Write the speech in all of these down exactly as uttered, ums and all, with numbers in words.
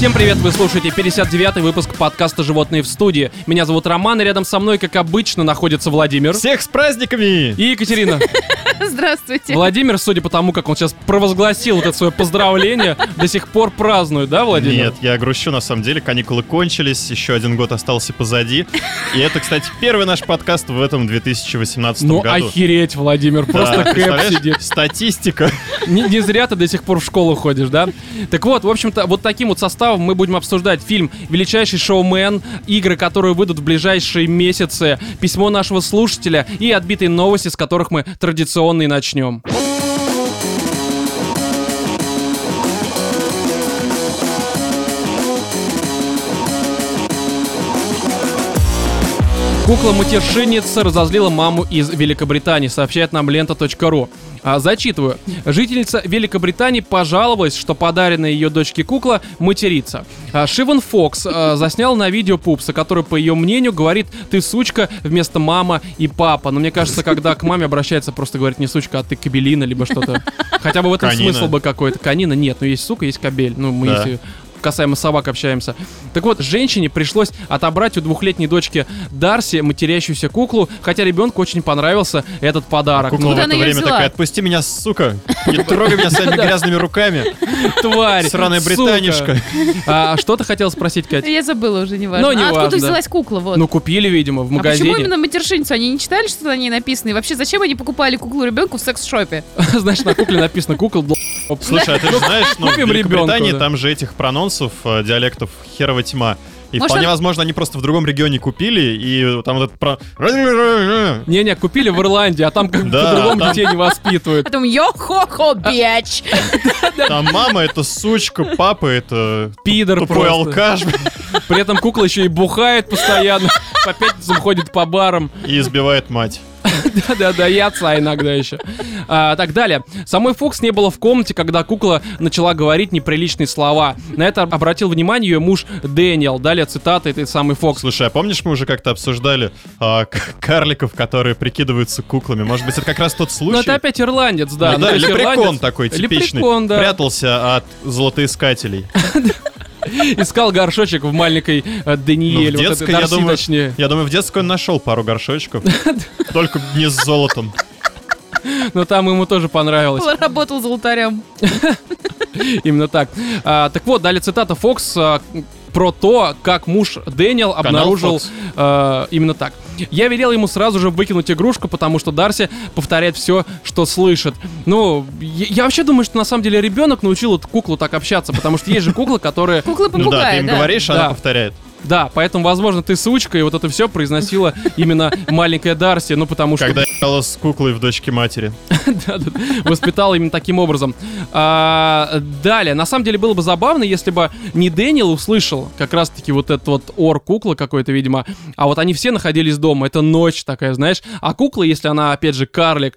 Всем привет, вы слушаете пятьдесят девятый выпуск подкаста «Животные в студии». Меня зовут Роман, и рядом со мной, как обычно, находится Владимир. Всех с праздниками! И Екатерина. Здравствуйте. Владимир, судя по тому, как он сейчас провозгласил вот это свое поздравление, до сих пор празднует, да, Владимир? Нет, я грущу, на самом деле, каникулы кончились, еще один год остался позади. И это, кстати, первый наш подкаст в этом две тысячи восемнадцатом ну, году. Ну охереть, Владимир, просто да, кэп сидит. Статистика. Не, не зря ты до сих пор в школу ходишь, да? Так вот, в общем-то, вот таким вот составом мы будем обсуждать фильм «Величайший шоумен», игры, которые выйдут в ближайшие месяцы, письмо нашего слушателя и отбитые новости, с которых мы традиционно и начнем. Кукла-матершинница разозлила маму из Великобритании, сообщает нам лента точка ру. А, зачитываю. Жительница Великобритании пожаловалась, что подаренная ее дочке кукла матерится. А, Шиван Фокс а, заснял на видео пупса, который, по ее мнению, говорит «ты сучка» вместо «мама» и «папа». Но мне кажется, когда к маме обращается, просто говорит не сучка, а ты кабелина, либо что-то. Хотя бы в этом Канина. смысл бы какой-то. Канина нет, но есть сука, есть кабель. Ну, мы Да. если... касаемо собак общаемся. Так вот, женщине пришлось отобрать у двухлетней дочки Дарси матерящуюся куклу, хотя ребенку очень понравился этот подарок. Кукла Ну, в она это её время взяла? такая: отпусти меня, сука! Не трогай меня своими грязными руками! тварь! Сраная сука. британишка! А что ты хотела спросить, Катя? Я забыла уже, неважно. Ну, не а откуда важно. взялась кукла, вот? Ну, купили, видимо, в а магазине. почему именно матершинницу? Они не читали, что на ней написано? И вообще, зачем они покупали куклу ребенку в секс-шопе? Знаешь, на кукле написано «кукла, бл***». Слушай, а ты же знаешь, ну, в Купим Великобритании ребенку, да. там же этих прононсов, э, диалектов херова тьма. И Может, вполне он- возможно, они просто в другом регионе купили, и там вот этот про... Не-не, купили в Ирландии, а там как Да, по-другому там- детей не воспитывают. Потом йо-хо-хо, бич! Там мама — это сучка, папа — это Пидор тупой просто. алкаш, При этом кукла еще и бухает постоянно, по пятницам ходит по барам. и избивает мать. Да-да-да, и отца иногда еще. А, так, далее. Самой Фокс не было в комнате, когда кукла начала говорить неприличные слова. На это обратил внимание ее муж Дэниел. Далее цитата этой самой Фокс. Слушай, а помнишь, мы уже как-то обсуждали а, к- карликов, которые прикидываются куклами? Может быть, это как раз тот случай? Ну, это опять ирландец, да. Ну Ну, да, то есть лепрекон ирландец- такой типичный. Лепрекон, да. Прятался от золотоискателей. Искал горшочек в маленькой э, Ну, Даниэле. в вот детской, этой я Дарси, думаю, точнее. я думаю, в детской он нашел пару горшочков. Только не с золотом. Но там ему тоже понравилось. Работал золотарем. Именно так. А, так вот, далее цитата Фокс а, про то, как муж Дэниел обнаружил Fox. а, именно так. Я велел ему сразу же выкинуть игрушку, потому что Дарси повторяет все, что слышит. Ну, я, я вообще думаю, что на самом деле ребенок научил эту куклу так общаться, потому что есть же куклы, которые... Кукла Ну да, ты попугая, им да. говоришь, а Да. она повторяет. Да, поэтому, возможно, ты сучка, и вот это все произносила именно маленькая Дарси, ну, потому что... Когда я играла с куклой в дочке матери. Да-да, воспитала именно таким образом. А, далее, на самом деле было бы забавно, если бы не Дэниел услышал как раз-таки вот этот вот ор куклы какой-то, видимо, а вот они все находились дома. Это ночь такая, знаешь. А кукла, если она, опять же, карлик,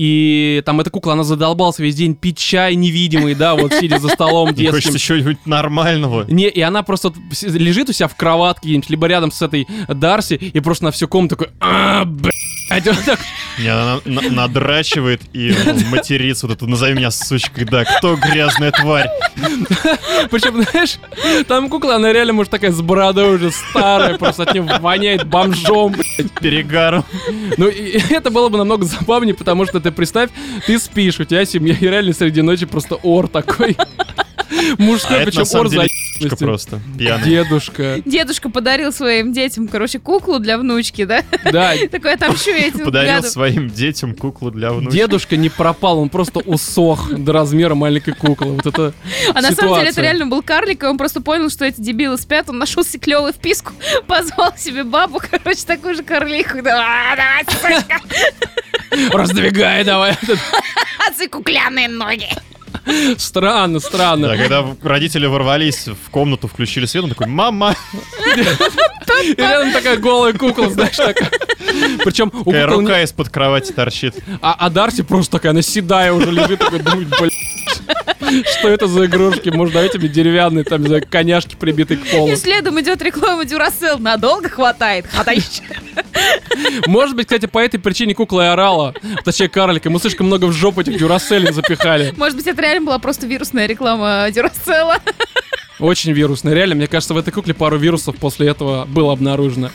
и там эта кукла, она задолбалась весь день пить чай невидимый, да, вот сидя за столом Мне хочется детским. чего-нибудь нормального. Не, и она просто вот с- лежит у себя в кроватке где-нибудь, либо рядом с этой Дарси, и просто на всю комнату такой, а, блядь, вот так. Не, она на- надрачивает и ну, матерится. Вот это «назови меня сучкой». Да, кто грязная тварь? Причем, знаешь, там кукла, она реально, может, такая с бородой уже старая, просто от нее воняет бомжом. Перегаром. Ну, и, и это было бы намного забавнее, потому что ты представь, ты спишь, у тебя семья, и реально среди ночи просто ор такой. Мужской, А это причем на самом ор деле за ебучка просто. Пьяный. Дедушка. Дедушка подарил своим детям, короче, куклу для внучки, да? Да, Такой отомщу этим Подарил гадам. своим детям куклу для внучки. дедушка не пропал, он просто усох до размера маленькой куклы. Вот это А на самом деле это ситуация. реально был карлик, и он просто понял, что эти дебилы спят, он нашел себе клевую вписку, позвал себе бабу, короче, такую же карлиху. Да, давай, сучка, Раздвигай давай. отцы куклянные ноги. Странно, странно. Да, когда родители ворвались в комнату, включили свет, он такой: «Мама!» И рядом такая голая кукла, знаешь, такая. Причем у Такая куклы... рука из-под кровати торчит. А, а Дарси просто такая, она седая уже лежит, такой, думает, блядь, что это за игрушки? Может, давайте мне деревянные, там, не знаю, коняшки, прибитые к полу. И следом идет реклама Duracell. Надолго хватает. Хватаешь. Может быть, кстати, по этой причине кукла и орала. Точнее, карлика. Мы слишком много в жопу этих Duracell запихали. Может быть, это реально была просто вирусная реклама Duracell. Очень вирусная. Реально, мне кажется, в этой кукле пару вирусов после этого было обнаружено.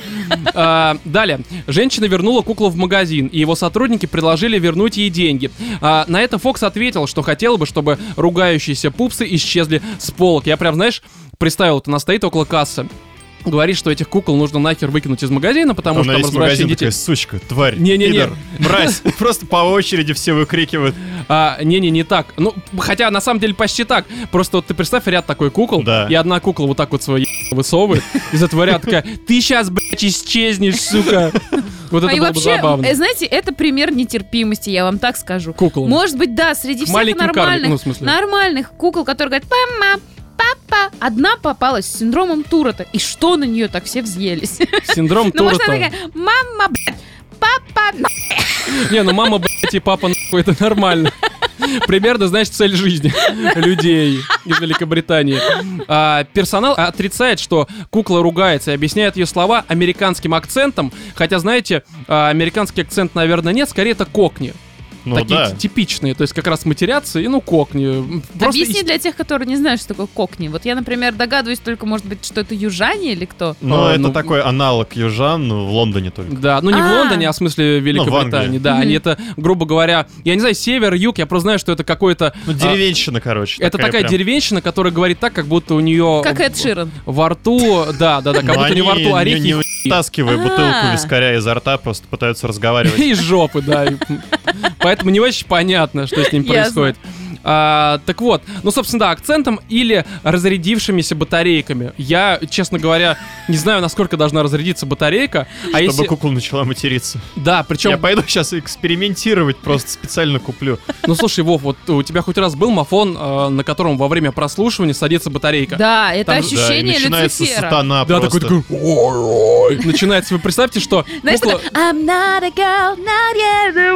А, далее. Женщина вернула куклу в магазин, и его сотрудники предложили вернуть ей деньги. А, на это Фокс ответил, что хотела бы, чтобы ругающиеся пупсы исчезли с полок. Я прям, знаешь, представил, вот она стоит около кассы. Говорит, что этих кукол нужно нахер выкинуть из магазина, потому Там что там есть развращение магазин, детей. такая, сучка, тварь, Не-не-не. пидор, мразь. Просто по очереди все выкрикивают. А, не-не, не так. Ну, хотя на самом деле почти так. Просто вот ты представь ряд такой кукол, Да. и одна кукла вот так вот свою высовывает из этого ряда такая: ты сейчас, блядь, исчезнешь, сука. Вот А это и было бы вообще, забавно. э, знаете, это пример нетерпимости, я вам так скажу. Кукол. Может быть, да, среди всех Маленьким карликом, нормальных, ну, в смысле. нормальных кукол, которые говорят «мама», «папа», одна попалась с синдромом Туретта. И что на нее так все взъелись? Синдром Ну, может, она Туретта. такая «мама, блядь, папа». Не, ну мама, блядь, и папа, нахуй, это нормально. Примерно, знаешь, цель жизни людей из Великобритании. А, персонал отрицает, что кукла ругается, и объясняет ее слова американским акцентом. Хотя, знаете, а, американский акцент, наверное, нет, скорее это кокни. Ну Такие да. т- типичные, то есть как раз матерятся и, ну, кокни. Просто Объясни из- для тех, которые не знают, что такое кокни. Вот я, например, догадываюсь только, может быть, что это южане или кто? Но А, это ну, такой аналог южан, ну, в Лондоне только. Да, ну не в А. Лондоне, а в смысле Великобритании, Англии. да, Мгм. они это, грубо говоря, я не знаю, север, юг, я просто знаю, что это какой-то... Ну, а, деревенщина, короче. это такая прям. деревенщина, которая говорит так, как будто у нее... Как Эд Ширан. Во рту, да, да, да, как Но будто у нее во они рту не- орехи не и хуй. вытаскивая бутылку А. вискаря изо рта, просто пытаются разговаривать. Из жопы, да. И, поэтому не очень понятно, что с ним Ясно. происходит. А, так вот, ну, собственно, да, акцентом или разрядившимися батарейками. Я, честно говоря, не знаю, насколько должна разрядиться батарейка. А Чтобы если... кукла начала материться. Да, причем... Я пойду сейчас экспериментировать, просто специально куплю. Ну, слушай, Вов, вот у тебя хоть раз был мафон, э, на котором во время прослушивания садится батарейка? Да, это Там- ощущение Да, и начинается Люцифера. сатана Да, такой, просто. такой, ой-ой. Начинается, вы представьте, что Знаешь, кукла... такой, I'm not a girl, not yet a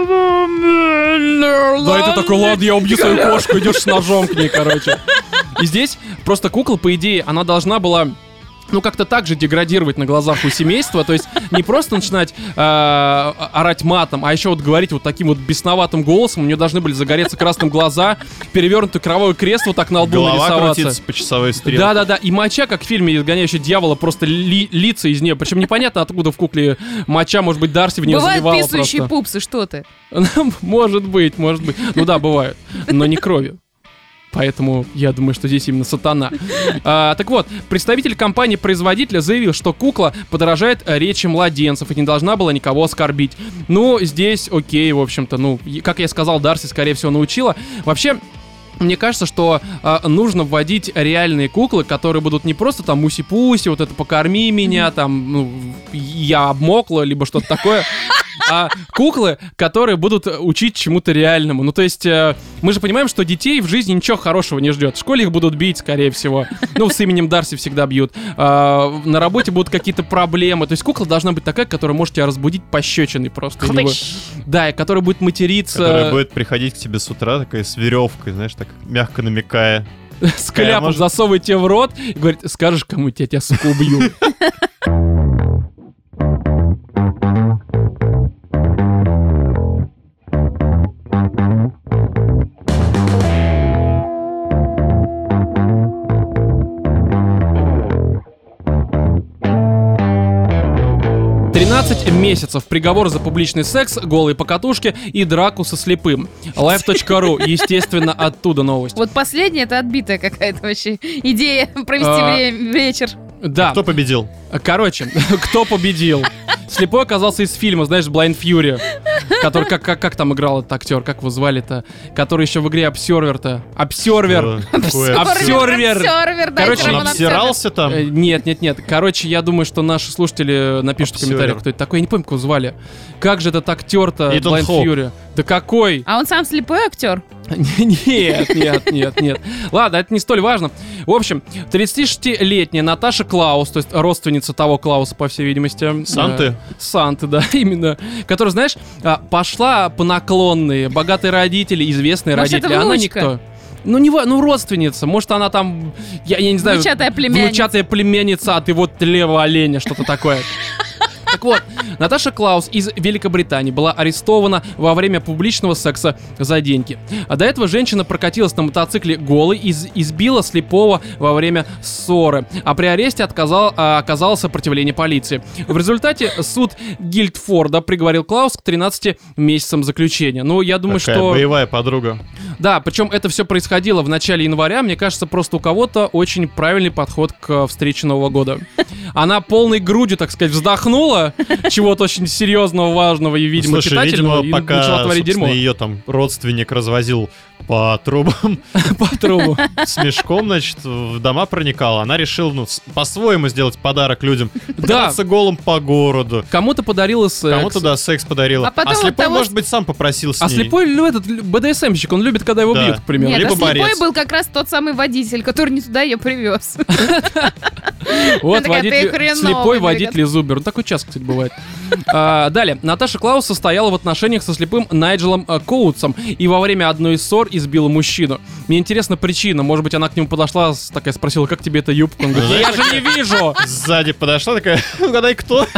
woman. Да, это такой, ладно, я убью свою кошку, идешь с ножом к ней, короче. И здесь просто кукла, по идее, она должна была... Ну, как-то так же деградировать на глазах у семейства. То есть не просто начинать э, орать матом, а еще вот говорить вот таким вот бесноватым голосом. У нее должны были загореться красным глаза, перевернутый кровавый крест вот так на лбу Голова нарисоваться. крутится по часовой стрелке. Да-да-да, и моча, как в фильме «Изгоняющий дьявола», просто ли- литься из нее. Причем непонятно, откуда в кукле моча, может быть, Дарси в нее Бывают заливала писающие просто. пупсы, что ты? Может быть, может быть. Ну да, бывают, но не кровью. Поэтому я думаю, что здесь именно сатана. А, так вот, представитель компании-производителя заявил, что кукла подражает речи младенцев и не должна была никого оскорбить. Ну, здесь окей, в общем-то. Ну, и, как я сказал, Дарси, скорее всего, научила. Вообще... Мне кажется, что а, нужно вводить реальные куклы, которые будут не просто там муси-пуси, вот это покорми меня, там, ну, я обмокла, либо что-то такое, а куклы, которые будут учить чему-то реальному. Ну, то есть, э, мы же понимаем, что детей в жизни ничего хорошего не ждет. В школе их будут бить, скорее всего. Ну, с именем Дарси всегда бьют. А, на работе будут какие-то проблемы. То есть, кукла должна быть такая, которая может тебя разбудить пощечиной просто. Либо- Да, и которая будет материться... Которая будет приходить к тебе с утра, такая с веревкой, знаешь, так мягко намекая. С кляпом может- засовывает тебе в рот и говорит, скажешь кому-то, я тебя, сука, убью. тринадцать месяцев. Приговор за публичный секс, голые покатушки и драку со слепым. лайв точка ру. Естественно, оттуда новость. Вот последняя, это отбитая какая-то вообще идея провести А. время, вечер. Да. Кто победил? Короче, кто победил? Слепой оказался из фильма, знаешь, Blind Fury. Который, как, как, как там играл этот актер, как его звали-то? Который еще в игре Обсервер-то. Обсервер. Э, какой Обсервер. обсервер. Обсервер, дайте Короче, Он Роман Обсервер. обсирался там? Э, Нет, нет, нет. Короче, я думаю, что наши слушатели напишут в Обсервер. комментариях, кто это такой. Я не помню, как его звали. Как же этот актер-то Итан Blind Хоук. Fury? Да какой? А он сам слепой актер? Нет, нет, нет, нет. Ладно, это не столь важно. В общем, тридцатишестилетняя Наташа Клаус, то есть родственница того Клауса, по всей видимости. Санты? Э, Санты, да, именно. Которая, знаешь, а, пошла по наклонной. Богатые родители, известные Может, родители. это Она внучка? никто. Ну, не, ва- ну, родственница. Может, она там, я, я не знаю... Внучатая племянница. Внучатая племянница от его левого оленя, что-то такое. Так вот, Наташа Клаус из Великобритании была арестована во время публичного секса за деньги. А до этого женщина прокатилась на мотоцикле голой и из- избила слепого во время ссоры. А при аресте отказал, а, оказало сопротивление полиции. В результате суд Гильдфорда приговорил Клаус к тринадцати месяцам заключения. Ну, я думаю, Такая что... боевая подруга. Да, причем это все происходило в начале января. Мне кажется, просто у кого-то очень правильный подход к встрече Нового года. Она полной грудью, так сказать, вздохнула чего-то очень серьезного, важного и, видимо, Слушай, питательного, видимо, и пока, начала творить дерьмо. ее там родственник развозил по трубам По трубу. с мешком, значит, в дома проникала. Она решила, ну, с- по-своему сделать подарок людям. Да. Покататься голым по городу. Кому-то подарила секс. Кому-то, да, секс подарила. А потом А от слепой, того, может быть, сам попросил с А ней. слепой, ну, этот бэ дэ эс эм-щик, он любит, когда его Да. бьют, к примеру. Нет, Либо а слепой борец. был как раз тот самый водитель, который не туда ее привез. Вот Такая, ты водитель, хреновый, слепой говорит. водитель из Uber. Ну, такой час, кстати, бывает. А, далее. Наташа Клаус состояла в отношениях со слепым Найджелом а, Коутсом и во время одной из ссор избила мужчину. Мне интересна причина. Может быть, она к нему подошла, с- такая спросила, как тебе эта юбка? Он говорит, я же не вижу. Сзади подошла такая, угадай, кто?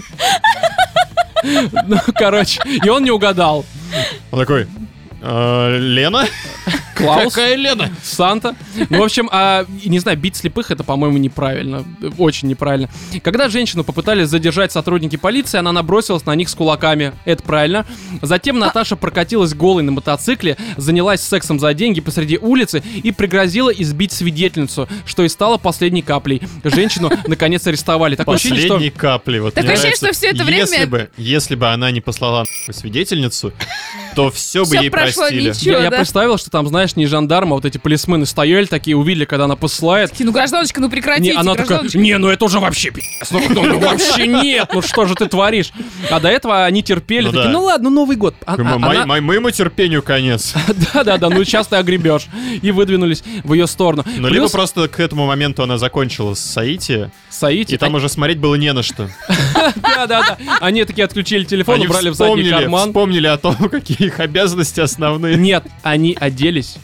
Ну, короче, и он не угадал. Он такой, «Э, Лена? Клаус? Какая Лена? Санта. Ну, в общем, а, не знаю, бить слепых — это, по-моему, неправильно. Очень неправильно. Когда женщину попытались задержать сотрудники полиции, она набросилась на них с кулаками. Это правильно. Затем Наташа прокатилась голой на мотоцикле, занялась сексом за деньги посреди улицы и пригрозила избить свидетельницу, что и стало последней каплей. Женщину, наконец, арестовали. Такое ощущение, Последней капли. Вот Такое мне ощущение, нравится. что всё это время- Если бы, если бы она не послала нахуй свидетельницу, то все бы Всё ей прошло простили. ничего. Я, я да. представил, что там, знаешь, не жандармы, а вот эти полисмены стояли такие, увидели, когда она посылает. Такие, ну, гражданочка, ну прекратите, Не, она такая, гражданочка. не, ну это уже вообще пи***ц, ну, ну, ну, вообще нет, ну что же ты творишь? А до этого они терпели, Ну такие, да. ну ладно, Новый год. А- Мо- а- мой- она- мой- Моему терпению конец. Да-да-да, ну сейчас ты огребешь. И выдвинулись в ее сторону. Ну, либо Плюс просто к этому моменту она закончила с Саити, Саити, и там уже смотреть было не на что. да-да-да, они такие отключили телефон, Они убрали в задний вспомнили, карман. вспомнили о том, какие их обязанности основные. Нет, они оделись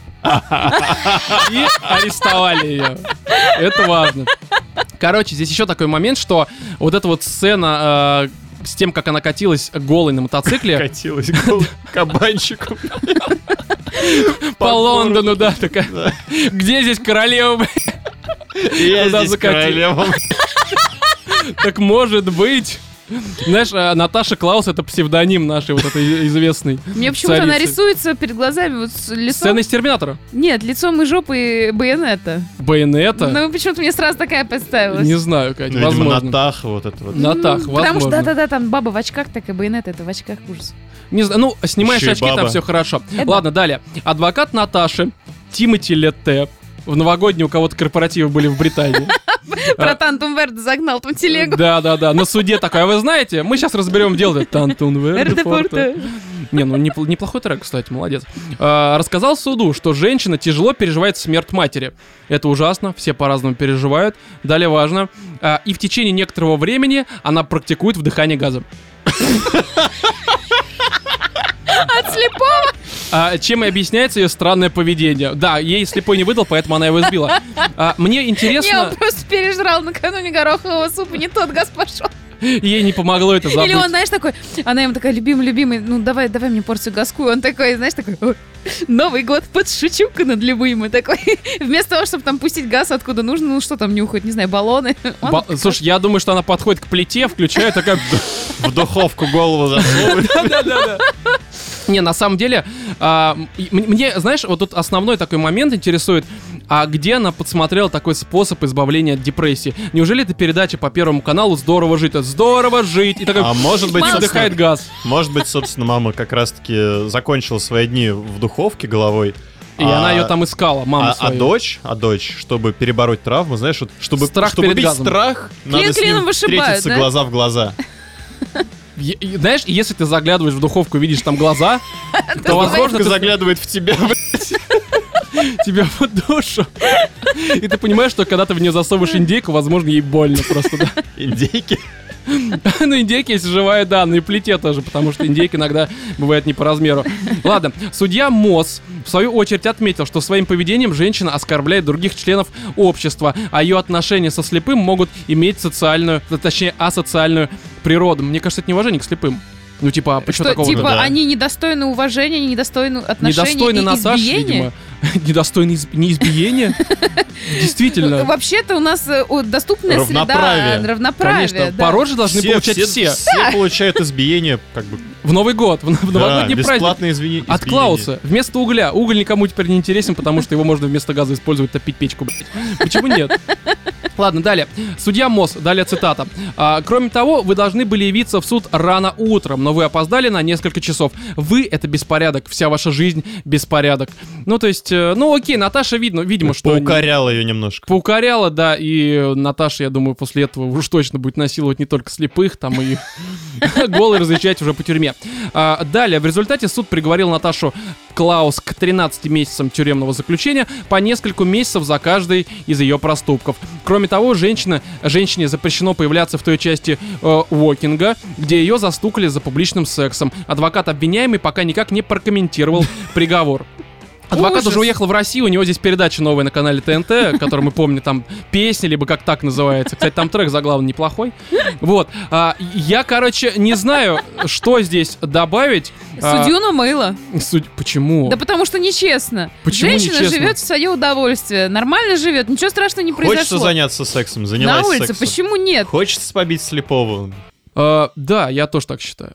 и арестовали ее. Это важно. Короче, здесь еще такой момент, что вот эта вот сцена э, с тем, как она катилась голой на мотоцикле Катилась голым кабанчиком. по Лондону, да, такая. Да. Где здесь королева, блядь? Я Куда здесь закатил? королева. Так может быть. Знаешь, а, Наташа Клаус — это псевдоним нашей вот этой известной Мне почему-то она царицы. рисуется перед глазами вот с лицом... Сцена из Терминатора. Нет, лицом и жопой байонета. Байонета. Ну, почему-то мне сразу такая представилась. Не знаю, Катя, Ну, видимо, возможно. Натаха вот это вот. Натах, Потому что, возможно. да-да-да, там баба в очках, такая байонета, это в очках, ужас. Не знаю, ну, снимаешь Ещё и очки, там баба. все хорошо. Это- Ладно, далее. Адвокат Наташи, Тимоти Летте, в новогодние у кого-то корпоративы были в Британии. Про Тантум Верде загнал там телегу. Да, да, да. На суде такой, а вы знаете, мы сейчас разберем дело. Тантун Верде Форте. Не, ну непл- неплохой трек, кстати, молодец. А, рассказал суду, что женщина тяжело переживает смерть матери. Это ужасно, все по-разному переживают. Далее важно. А, и в течение некоторого времени она практикует вдыхание газа. От слепого. А, чем и объясняется ее странное поведение. Да, ей слепой не выдал, поэтому она его избила. А, мне Не, интересно, он просто пережрал накануне горохового супа, не тот газ пошел. ей не помогло это забыть. Или он, знаешь, такой, она ему такая, любимый, любимый, ну давай, давай мне порцию газку. И он такой, знаешь, такой, «Ой, Новый год, подшучу-ка над любимой. Такой, вместо того, чтобы там пустить газ откуда нужно, ну что там нюхать, не знаю, баллоны. Он Ба- такой, Слушай, я думаю, что она подходит к плите, включает такая... В духовку голову засовывает. Да-да-да. Не, на самом деле, а, м- мне, знаешь, вот тут основной такой момент интересует, а где она подсмотрела такой способ избавления от депрессии? Неужели это передача по Первому каналу «Здорово жить»? Это «Здорово жить» и такой А может быть, и вдыхает собственно, газ. может быть, собственно, мама как раз-таки закончила свои дни в духовке головой. И а- она ее там искала, маму А, а свою. дочь, а дочь, чтобы перебороть травму, знаешь, вот, чтобы, Страх чтобы перед бить газом. страх, Клин надо с клином ним вышибают, встретиться да? глаза в глаза. Е- и знаешь, если ты заглядываешь в духовку и видишь там глаза, то, возможно, Духовка ты заглядывает в тебя. тебя в душу. И ты понимаешь, что когда ты в нее засовываешь индейку, возможно, ей больно просто, да. Индейки. Ну, индейки, если живая, да, ну и плите тоже, потому что индейка иногда бывает не по размеру. Ладно, судья Мосс, в свою очередь, отметил, что своим поведением женщина оскорбляет других членов общества, а ее отношения со слепым могут иметь социальную, точнее, асоциальную природу. Мне кажется, это неуважение к слепым. Ну, типа, а почему Что, такого? типа, Да. они недостойны уважения, они недостойны отношений Недостойны и Наташи, избиения? видимо. Недостойны изб... не избиения? Действительно. Вообще-то у нас э, о, доступная Равноправие. среда равноправия. Конечно, да. по роже должны получать все. Все получают избиение, как бы. В Новый год, в в Да, новогодний праздник. бесплатные извини- От избиения. Клауса. Вместо угля. Уголь никому теперь не интересен, потому что его можно вместо газа использовать, топить печку. блядь. Почему нет? Ладно, далее. Судья Мосс, далее цитата. А, кроме того, вы должны были явиться в суд рано утром, но вы опоздали на несколько часов. Вы — это беспорядок, вся ваша жизнь — беспорядок. Ну, то есть, э, ну окей, Наташа, видно, видимо, что... Поукоряла ее немножко. Поукоряла, да, и Наташа, я думаю, после этого уж точно будет насиловать не только слепых, там и голой разъезжать уже по тюрьме. А, далее, в результате суд приговорил Наташу Клаус к тринадцати месяцам тюремного заключения по несколько месяцев за каждый из ее проступков. Кроме того, женщина, женщине запрещено появляться в той части э, Уокинга, где ее застукали за публичным сексом. Адвокат обвиняемый пока никак не прокомментировал приговор. Адвокат Ужас. уже уехал в Россию, у него здесь передача новая на канале ТНТ, который мы помним, там песни, либо как так называется. Кстати, там трек заглавный неплохой. Вот. А, я, короче, не знаю, что здесь добавить. А, Судью намыло. Суд... Почему? Да потому что нечестно. Почему Женщина нечестно? живет в свое удовольствие, нормально живет, ничего страшного не Хочется произошло. заняться сексом, занялась На улице, сексом. почему нет? Хочется побить слепого. А, да, я тоже так считаю.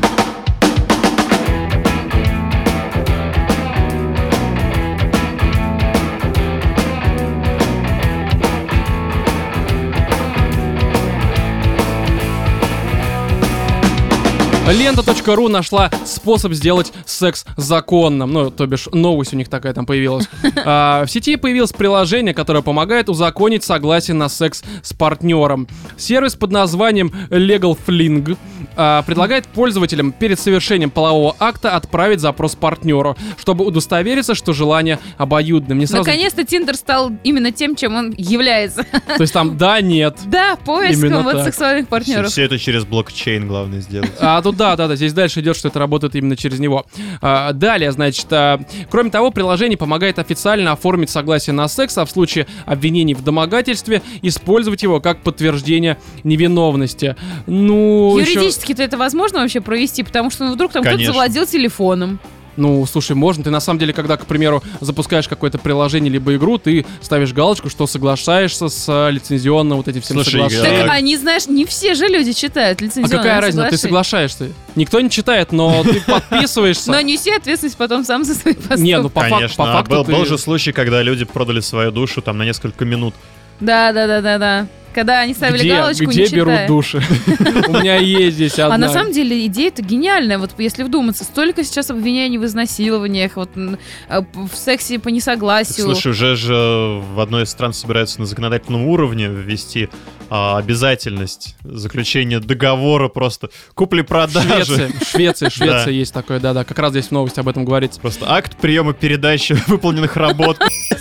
лента точка ру нашла способ сделать секс законным. Ну, то бишь, новость у них такая там появилась. А, в сети появилось приложение, которое помогает узаконить согласие на секс с партнером. Сервис под названием Legal Fling а, предлагает пользователям перед совершением полового акта отправить запрос партнеру, чтобы удостовериться, что желание обоюдным. Не сразу... Наконец-то Тиндер стал именно тем, чем он является. То есть там да, нет. Да, поиском Именно вот так. сексуальных Все, партнеров. все это через блокчейн, главное сделать. А тут да, да, да, здесь дальше идет, что это работает именно через него. А, далее, значит, а, кроме того, приложение помогает официально оформить согласие на секс, а в случае обвинений в домогательстве использовать его как подтверждение невиновности. Ну, еще- Юридически-то это возможно вообще провести, потому что ну, вдруг там кто-то Конечно. завладел телефоном. Ну, слушай, можно. Ты на самом деле, когда, к примеру, запускаешь какое-то приложение либо игру, ты ставишь галочку, что соглашаешься с а, лицензионно вот этим всем Слушай, соглашением. Так, Так. они, знаешь, не все же люди читают А лицензионное какая разница? Ты соглашение. соглашаешься. Никто не читает, но ты подписываешься. Но неси ответственность потом сам за свои поступки. Не, ну по, фак- Конечно, по а факту был, ты- был же случай, когда люди продали свою душу там на несколько минут. Да, да, да, да, да. Когда они ставили где, галочку, где не берут читая. души? У меня есть здесь одна. А на самом деле идея-то гениальная. Вот если вдуматься, столько сейчас обвинений в изнасилованиях, вот м, а, в сексе по несогласию. Слушай, уже же в одной из стран собираются на законодательном уровне ввести а, обязательность заключения договора просто купли-продажи. Швеция, Швеция, Швеция Да. есть такое, да-да, как раз здесь в новости об этом говорится. Просто акт приема передачи выполненных работ.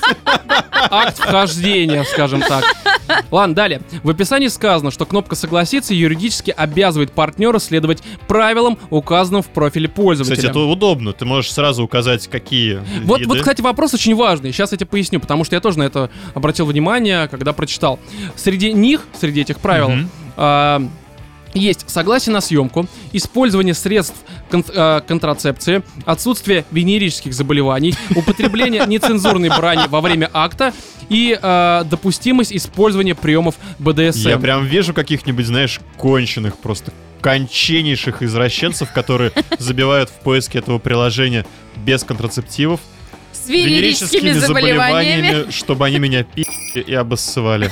Акт вхождения, скажем так. Ладно, далее. В описании сказано, что кнопка «Согласиться» юридически обязывает партнера следовать правилам, указанным в профиле пользователя. Кстати, это удобно. Ты можешь сразу указать, какие Вот, виды. вот, кстати, вопрос очень важный. Сейчас я тебе поясню, потому что я тоже на это обратил внимание, когда прочитал. Среди них, среди этих правил, Мгм. а, есть согласие на съемку, использование средств кон- а, контрацепции, отсутствие венерических заболеваний, употребление нецензурной брани во время акта и а, допустимость использования приемов бэ дэ эс эм. Я прям вижу каких-нибудь, знаешь, конченых просто конченейших извращенцев, которые забивают в поиске этого приложения без контрацептивов, С венерическими заболеваниями. чтобы они меня пи***ли и обоссывали.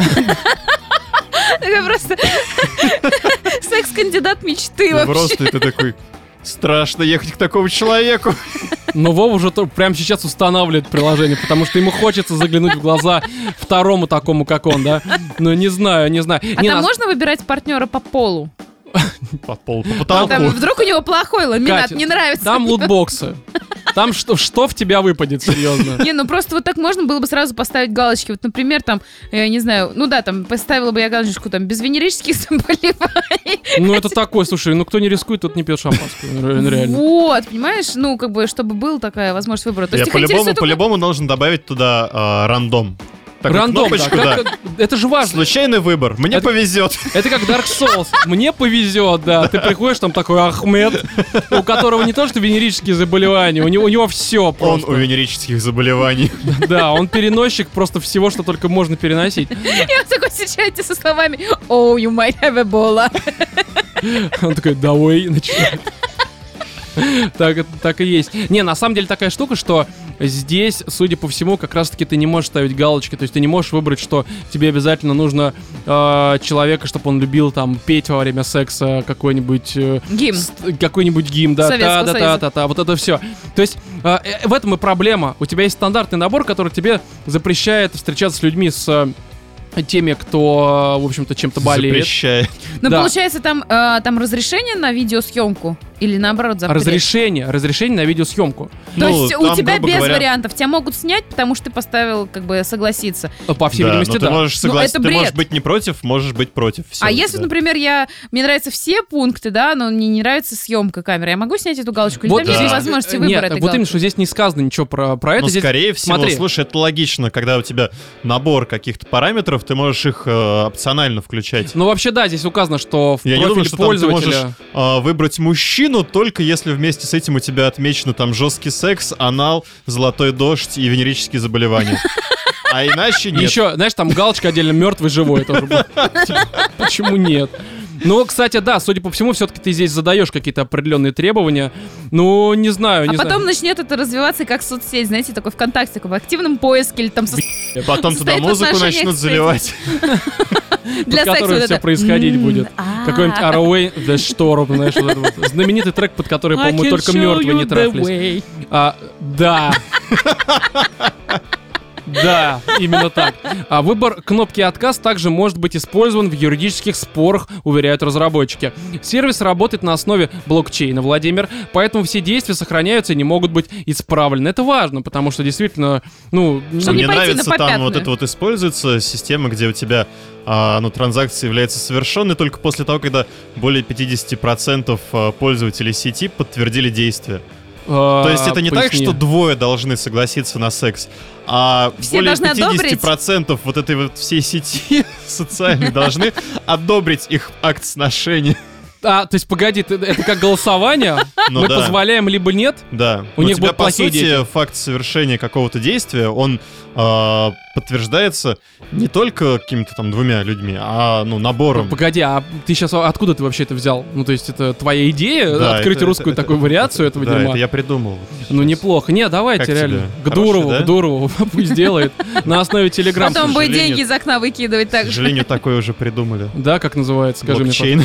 Это просто секс-кандидат мечты Ну, вообще. Просто это такой... Страшно ехать к такому человеку. Но Вова уже то- прямо сейчас устанавливает приложение, потому что ему хочется заглянуть в глаза второму такому, как он, да? Ну, не знаю, не знаю. А Не, там на- можно выбирать партнера по полу? По полу, по Ну, потолку. там вдруг у него плохой ламинат, Катя, не нравится. Там лутбоксы. Там что, что в тебя выпадет, серьезно? Не, ну просто вот так можно было бы сразу поставить галочки. Вот, например, там, я не знаю, ну да, там поставила бы я галочку там без венерических заболеваний. Ну это такой, слушай, ну кто не рискует, тот не пьет шампанское, реально. Вот, понимаешь, ну как бы, чтобы была такая возможность выбора. То Я есть их по-любому, интересует только- по-любому должен добавить туда а, рандом. Такую Рандом, да, кнопочку, да. как- это же важно. Случайный выбор. Мне Это- повезет. Это как Dark Souls. Мне повезет, да. Ты приходишь, там такой Ахмед, у которого не то что венерические заболевания, у него, у него все Он просто. у венерических заболеваний. Да, он переносчик просто всего, что только можно переносить. И он такой встречаете со словами «Oh, you might have Ebola». Он такой, давай, начинает. Так, это- так и есть. Не, на самом деле такая штука, что здесь, судя по всему, как раз-таки ты не можешь ставить галочки. То есть ты не можешь выбрать, что тебе обязательно нужно э, человека, чтобы он любил там петь во время секса какой-нибудь... э, Гимн. с- какой-нибудь гимн, да, Советского та, да, Союза. та, та, та, вот это все. То есть э, э, в этом и проблема. У тебя есть стандартный набор, который тебе запрещает встречаться с людьми с э, теми, кто, э, в общем-то, чем-то болеет. Запрещает. Ну, Да. получается, там, э, там разрешение на видеосъемку? Или наоборот запрет? Разрешение, разрешение на видеосъемку. То Ну, есть у там, тебя грубо без говоря, вариантов. Тебя могут снять, потому что ты поставил, как бы, согласиться. По всей Да, видимости, но ты да. можешь согласиться, это ты бред. можешь быть не против, можешь быть против. Всё, а если, да. например, я мне нравятся все пункты, да, но мне не нравится съемка камеры, я могу снять эту галочку? Или Вот, там нет да. возможности э, выбора Нет, этой вот именно, галочки? что здесь не сказано ничего про, про это. Ну, Здесь- скорее всего, смотри. слушай, это логично, когда у тебя набор каких-то параметров, ты можешь их э, опционально включать. Ну, вообще, да, здесь указано, что в Я не профиле думаю, что там ты пользователя... можешь э, выбрать мужчину, только если вместе с этим у тебя отмечено там жесткий секс, анал, золотой дождь и венерические заболевания. А иначе нет. Еще, знаешь, там галочка отдельно мертвый, живой тоже был. Типа, почему нет? Ну, кстати, да, судя по всему, все-таки ты здесь задаешь какие-то определенные требования. Ну, не знаю, А не потом знаю. начнет это развиваться как соцсеть, знаете, такой ВКонтакте, такой в активном поиске или там со- Потом туда состоит в музыку отношениях начнут с этим. заливать. для под секса. которой вот все это. происходить М, будет. а. Какой-нибудь Araway The Storm, знаешь, вот это вот. Знаменитый трек, под который, I по-моему, can только show мертвые you не the трафлись. way. А, да. Да, именно так. А выбор кнопки «Отказ» также может быть использован в юридических спорах, уверяют разработчики. Сервис работает на основе блокчейна, Владимир, поэтому все действия сохраняются и не могут быть исправлены. Это важно, потому что действительно, ну... Чтобы Мне не пойти на нравится, там попятную. вот это вот используется система, где у тебя а, ну, транзакция является совершенной только после того, когда более пятьдесят процентов а, пользователей сети подтвердили действие. а, То есть это не так, поясни. что двое должны согласиться на секс, а Все более должны пятьдесят процентов вот этой вот всей сети социальной должны одобрить их акт сношения. А, то есть, погоди, ты- это как голосование? Ну Мы да. позволяем либо нет? Да. У Но них тебя, будут по плохие сути, дети. факт совершения какого-то действия, он а, подтверждается не только какими-то там двумя людьми, а ну набором. Погоди, а ты сейчас откуда ты вообще это взял? Ну, то есть, это твоя идея? Да, Открыть это- русскую это- такую это- вариацию это- этого да, дерьма? это я придумал. Ну, Сейчас. неплохо. Не, давайте, Как реально. тебе? К Хороший, Дурову, да? к Дурову. Пусть делает. На основе Телеграм. Потом будет сожалению. деньги из окна выкидывать К так же. сожалению, такое уже придумали. Да, как называется? Скажи мне, Блокчейн.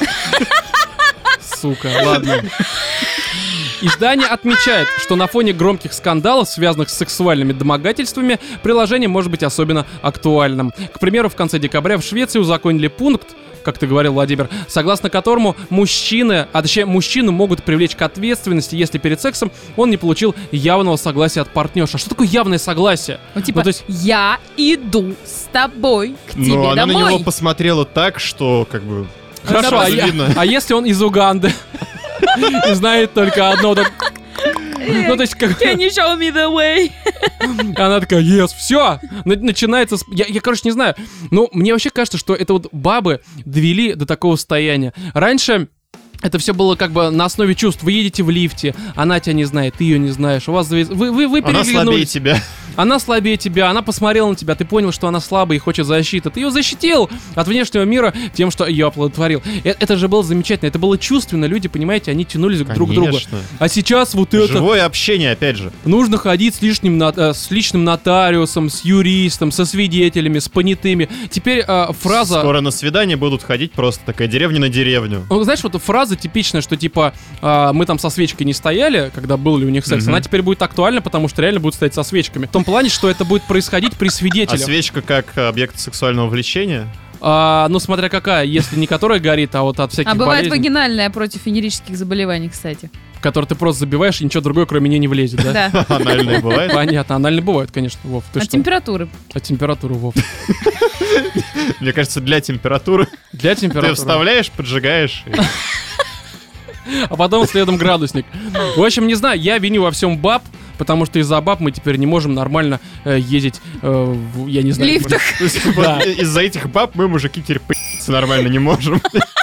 сука. Ладно. Издание отмечает, что на фоне громких скандалов, связанных с сексуальными домогательствами, приложение может быть особенно актуальным. К примеру, в конце декабря в Швеции узаконили пункт, как ты говорил, Владимир, согласно которому мужчины, а точнее мужчину могут привлечь к ответственности, если перед сексом он не получил явного согласия от партнерши. А что такое явное согласие? Ну, типа, Ну, то есть- я иду с тобой к тебе Но она на домой. него посмотрела так, что как бы... Хорошо, а, сразу я- видно. а если он из Уганды и знает только одно, так... Ну, то есть, как... Can you show me the way? Она такая, yes, все, начинается... с- Я, я, короче, не знаю. Но мне вообще кажется, что это вот бабы довели до такого состояния. Раньше... Это все было как бы на основе чувств. Вы едете в лифте, она тебя не знает, ты ее не знаешь. У вас завис... вы, вы, вы Она слабее переглянулись. тебя. Она слабее тебя, она посмотрела на тебя, ты понял, что она слабая и хочет защиты. Ты ее защитил от внешнего мира тем, что ее оплодотворил. Э- Это же было замечательно, это было чувственно. Люди, понимаете, они тянулись друг к другу. Конечно. А сейчас вот это... Живое общение, опять же. Нужно ходить с лишним, нот- э, с личным нотариусом, с юристом, со свидетелями, с понятыми. Теперь э, фраза... Скоро на свидание будут ходить просто такая деревня на деревню. Ну, знаешь, вот фраза типичная, что типа э, мы там со свечкой не стояли, когда был ли у них секс, Мгм. она теперь будет актуальна, потому что реально будут стоять со свечками. В том плане, что это будет происходить при А свидетелях. свечка как объект сексуального влечения? А, ну, смотря какая, если не которая горит, а вот от всяких А бывает болезней. вагинальная против венерических заболеваний, кстати. который ты просто забиваешь, и ничего другое, кроме нее, не влезет, да? Да. Анальные бывает? Понятно, анальные бывают, конечно, Вов. Ты А что? температуры? А температуру, Вов. Мне кажется, для температуры Для ты температуры. вставляешь, поджигаешь. и- А потом следом градусник. В общем, не знаю, я виню во всем баб, потому что из-за баб мы теперь не можем нормально э, ездить, э, в, я не знаю... Лифтах. То есть, вот Да. из-за этих баб мы, мужики, теперь п***ться нормально не можем.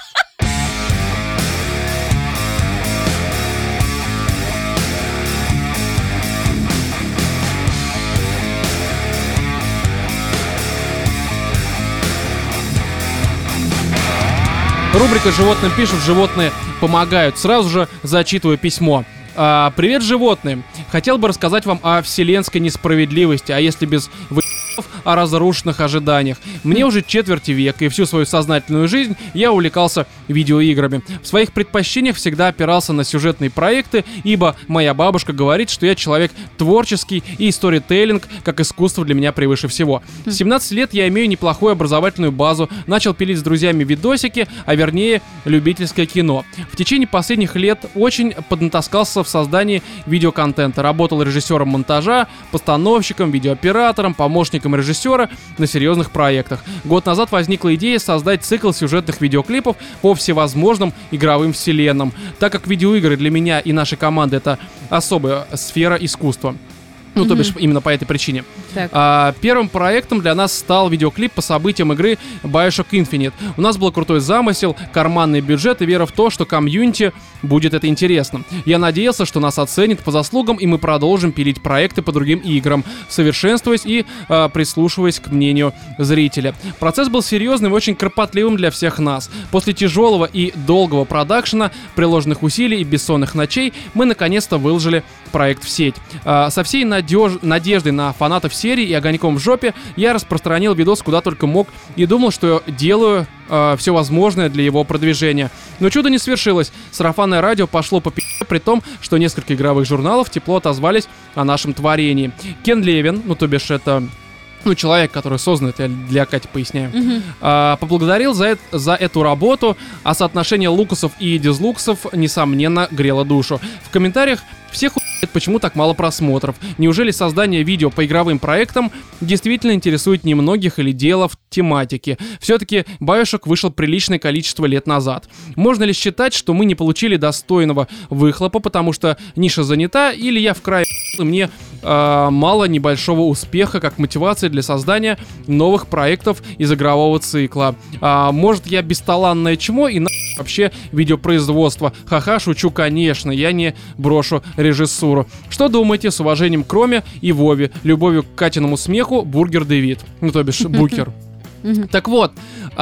Рубрика «Животным пишут, животные помогают». Сразу же зачитываю письмо. А, Привет, животные. Хотел бы рассказать вам о вселенской несправедливости, а если без вы***ов, о разрушенных ожиданиях. Мне уже четверти века, и всю свою сознательную жизнь я увлекался видеоиграми. В своих предпочтениях всегда опирался на сюжетные проекты, ибо моя бабушка говорит, что я человек творческий, и сторителлинг как искусство для меня превыше всего. В семнадцать лет я имею неплохую образовательную базу, начал пилить с друзьями видосики, а вернее любительское кино. В течение последних лет очень поднатаскался в создании видеоконтента. Работал режиссером монтажа, постановщиком, видеооператором, помощником режиссера на серьезных проектах. Год назад возникла идея создать цикл сюжетных видеоклипов по всевозможным игровым вселенным, так как видеоигры для меня и нашей команды это особая сфера искусства. Ну, то бишь, именно по этой причине. Так. А, первым проектом для нас стал видеоклип по событиям игры Bioshock Infinite. У нас был крутой замысел, карманный бюджет и вера в то, что комьюнити будет это интересно. Я надеялся, что нас оценят по заслугам, и мы продолжим пилить проекты по другим играм, совершенствуясь и а, прислушиваясь к мнению зрителя. Процесс был серьезным и очень кропотливым для всех нас. После тяжелого и долгого продакшена, приложенных усилий и бессонных ночей, мы наконец-то выложили проект в сеть. А, со всей надеж... надеждой на фанатов серии и огоньком в жопе я распространил видос куда только мог и думал, что делаю э, все возможное для его продвижения. Но чудо не свершилось. Сарафанное радио пошло по пи***, при том, что несколько игровых журналов тепло отозвались о нашем творении. Кен Левин, ну то бишь это... Ну, человек, который создан, это я для Кати поясняю, Мгм. а, поблагодарил за, эт- за эту работу, а соотношение лукасов и дизлуксов, несомненно, грело душу. В комментариях всех у***ет, почему так мало просмотров. Неужели создание видео по игровым проектам действительно интересует немногих или дело в тематике? Все-таки Bioshock вышел приличное количество лет назад. Можно ли считать, что мы не получили достойного выхлопа, потому что ниша занята, или я в край и мне э, мало небольшого успеха как мотивации для создания новых проектов из игрового цикла? А, может, я бесталанное чмо и на вообще видеопроизводство? Ха-ха, шучу, конечно, я не брошу режиссуру. Что думаете? С уважением к Роме и Вове, любовью к Катиному смеху, Бургер Дэвид. Ну, то бишь, Букер. Мгм. Так вот,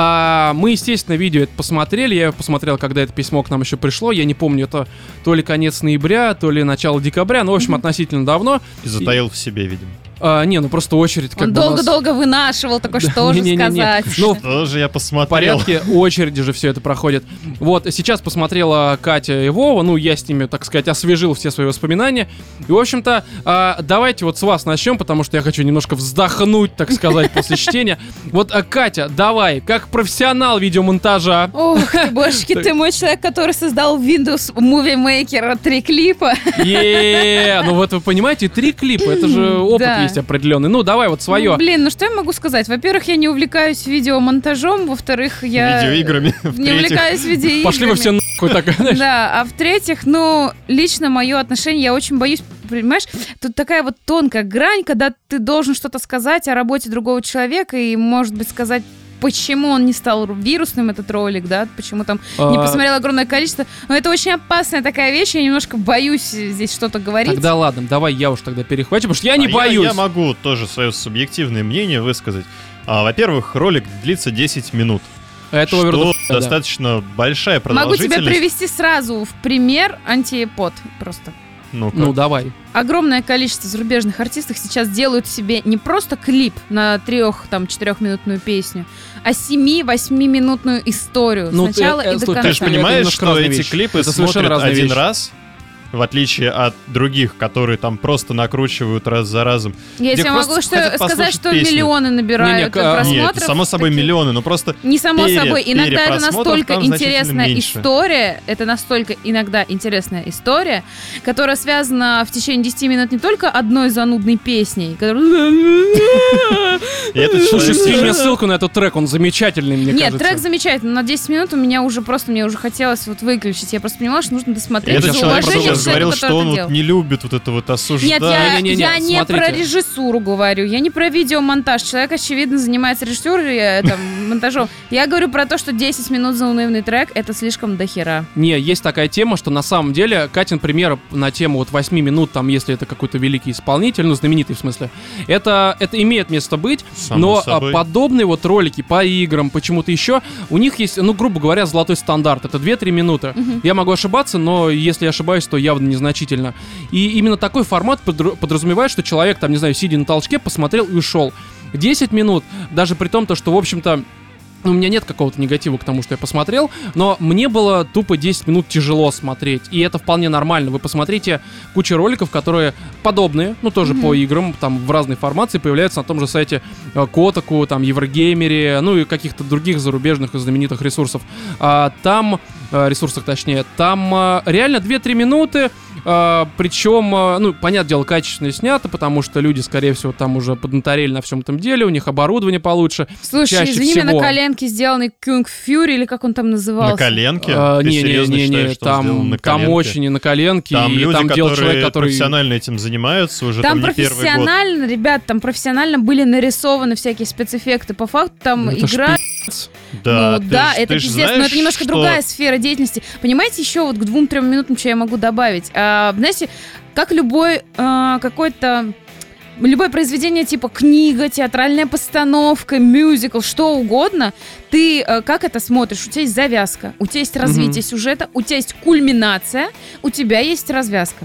а, мы, естественно, видео это посмотрели. Я его посмотрел, когда это письмо к нам еще пришло. Я не помню, это то ли конец ноября, то ли начало декабря. Ну, в общем, относительно давно. И затаил в себе, видимо. А, не, ну просто очередь как Он бы у нас- долго-долго вынашивал, только что же Не-не-не-не. сказать. Ну, Тоже я в посмотрел. порядке очереди же все это проходит. Вот, сейчас посмотрела Катя и Вова, ну, я с ними, так сказать, освежил все свои воспоминания. И, в общем-то, а, давайте вот с вас начнем, потому что я хочу немножко вздохнуть, так сказать, после чтения. Вот, а, Катя, давай, как профессионал видеомонтажа. Ох ты, божечки, ты мой человек, который создал в Windows Movie Maker три клипа. Е, ну вот вы понимаете, три клипа, это же опыт Да. есть определенный. Ну, давай вот Ну, свое. блин, ну что я могу сказать? Во-первых, я не увлекаюсь видеомонтажом, во-вторых, я... Видеоиграми. Не В-третьих, увлекаюсь видеоиграми. Пошли вы все нахуй, так, знаешь. Да, а в-третьих, ну, лично мое отношение, я очень боюсь, понимаешь, тут такая вот тонкая грань, когда ты должен что-то сказать о работе другого человека и, может быть, сказать, почему он не стал вирусным, этот ролик, да, почему там не А, посмотрел огромное количество. Но это очень опасная такая вещь, я немножко боюсь здесь что-то говорить. Тогда ладно, давай я уж тогда перехвачу, потому что я не а боюсь. Я, я могу тоже свое субъективное мнение высказать. А, во-первых, ролик длится десять минут. Это что овердоф, да. достаточно большая Могу продолжительность. тебя привести сразу в пример антипод просто. Ну-ка. Ну, давай. Огромное количество зарубежных артистов сейчас делают себе не просто клип на трех, там, четырехминутную песню, а семи-восьмиминутную историю Ну, сначала э, э, и до слушай, конца. Ты же Это понимаешь, немножко что разные эти вещи. клипы Это совершенно смотрят разные один вещи. раз, в отличие от других, которые там просто накручивают раз за разом. Я где тебе просто могу что хотят сказать, послушать что песню. миллионы набирают Не-не, а, просмотров. Нет, это само собой таких. миллионы, но просто Не само пере- собой. Иногда это перепросмотров настолько там значительно интересная меньше. история, это настолько иногда интересная история, которая связана в течение десяти минут не только одной занудной песней, которая... И этот Слушай, человек скинь мне сейчас- ссылку на этот трек, он замечательный, мне Нет, кажется. трек замечательный, но на десять минут у меня уже просто, мне уже хотелось вот выключить. Я просто понимала, что нужно И досмотреть этот за человек потом уважением к сейчас человеку, говорил, что который он это вот делал. не любит вот это вот осуждать. Нет, я, Не-не-не, я не смотрите. про режиссуру говорю, я не про видеомонтаж. Человек, очевидно, занимается режиссурой, э, там, монтажом. Я говорю про то, что десять минут заунывный трек — это слишком дохера. Не, есть такая тема, что на самом деле Катин пример на тему вот восьми минут, там, если это какой-то великий исполнитель, ну, знаменитый в смысле, это, это имеет место быть, Само но а, собой. подобные вот ролики по играм, почему-то еще, у них есть, ну, грубо говоря, золотой стандарт, это две-три минуты. Мгм. Я могу ошибаться, но если я ошибаюсь, то явно незначительно. И именно такой формат подру- подразумевает, что человек, там, не знаю, сидя на толчке, посмотрел и ушел. десять минут, даже при том, то, что, в общем-то, у меня нет какого-то негатива к тому, что я посмотрел, но мне было тупо десять минут тяжело смотреть, и это вполне нормально. Вы посмотрите кучу роликов, которые подобные, ну тоже Мгм. по играм, там в разной формации появляются на том же сайте э, Kotaku, там Еврогеймере, ну и каких-то других зарубежных и знаменитых ресурсов. А, там, э, ресурсах точнее, там э, реально две-три минуты, э, причем, э, ну, понятное дело, качественно снято, потому что люди, скорее всего, там уже поднаторели на всем этом деле, у них оборудование получше. Слушай, Чаще извини, меня всего. на коленке сделанный King Fury, или как он там назывался? На коленке? А, Ты не, не, серьезно не, считаешь, не, что он сделан там, на там коленке? очень не на коленке, Там и люди, там делал которые человек, который... профессионально этим занимаются уже Там там, не первый год. профессионально, ребят, там профессионально были нарисованы всякие спецэффекты. По факту там Ну, это ж игра... Да, ну ты да, ж- это ты ж пиздец, но знаешь, это немножко что- другая сфера деятельности. Понимаете, еще вот к двум-трем минутам, что я могу добавить. А, знаете, как любой а, какой-то... Любое произведение типа книга, театральная постановка, мюзикл, что угодно, ты э, как это смотришь? У тебя есть завязка, у тебя есть развитие Мгм. сюжета, у тебя есть кульминация, у тебя есть развязка.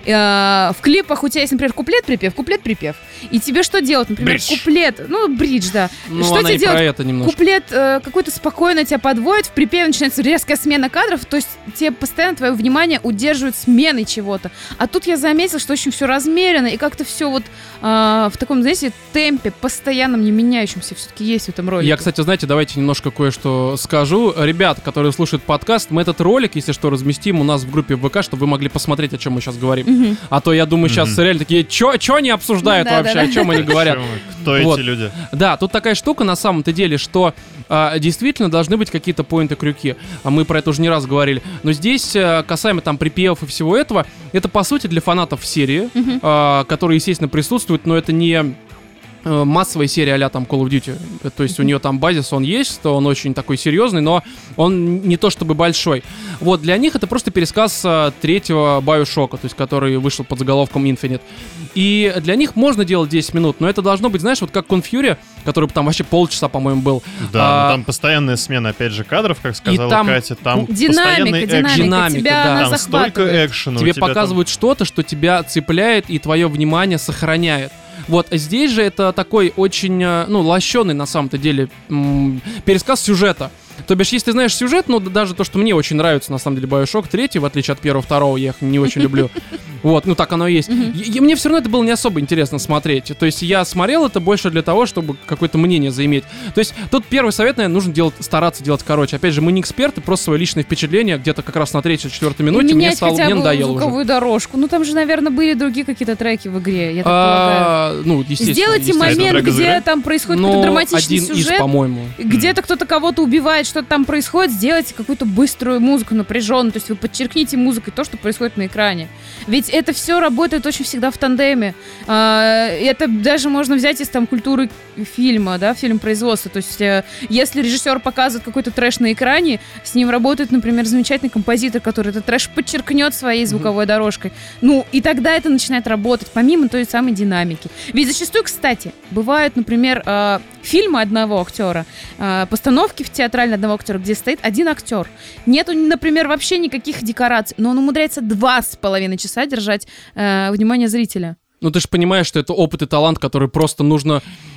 Э, в клипах у тебя есть, например, куплет-припев, куплет-припев. И тебе что делать? Например, Бридж. куплет, ну, бридж, да. Ну, что она тебе и делать? про это немножко. Куплет э, какой-то спокойно тебя подводит, в припеве начинается резкая смена кадров, то есть тебе постоянно твое внимание удерживает сменой чего-то. А тут я заметила, что очень все размеренно, и как-то все вот э, в таком, знаете, темпе, постоянном, не меняющемся все-таки есть в этом ролике. Я, кстати, знаете, давайте немножко кое-что скажу. Ребят, которые слушают подкаст, мы этот ролик, если что, разместим у нас в группе в ВК, чтобы вы могли посмотреть, о чем мы сейчас говорим. Мгм. А то я думаю, сейчас Мгм. реально такие, чё, чё они обсуждают Да, вообще, да, да. о чем они говорят? Почему? Кто Вот. эти люди? Да, тут такая штука на самом-то деле, что а, действительно должны быть какие-то поинты-крюки. А мы про это уже не раз говорили. Но здесь, а, касаемо там припевов и всего этого, это по сути для фанатов серии, Мгм. а, которые, естественно, присутствуют, но это не э, массовая серия а-ля там Call of Duty. Э, То есть у нее там базис, он есть, то он очень такой серьезный, но он не то чтобы большой. Вот, для них это просто пересказ э, третьего Bioshock, то есть который вышел под заголовком Infinite. И для них можно делать десять минут, но это должно быть, знаешь, вот как Con Fury, который там вообще полчаса, по-моему, был. Да, А, но там постоянная смена, опять же, кадров, как сказала там Катя. Там Динамика, постоянный динамика, экшен. Динамика, тебя да. она Там столько захватывает. экшена. у Тебе тебя там- показывают что-то, что тебя цепляет и твое внимание сохраняет. Вот здесь же это такой очень, э, ну, лощеный на самом-то деле м, пересказ сюжета. То бишь, если ты знаешь сюжет, ну, даже то, что мне очень нравится, на самом деле, Bioshock три, в отличие от первого, второго, я их не очень люблю. Вот, ну так оно и есть. И, и мне все равно это было не особо интересно смотреть. То есть я смотрел это больше для того, чтобы какое-то мнение заиметь. То есть тут первый совет, наверное, нужно делать, стараться делать короче. Опять же, мы не эксперты, просто свое личное впечатление где-то как раз на третьей-четвертой минуте И мне менять стало, хотя мне бы надоело уже. звуковую дорожку. Ну там же, наверное, были другие какие-то треки в игре, я так полагаю. А, ну, естественно. Сделайте естественно. Это момент, трек из где игры? там происходит Но какой-то драматичный один из, сюжет, по-моему. где-то кто-то кого-то убивает, что-то там происходит, сделайте какую-то быструю музыку, напряженную, то есть вы подчеркните музыкой то, что происходит на экране. Ведь это все работает очень всегда в тандеме. А, Это даже можно взять из там культуры фильма, да, фильм производства. То есть э, если режиссер показывает какой-то трэш на экране, с ним работает, например, замечательный композитор, который этот трэш подчеркнет своей звуковой дорожкой. Ну, и тогда это начинает работать, помимо той самой динамики. Ведь зачастую, кстати, бывают, например, э, фильмы одного актера, э, постановки в театральной одного актера, где стоит один актер. Нету, например, вообще никаких декораций, но он умудряется два с половиной часа держать э, внимание зрителя. Ну, ты же понимаешь, что это опыт и талант, который просто нужно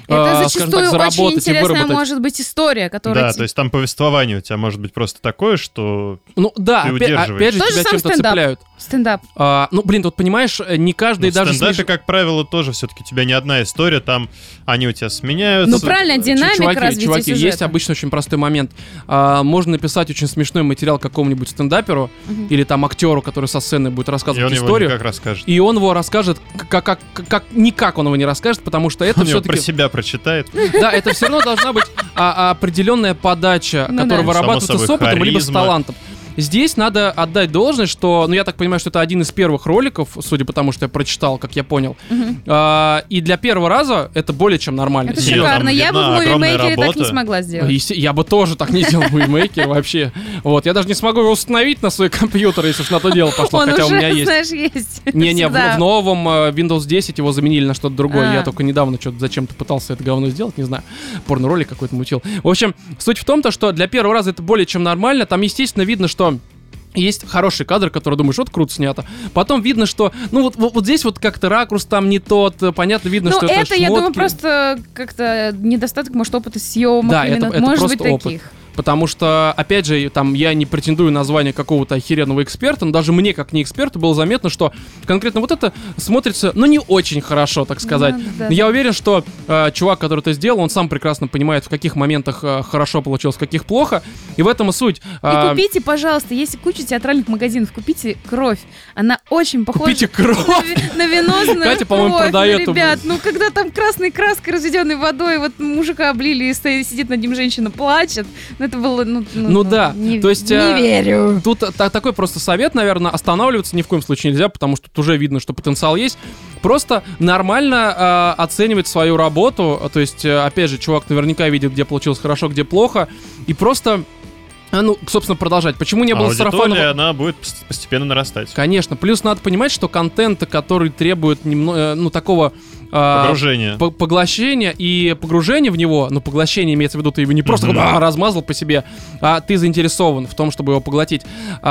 Это э, скажем так, зачастую очень заработать и интересная выработать. может быть история, которая... Да, те- то есть там повествование у тебя может быть просто такое, что... Ну да, Ты опя- удерживаешь. опять же То же тебя самое чем-то стендап. цепляют. Стендап. А, ну, блин, тут понимаешь, не каждый Ну, в даже стендапе, смеш- как правило, тоже все-таки у тебя не одна история, там они у тебя сменяются. Ну, правильно, динамика чуваки, развития чуваки, сюжета. есть обычно очень простой момент. А, можно написать очень смешной материал какому-нибудь стендаперу Мгм. или там актеру, который со сцены будет И рассказывать он его историю. никак расскажет. И он его расскажет, как, как, как, как- никак он его не расскажет, потому что это Он его про все-таки... себя прочитает. Да, это все равно должна быть а, а, определенная подача, Ну которая да. вырабатывается Само собой, с опытом, либо с харизма. талантом. Здесь надо отдать должность, что, ну, я так понимаю, что это один из первых роликов, судя по тому, что я прочитал, как я понял. Мгм. А, и для первого раза это более чем нормально. Это Нет, шикарно. там Я бы в видна огромная мувимейкере так не работа. смогла сделать. Есте- Я бы тоже так не делал в Waymaker вообще. Вот, я даже не смогу его установить на свой компьютер, если уж на то дело пошло, Он хотя уже, у меня есть. знаешь, есть. Не-не, в, Всегда. в новом э, Windows десять его заменили на что-то другое. А. Я только недавно что-то зачем-то пытался это говно сделать, не знаю. Порно-ролик какой-то мутил. В общем, суть в том, то, что для первого раза это более чем нормально. Там, естественно, видно, что есть хороший кадр, который думаешь, вот круто снято. Потом видно, что, ну вот, вот, вот здесь вот как-то ракурс там не тот. э, Понятно, видно, Ну, что это это, я думаю, шмотки. просто как-то недостаток, может, опыта съемок. Да, это- именно, это может просто быть, опыт. таких. Потому что, опять же, там я не претендую на звание какого-то охеренного эксперта, но даже мне, как не эксперту, было заметно, что конкретно вот это смотрится, ну, не очень хорошо, так сказать. Ну, да, Но я да. уверен, что э, чувак, который это сделал, он сам прекрасно понимает, в каких моментах э, хорошо получилось, в каких плохо. И в этом и суть. И А, купите, пожалуйста, есть куча театральных магазинов, купите кровь. Она очень похожа Купите кровь. на, ви- на венозную Катя, по-моему, кровь. продает Ну, ребят, ну когда там красной краской, разведенной водой, вот мужика облили, и стоит, сидит над ним женщина, плачет. Ну это было, ну... Ну да, не, то есть, Не э, верю. Тут та- такой просто совет, наверное, останавливаться ни в коем случае нельзя, потому что тут уже видно, что потенциал есть. Просто нормально э, оценивать свою работу. То есть, э, опять же, чувак наверняка видит, где получилось хорошо, где плохо. И просто, э, ну, собственно, продолжать. Почему не А было аудитория, сарафанного... она будет пос- постепенно нарастать. Конечно. Плюс надо понимать, что контент, который требует немного, ну, такого... э, Погружение. по- поглощение и погружение в него, ну, поглощение имеется в виду, ты его не просто Мгм. а, размазал по себе, а ты заинтересован в том, чтобы его поглотить.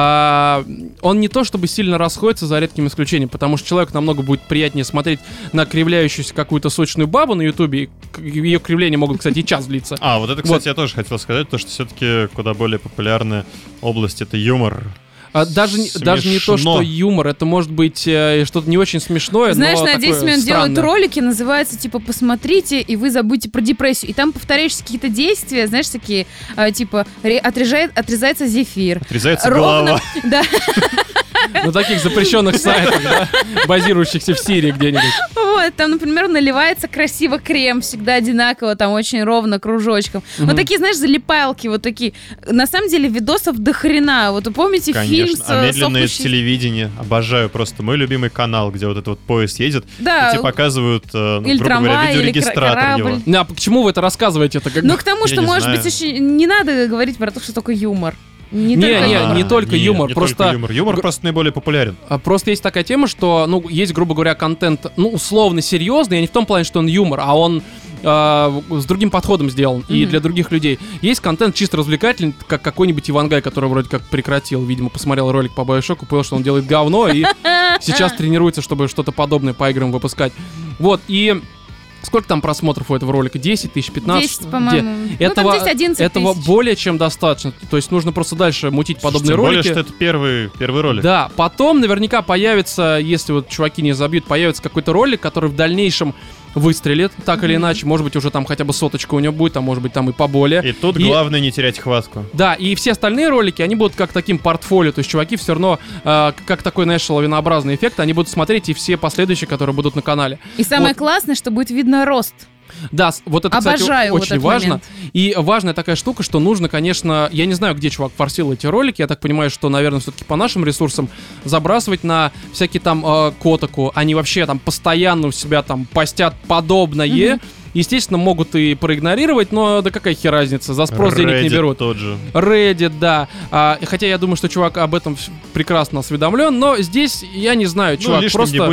А, он не то чтобы сильно расходится, за редким исключением, потому что человеку намного будет приятнее смотреть на кривляющуюся какую-то сочную бабу на ютубе, и к- ее кривления могут, кстати, и час длиться. А, вот это, кстати, Вот. я тоже хотел сказать, то, что все-таки куда более популярная область — это юмор. А даже, не- даже не то, Смешно. что юмор, это может быть э, что-то не очень смешное, Знаешь, но на такое десять минут делают странное. ролики, называется типа «Посмотрите, и вы забудете про депрессию». И там повторяешься какие-то действия, знаешь, такие, э, типа ре- отрезает, отрезается зефир. Отрезается Ровно, голова. да, На таких запрещенных сайтах, да, базирующихся в Сирии где-нибудь. вот, там, например, наливается красиво крем, всегда одинаково, там очень ровно, кружочком. Мгм. Вот такие, знаешь, залипалки, вот такие. На самом деле видосов до хрена. Вот вы помните фильм Конечно. с А э, медленное сохнущей- телевидение. Обожаю просто. Мой любимый канал, где вот этот вот поезд едет, Да, и тебе показывают, э, ну, или грубо говоря, трамвай, или видеорегистратор кра- его. корабль. А к чему вы это рассказываете? Это как ну к тому, Я что, не может знаю. быть, очень... не надо говорить про то, что только юмор. Не, Не, только не, юмор. не только Нет, юмор, не просто- только юмор. Юмор Гр- просто наиболее популярен. А, Просто есть такая тема, что, ну, есть, грубо говоря, контент, ну, условно серьезный, а не в том плане, что он юмор, а он а, с другим подходом сделан и Мгм. для других людей. Есть контент чисто развлекательный, как какой-нибудь Ивангай, который вроде как прекратил, видимо, посмотрел ролик по Bioshock, понял, что он делает говно, и сейчас тренируется, чтобы что-то подобное по играм выпускать. Вот, и сколько там просмотров у этого ролика? десять тысяч, пятнадцать? десять, по-моему. Ну, там Этого, десять-одиннадцать этого тысяч. более чем достаточно. То есть нужно просто дальше мутить подобные Тем более, ролики. что это первый, первый ролик. Да, потом наверняка появится, если вот чуваки не забьют, появится какой-то ролик, который в дальнейшем выстрелит, так или Мгм. иначе. Может быть, уже там хотя бы соточка у него будет, а может быть, там и поболее. И тут И- главное не терять хватку. Да, и все остальные ролики, они будут как таким портфолио, то есть чуваки все равно, э, как такой, знаешь, лавинообразный эффект, они будут смотреть и все последующие, которые будут на канале. И самое Вот. классное, что будет видно рост. Да, с- вот это, кстати, Обожаю вот очень этот важно. момент. И важная такая штука, что нужно, конечно, я не знаю, где чувак форсил эти ролики, я так понимаю, что, наверное, все-таки по нашим ресурсам забрасывать на всякие там э, Котаку, они вообще там постоянно у себя там постят подобное. Мгм. Естественно, могут и проигнорировать, но да какая хер разница, за спрос денег не Reddit берут. тот же. Reddit, да. А, и хотя я думаю, что чувак об этом вс- прекрасно осведомлен, но здесь я не знаю, чувак, Ну, лишним просто... не будет.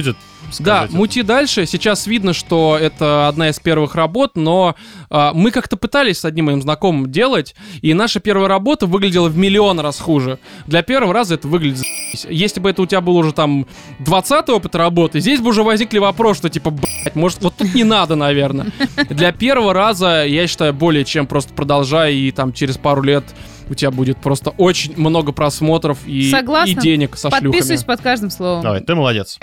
Да, сказать. мути дальше. Сейчас видно, что это одна из первых работ, но а, мы как-то пытались с одним моим знакомым делать, и наша первая работа выглядела в миллион раз хуже. Для первого раза это выглядит за***ь. Если бы это у тебя был уже там двадцатый опыт работы, здесь бы уже возникли вопросы, что типа, блять, может, вот тут не надо, наверное. Для первого раза, я считаю, более чем просто продолжай, и там через пару лет у тебя будет просто очень много просмотров и, Согласна. и денег со шлюхами. Подписываюсь под каждым словом. Давай, ты молодец.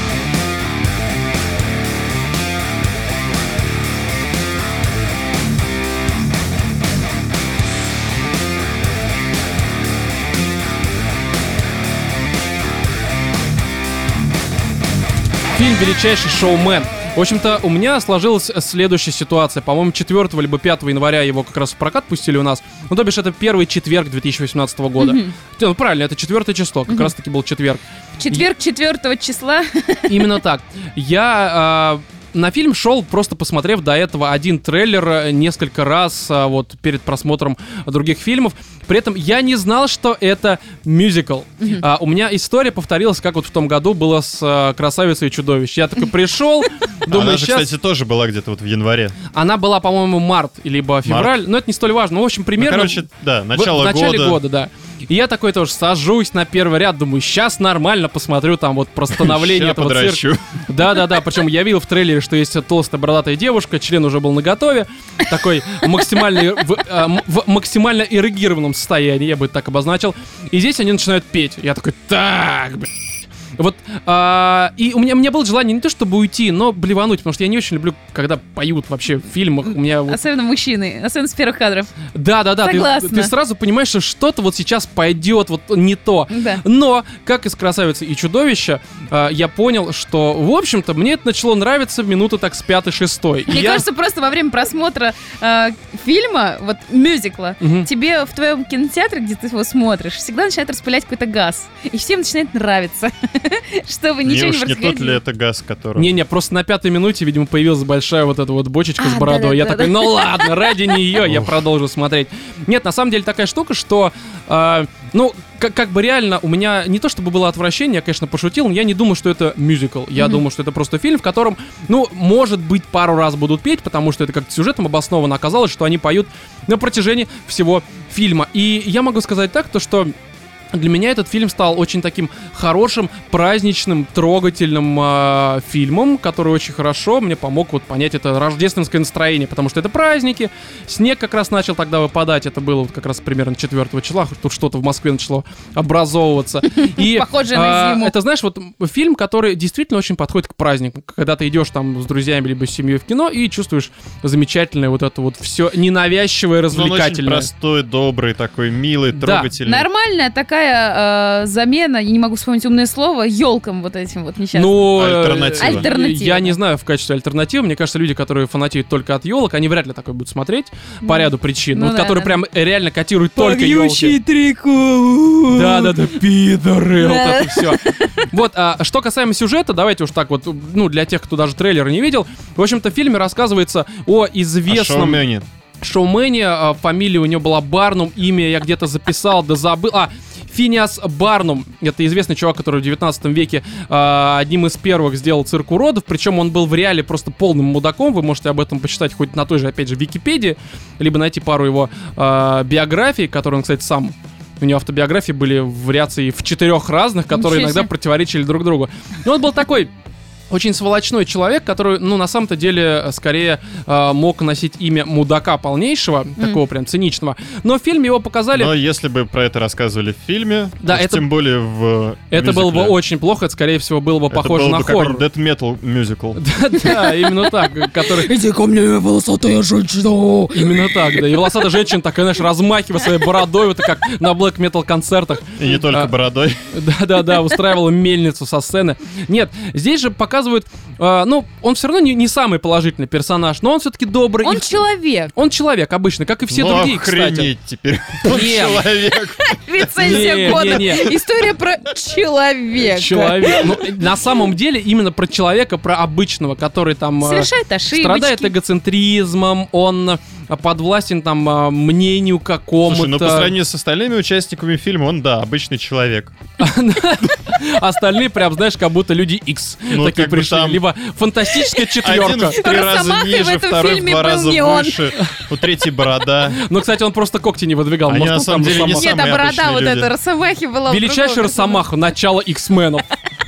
Фильм «Величайший шоумен». В общем-то, у меня сложилась следующая ситуация. По-моему, четвёртого либо пятого января его как раз в прокат пустили у нас. Ну, то бишь, это первый четверг две тысячи восемнадцатого года. Мгм. Ну, правильно, это четвертое число. Как Мгм. раз-таки был четверг. В четверг четвертого числа. Именно так. Я а, на фильм шел, просто посмотрев до этого один трейлер э, несколько раз а, вот перед просмотром других фильмов. При этом я не знал, что это мюзикл. Мгм. А, у меня история повторилась, как вот в том году было с а, «Красавицей и чудовищем». Я такой пришел, думаю, Она же, сейчас... кстати, тоже была где-то вот в январе. Она была, по-моему, март, либо февраль, но это не столь важно. Ну, в общем, Ну, примерно... короче, да, в- начало в начале года. года, да. И я такой тоже сажусь на первый ряд, думаю, сейчас нормально посмотрю там вот про становление Ща этого цирка. подращу. Да-да-да, причем я видел в трейлере, что есть толстая бородатая девушка, член уже был наготове, такой максимально, в, а, м- в максимально эрегированном состоянии, я бы это так обозначил. И здесь они начинают петь. Я такой, так, блядь. Вот, а, и у меня, у меня было желание не то чтобы уйти, но блевануть, потому что я не очень люблю, когда поют вообще в фильмах. У меня вот... Особенно мужчины, особенно с первых кадров. Да-да-да, ты, Согласна. ты сразу понимаешь, что что-то вот сейчас пойдет вот не то. Да. Но, как из «Красавицы и чудовища», э, я понял, что, в общем-то, мне это начало нравиться минуты так с пятой-шестой. И Мне я- кажется, просто во время просмотра э, фильма, вот мюзикла, Мгм. тебе в твоем кинотеатре, где ты его смотришь, всегда начинает распылять какой-то газ. И всем начинает нравиться. Чтобы Не ничего не уж не тот ли происходило. это газ, который... Не-не, просто на пятой минуте, видимо, появилась большая вот эта вот бочечка А, с бородой. Я да-да-да-да. такой, ну ладно, ради нее я Ух. продолжу смотреть. Нет, на самом деле такая штука, что, э, ну, как, как бы реально у меня не то чтобы было отвращение, я, конечно, пошутил, но я не думаю, что это мюзикл. Я Мгм. думаю, что это просто фильм, в котором, ну, может быть, пару раз будут петь, потому что это как-то сюжетом обосновано. Оказалось, что они поют на протяжении всего фильма. И я могу сказать так, то что... Для меня этот фильм стал очень таким хорошим, праздничным, трогательным э, фильмом, который очень хорошо мне помог вот понять это рождественское настроение, потому что это праздники, снег как раз начал тогда выпадать, это было вот как раз примерно четвёртого числа, тут что-то в Москве начало образовываться. И, Похоже на а, зиму. это, знаешь, вот фильм, который действительно очень подходит к празднику, когда ты идешь там с друзьями либо с семьей в кино и чувствуешь замечательное вот это вот все ненавязчивое, Но он очень развлекательное. простой, добрый, такой милый, Да. трогательный. Нормальная такая э, замена, я не могу вспомнить умное слово, елкам вот этим вот несчастным. Ну, э, Альтернатива. Альтернатива, Я да. не знаю в качестве альтернативы. Мне кажется, люди, которые фанатеют только от елок, они вряд ли такой будут смотреть по ряду причин. Ну вот, да, которые да. прям реально котируют только елки. трико. Да-да-да, пидоры, вот Да. это все. Вот, а что касаемо сюжета, давайте уж так вот, ну, для тех, кто даже трейлер не видел. В общем-то, в фильме рассказывается о А известном... шоумене. шоумене, а, фамилия у него была Барнум, имя я где-то записал, да забыл. А, Финиас Барнум. Это известный чувак, который в девятнадцатом веке а, одним из первых сделал цирк уродов. Причем он был в реале просто полным мудаком. Вы можете об этом почитать хоть на той же, опять же, Википедии, либо найти пару его а, биографий, которые он, кстати, сам... У него автобиографии были вариации в четырех разных, которые Ничего иногда себе. противоречили друг другу. Но он был такой... Очень сволочной человек, который, ну, на самом-то деле, скорее э, мог носить имя мудака полнейшего, такого прям циничного. Но в фильме его показали... Но если бы про это рассказывали в фильме, Да, уж это- тем более в Это было бы мюзикле, очень плохо, это, скорее всего, было бы это похоже был на бы хоррор. какой-нибудь death metal мюзикл. Да, именно так, который... Иди ко мне, волосатая женщина! Именно так, да. И волосатая женщина такая, знаешь, размахивая своей бородой, вот как на блэк метал концертах. И не только А, бородой. Да-да-да, устраивала мельницу со сцены. Нет, здесь же показывают... э, ну, он все равно не, не самый положительный персонаж, но он все-таки добрый. Он и- человек. он человек обычный, как и все Ну, другие, кстати. охренеть теперь. Он Нет. человек. Рецензия Не, года. не, не. История про человека. Человек. Ну, на самом деле, именно про человека, про обычного, который там... э, Совершает ошибки. страдает эгоцентризмом, он э, подвластен там э, мнению какому-то. Слушай, ну по сравнению с остальными участниками фильма, он, да, обычный человек. Остальные прям, знаешь, как будто люди X. Ну, Такие как бы пришли, там либо фантастическая один четверка. в три раза Росомахой в ниже, этом второй в фильме два был раза не он. выше, у третьей борода. Но, кстати, он просто когти не выдвигал. Они Может, на он самом там деле не Росомаха. Нет, а самые борода обычные вот люди. эта Росомахи была. в Величайшая другом. Росомаха, начало X-менов.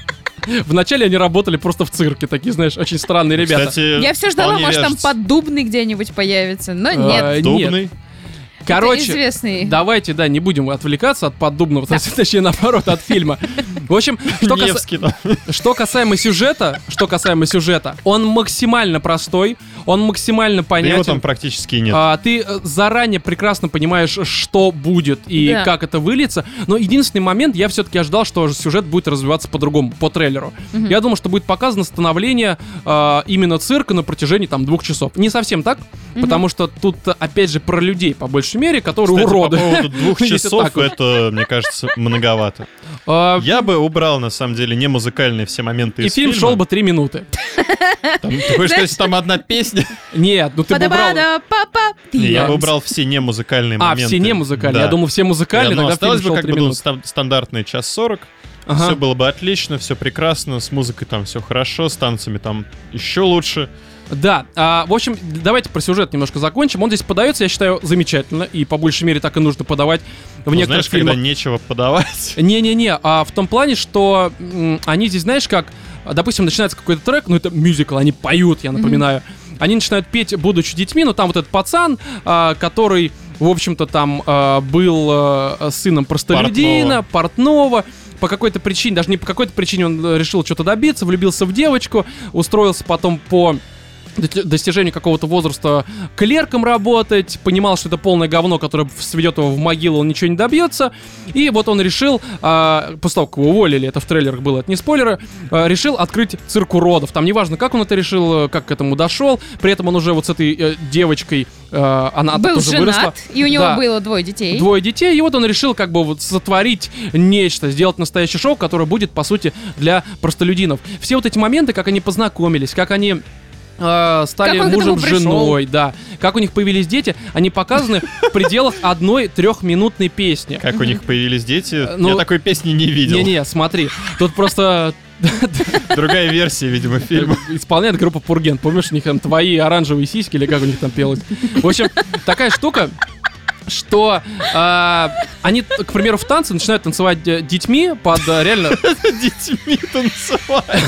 Вначале они работали просто в цирке, такие, знаешь, очень странные ребята. Кстати, Я все ждала, вполне может, там вяжется. поддубный где-нибудь появится, но А, нет. нет. Дубный. Короче, Это известный. давайте, да, не будем отвлекаться от подобного, точнее, наоборот, от фильма. В общем, что, каса- Невский там. что касаемо сюжета, что касаемо сюжета, он максимально простой, он максимально Да его понятен. там практически и нет. А, ты э, заранее прекрасно понимаешь, что будет и Да. как это выльется. Но единственный момент, я все-таки ожидал, что сюжет будет развиваться по-другому, по трейлеру. Мгм. Я думал, что будет показано становление а, именно цирка на протяжении там двух часов. Не совсем так, Мгм. потому что тут, опять же, про людей, по большей мере, которые Кстати, уроды. по поводу двух Если часов, так вот. это, мне кажется, многовато. А, Я бы убрал, на самом деле, не музыкальные все моменты И из фильм фильма. шел бы три минуты. Там, ты хочешь сказать, там одна песня? Нет, ну ты бы убрал... Па-да-ба-да-па-па. Не, я Да. бы убрал все не музыкальные А, моменты. все не музыкальные. Да. Я думал, все музыкальные, Да, ну, тогда фильм осталось бы шел как три бы ну, минуты. ста- стандартный час сорок. Ага. Все было бы отлично, все прекрасно, с музыкой там все хорошо, с танцами там еще лучше. Да, а, в общем, давайте про сюжет немножко закончим. Он здесь подается, я считаю, замечательно, и по большей мере так и нужно подавать в Ну, некоторых знаешь, когда фильмах. нечего подавать. Не-не-не, а в том плане, что м, они здесь, знаешь, как, допустим, начинается какой-то трек, ну это мюзикл, они поют, я напоминаю. Они начинают петь, будучи детьми, но там вот этот пацан, а, который, в общем-то, там а, был а, сыном простолюдина, портного. По какой-то причине, даже не по какой-то причине он решил что-то добиться, влюбился в девочку, устроился потом по до- достижению какого-то возраста клерком работать, понимал, что это полное говно, которое сведет его в могилу, он ничего не добьется. И вот он решил, а, после того, как его уволили, это в трейлерах было, это не спойлеры, а, решил открыть цирк уродов. Там неважно, как он это решил, как к этому дошел. При этом он уже вот с этой э, девочкой, э, она Был тоже выросла. женат, и у него Да. было двое детей. Двое детей, и вот он решил как бы вот сотворить нечто, сделать настоящее шоу, которое будет, по сути, для простолюдинов. Все вот эти моменты, как они познакомились, как они э, стали Как он к этому мужем с женой, да, как у них появились дети, они показаны в пределах одной трехминутной песни. Как у них появились дети, Ну, я такой песни не видел. Не-не, смотри, тут просто Другая версия, видимо, фильма. исполняет группа Пурген. Помнишь, у них там твои оранжевые сиськи, или как у них там пелось? В общем, такая штука, что а, они, к примеру, в танце начинают танцевать э, детьми под э, реально Детьми танцевать.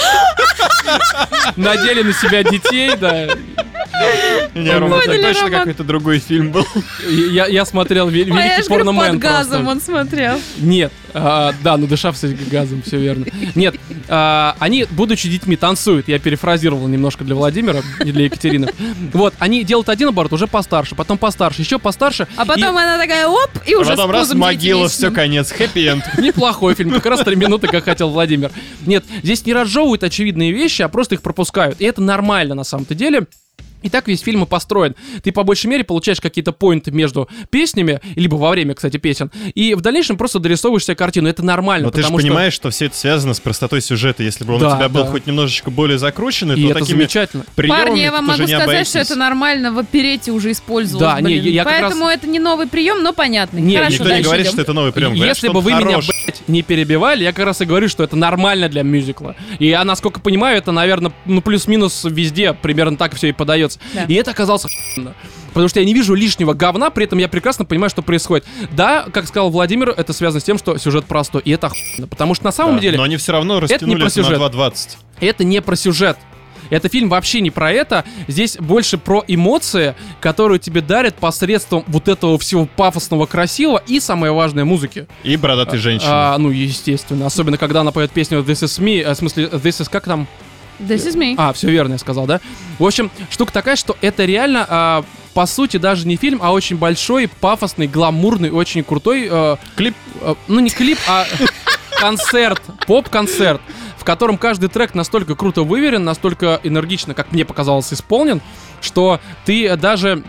надели на себя детей, да. Не, Рома, это Поняли, точно Роман. какой-то другой фильм был. И Я, я смотрел вел- Ой, я великий ж говорю, порномен под газом просто. он смотрел. Нет, а, да, ну дыша все газом, все верно. Нет, а, они, будучи детьми, танцуют. Я перефразировал немножко для Владимира и для Екатерины. Вот, они делают один оборот, уже постарше, потом постарше, еще постарше. А потом И она такая, оп, и А уже потом с раз, пузом могила, все, девятимесячным. конец, хэппи-энд. неплохой фильм, как раз три минуты, как хотел Владимир. Нет, здесь не разжевывают очевидные вещи, а просто их пропускают. И это нормально на самом-то деле. И так весь фильм и построен. Ты по большей мере получаешь какие-то поинты между песнями, либо во время, кстати, песен, и в дальнейшем просто дорисовываешь себе картину. Это нормально, Но ты же потому что... понимаешь, что все это связано с простотой сюжета. Если бы он Да, у тебя был да. хоть немножечко более закрученный, И то это такими замечательно. приемами Парни, я вам ты уже могу не сказать, обойтись. что это нормально в оперете уже использовалось. Да, не, блин. я как Поэтому это не новый прием, но понятный. Не, Хорошо, Никто не дальше говорит, идем. что это новый прием. Говорят, Если что бы он вы меня, хорош. блядь, не перебивали, я как раз и говорю, что это нормально для мюзикла. И я, насколько понимаю, это, наверное, ну плюс-минус везде примерно так все и подается. Да. И это оказалось охуенно. Потому что я не вижу лишнего говна, при этом я прекрасно понимаю, что происходит. Да, как сказал Владимир, это связано с тем, что сюжет простой. И это охуенно. Потому что на самом Да, деле но они все равно не растянули про это на сюжет. два двадцать. это не про сюжет. Это фильм вообще не про это. Здесь больше про эмоции, которые тебе дарят посредством вот этого всего пафосного, красивого и, самое важное, музыки. И бородатые женщины. А, ну, естественно. Особенно, когда она поет песню This is me. э, В смысле, This is как там? This is me. А, все верно я сказал, да? В общем, штука такая, что это реально, а, по сути, даже не фильм, а очень большой, пафосный, гламурный, очень крутой... э, Клип. э, ну, не клип, а концерт, поп-концерт, в котором каждый трек настолько круто выверен, настолько энергично, как мне показалось, исполнен, что ты даже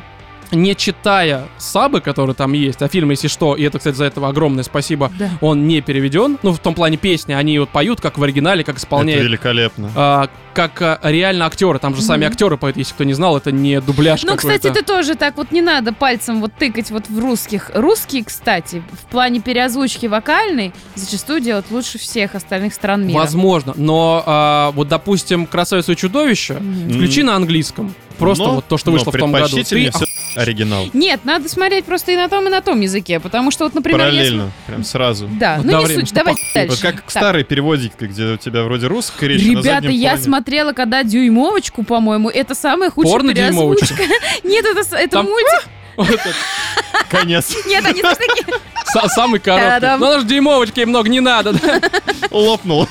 не читая сабы, которые там есть, а фильм, если что, и это, кстати, за это огромное спасибо, Да. он не переведен. Ну, в том плане песни, они вот поют как в оригинале, как Это исполняют. великолепно. а, как а, реально актеры. Там же сами Мгм. актеры поют, если кто не знал, это не дубляж Ну, какой-то. кстати, ты тоже так вот не надо пальцем вот тыкать вот в русских. Русские, кстати, в плане переозвучки вокальной зачастую делают лучше всех остальных стран мира. Возможно, но а, вот, допустим, «Красавицу и чудовище» Мгм. включи на английском. Просто Но- вот то, что но вышло в том году. предпочтительнее Ты- всё оригинал. Нет, надо смотреть просто и на том, и на том языке, потому что вот, например, Параллельно, прям сразу. если- Да, ну не Одновременно, суть, что давайте похуй. дальше. Вот как Так. старые переводики, где у тебя вроде русская речь, а на Ребята, заднем я плане. смотрела, когда дюймовочку, по-моему, это самая худшая Порно-дюймовочка. переозвучка. Нет, это, с- это Там- мультик. Вот это Конец. Нет, они знаешь, такие. са- самый короткий. Та-дам. Ну, даже дюймовочки много не надо. да. Лопнул.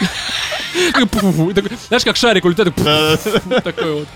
И пуф, и такой, знаешь, как шарик улетает. пуф, Да. такой вот.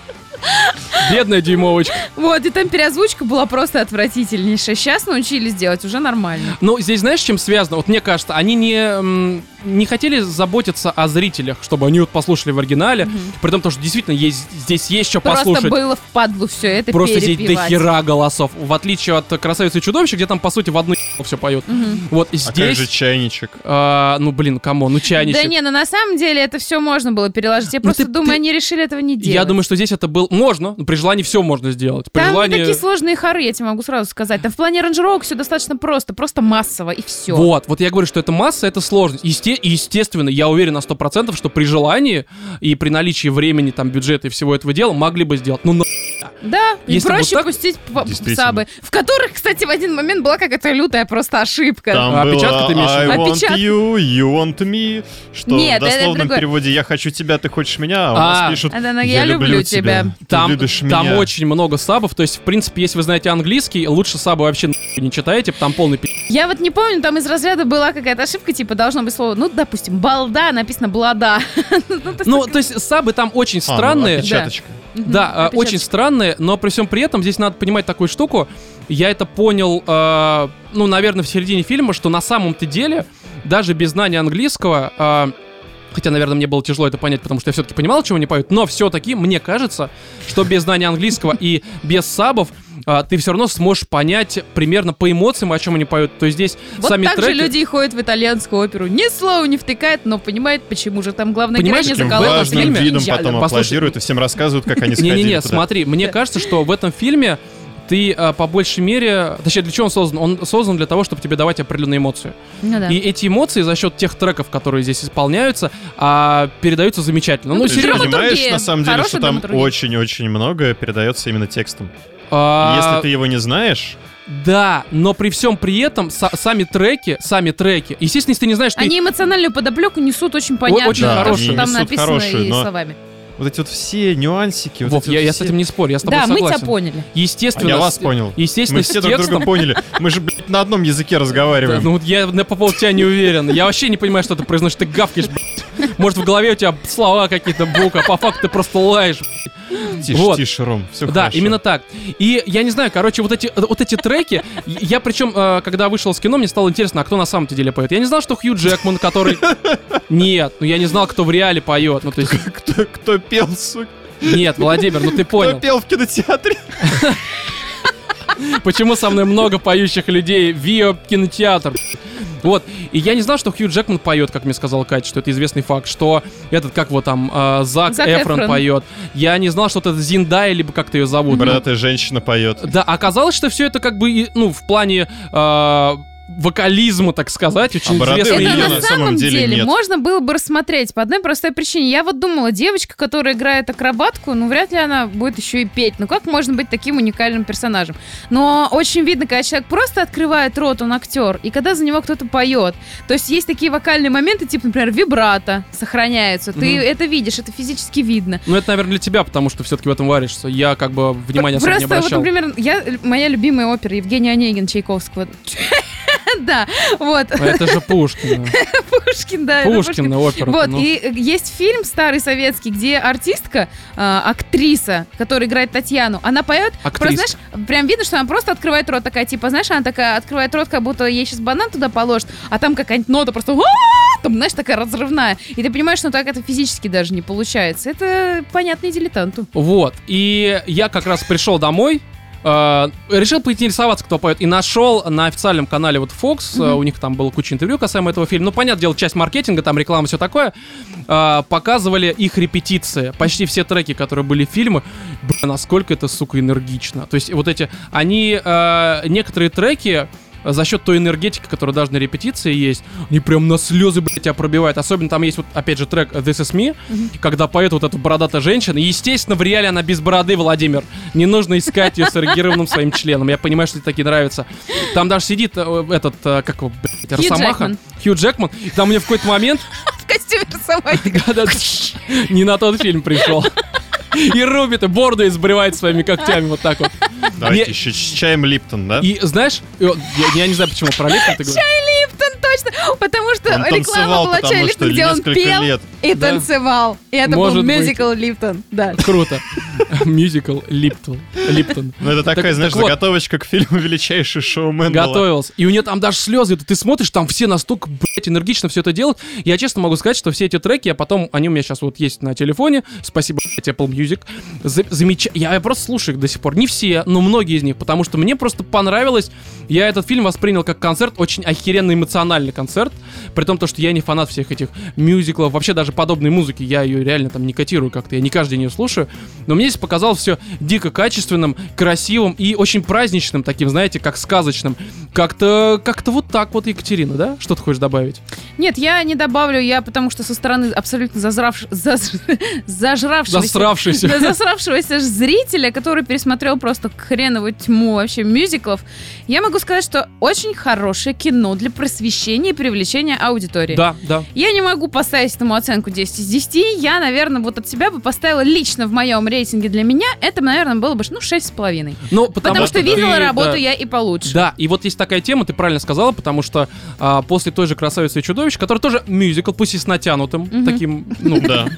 Бедная дюймовочка. Вот, и там переозвучка была просто отвратительнейшая. Сейчас научились делать уже нормально. Ну, здесь знаешь, с чем связано? Вот мне кажется, они не, м, не хотели заботиться о зрителях, чтобы они вот послушали в оригинале. При том, что действительно есть, здесь есть что Просто послушать. было впадлу все это Просто здесь перепевать. дохера голосов. В отличие от «Красавицы и чудовища», где там, по сути, в одну все поет. Мгм. Вот А как здесь... же чайничек? а, ну, блин, камон, ну чайничек. Да не, ну на самом деле это все можно было переложить. Я Ну просто ты- думаю, ты- они решили этого не делать. Я думаю, что здесь это был... Можно, но при желании все можно сделать. При Там желании... такие сложные хоры, я тебе могу сразу сказать. Там в плане аранжировок все достаточно просто, просто массово, и все. Вот, вот я говорю, что это масса, это сложность. Есте- и естественно, я уверен на сто процентов, что при желании и при наличии времени, там, бюджета и всего этого дела могли бы сделать. Ну, на... Да, и Если проще вот так- пустить п- Действительно. сабы, в которых, кстати, в один момент была какая-то лютая просто ошибка. Там А было опечатка ты имеешь в I виду? want Опечатка. you, you want me. Что Нет, в это дословном другое. переводе «я хочу тебя, ты хочешь меня», а у А, нас пишут это на «я, «я люблю тебя». Ты Там, любишь там меня. очень много сабов, то есть, в принципе, если вы знаете английский, лучше сабы вообще нахуй не читаете, там полный пи***. Я вот не помню, там из разряда была какая-то ошибка, типа должно быть слово, ну, допустим, балда, написано блада. Ну, то есть Ну, так- то есть, сабы там очень А, ну, странные. опечаточка. Мгм, Да, а, опечаточка. очень странные, но при всем при этом здесь надо понимать такую штуку. Я это понял, э, ну, наверное, в середине фильма, что на самом-то деле, даже без знания английского, э, хотя, наверное, мне было тяжело это понять, потому что я все-таки понимал, чего они поют, но все-таки мне кажется, что без знания английского и без сабов э, ты все равно сможешь понять примерно по эмоциям, о чем они поют. То есть здесь Вот сами так треки... же люди и ходят в итальянскую оперу. Ни слова не втыкает, но понимает, почему же там главная Понимаешь, героиня Таким закололась важным фильме? видом кинжалом. потом Послушай, аплодируют и всем рассказывают, как они сходили Не-не-не, туда. смотри, мне Да. кажется, что в этом фильме ты а, по большей мере... Точнее, для чего он создан? Он создан для того, чтобы тебе давать определенные эмоции. Ну да. И эти эмоции за счет тех треков, которые здесь исполняются, а, передаются замечательно. Ну, Ну, Ты же серьезно. драматургия. понимаешь, на самом деле, Хорошая что там драматургия. очень-очень многое передается именно текстом. А, Если ты его не знаешь, Да, но при всем при этом са- сами треки, сами треки, естественно, если ты не знаешь, ты... Они эмоциональную подоплеку несут очень понятно, очень то, хорошую. что там Несут написано хорошую, и но- словами. вот эти вот все нюансики... вот Вов, эти я, вот я все- с этим не спорю, я с тобой Да, мы согласен. тебя поняли. А Естественно, я вас с- понял. Естественно, Мы с все друг друга текстом... поняли. Мы же, блядь, на одном языке разговариваем. Ну вот я на- по поводу тебя не уверен. Я вообще не понимаю, что ты произносишь. Ты гавкаешь, блядь. Может, в голове у тебя слова какие-то, буквы, а по факту ты просто лаешь. Тише, Вот. тише, Ром, все Да, хорошо. именно так. И я не знаю, короче, вот эти, вот эти треки, я причем, э, когда вышел с кино, мне стало интересно, а кто на самом деле поет. Я не знал, что Хью Джекман, который... Нет, ну я не знал, кто в реале поет. Ну то есть, Кто, кто пел, сука? нет, Владимир, ну ты Кто понял. пел в кинотеатре? Почему со мной много поющих людей? Вио кинотеатр. Вот, и я не знал, что Хью Джекман поет, как мне сказал Катя, что это известный факт, что этот, как вот там, э, Зак, Зак Эфрон, Эфрон. поет. Я не знал, что это Зиндая, либо как-то ее зовут. Бородатая женщина поет. Да, оказалось, что все это как бы, и, ну, в плане э, вокализма, так сказать, очень А бороды известные у Это неё на люди. на самом самом деле деле нет. можно было бы рассмотреть по одной простой причине. Я вот думала, девочка, которая играет акробатку, ну, вряд ли она будет еще и петь. Ну, как можно быть таким уникальным персонажем? Но очень видно, когда человек просто открывает рот, он актер, и когда за него кто-то поет. То есть есть такие вокальные моменты, типа, например, вибрато сохраняются. Ты Мгм. это видишь, это физически видно. Ну, это, наверное, для тебя, потому что все-таки в этом варишься. Я как бы внимания особо не Просто вот, обращал. например, я, моя любимая опера Евгений Онегин Чайковского. Да, вот. А это же Пушкин. Пушкин, да. это Пушкин опера. Вот, ну. и э, есть фильм старый советский, где артистка, э, актриса, которая играет Татьяну, она поет, просто, Актриса. знаешь, прям видно, что она просто открывает рот, такая, типа, знаешь, она такая открывает рот, как будто ей сейчас банан туда положат, а там какая-нибудь нота просто, «А-а-а!» там, знаешь, такая разрывная. И ты понимаешь, что так это физически даже не получается. Это понятно и дилетанту. Вот, и я как раз пришел домой, э, решил поинтересоваться, кто поет, и нашел на официальном канале вот Fox, mm-hmm. э, у них там было куча интервью касаемо этого фильма. Ну, понятное дело, часть маркетинга, там реклама, все такое. Э, показывали их репетиции. Почти все треки, которые были в фильме, бля, насколько это, сука, энергично. То есть вот эти, они, э, некоторые треки, за счет той энергетики, которая даже на репетиции есть, они прям на слезы, блядь, тебя пробивают. Особенно там есть вот, опять же, трек This Is Me, mm-hmm. когда поет вот эта бородатая женщина. И, естественно, в реале она без бороды, Владимир. Не нужно искать ее с эрегированным своим членом. Я понимаю, что тебе такие нравятся. Там даже сидит э, этот, э, как его, блядь, Хью Росомаха. Джекман. Хью Джекман. И там мне в какой-то момент... В костюме Росомахи. Не на тот фильм пришел. И рубит, и бороду избривает своими когтями вот так вот. Давайте Не- еще с чаем Липтон, да? И знаешь, я, я не знаю, почему про Липтон ты говоришь. Чай Липтон, точно. Потому что Он реклама танцевал, была потому Чай что Липтон, где он несколько пел лет. и Да. танцевал. И это Может был быть. мюзикл Липтон. Да. Круто. Мюзикл Липтон. Липтон. Ну, это такая, Так- знаешь, так вот. заготовочка к фильму «Величайший шоумен» была. Готовился. И у нее там даже слезы. идут. Ты смотришь, там все настолько, блядь, энергично все это делают. Я честно могу сказать, что все эти треки, я потом, они у меня сейчас вот есть на телефоне. Спасибо, блядь, Apple Music. За- замеч- Я, я просто слушаю их до сих пор. Не все, но многие из них. Потому что мне просто понравилось. Я этот фильм воспринял как концерт. Очень охеренно эмоциональный концерт. При том, то, что я не фанат всех этих мюзиклов. Вообще даже подобной музыки. Я ее реально там не котирую как-то. Я не каждый день ее слушаю. Но мне здесь показалось все дико качественным, красивым и очень праздничным таким, знаете, как сказочным. Как-то, как-то вот так вот, Екатерина, да? Что ты хочешь добавить? Нет, я не добавлю, я потому что со стороны абсолютно зазравш... заз- зажравшегося... Застравшийся. Да, засравшегося зрителя, который пересмотрел просто хреновую тьму вообще мюзиклов, я могу сказать, что очень хорошее кино для просвещения и привлечения аудитории. Да, да. Я не могу поставить этому оценку десять из десяти. Я, наверное, вот от себя бы поставила лично в моем рейтинге для меня. Это, наверное, было бы, ну, шесть с половиной. Ну, Потому что ты, видела работу да. я и получше. Да, и вот есть такая тема, ты правильно сказала, потому что а, после той же «Красавицы и чудовищ», который тоже мюзикл, пусть и с натянутым, Мгм. таким, ну, Да.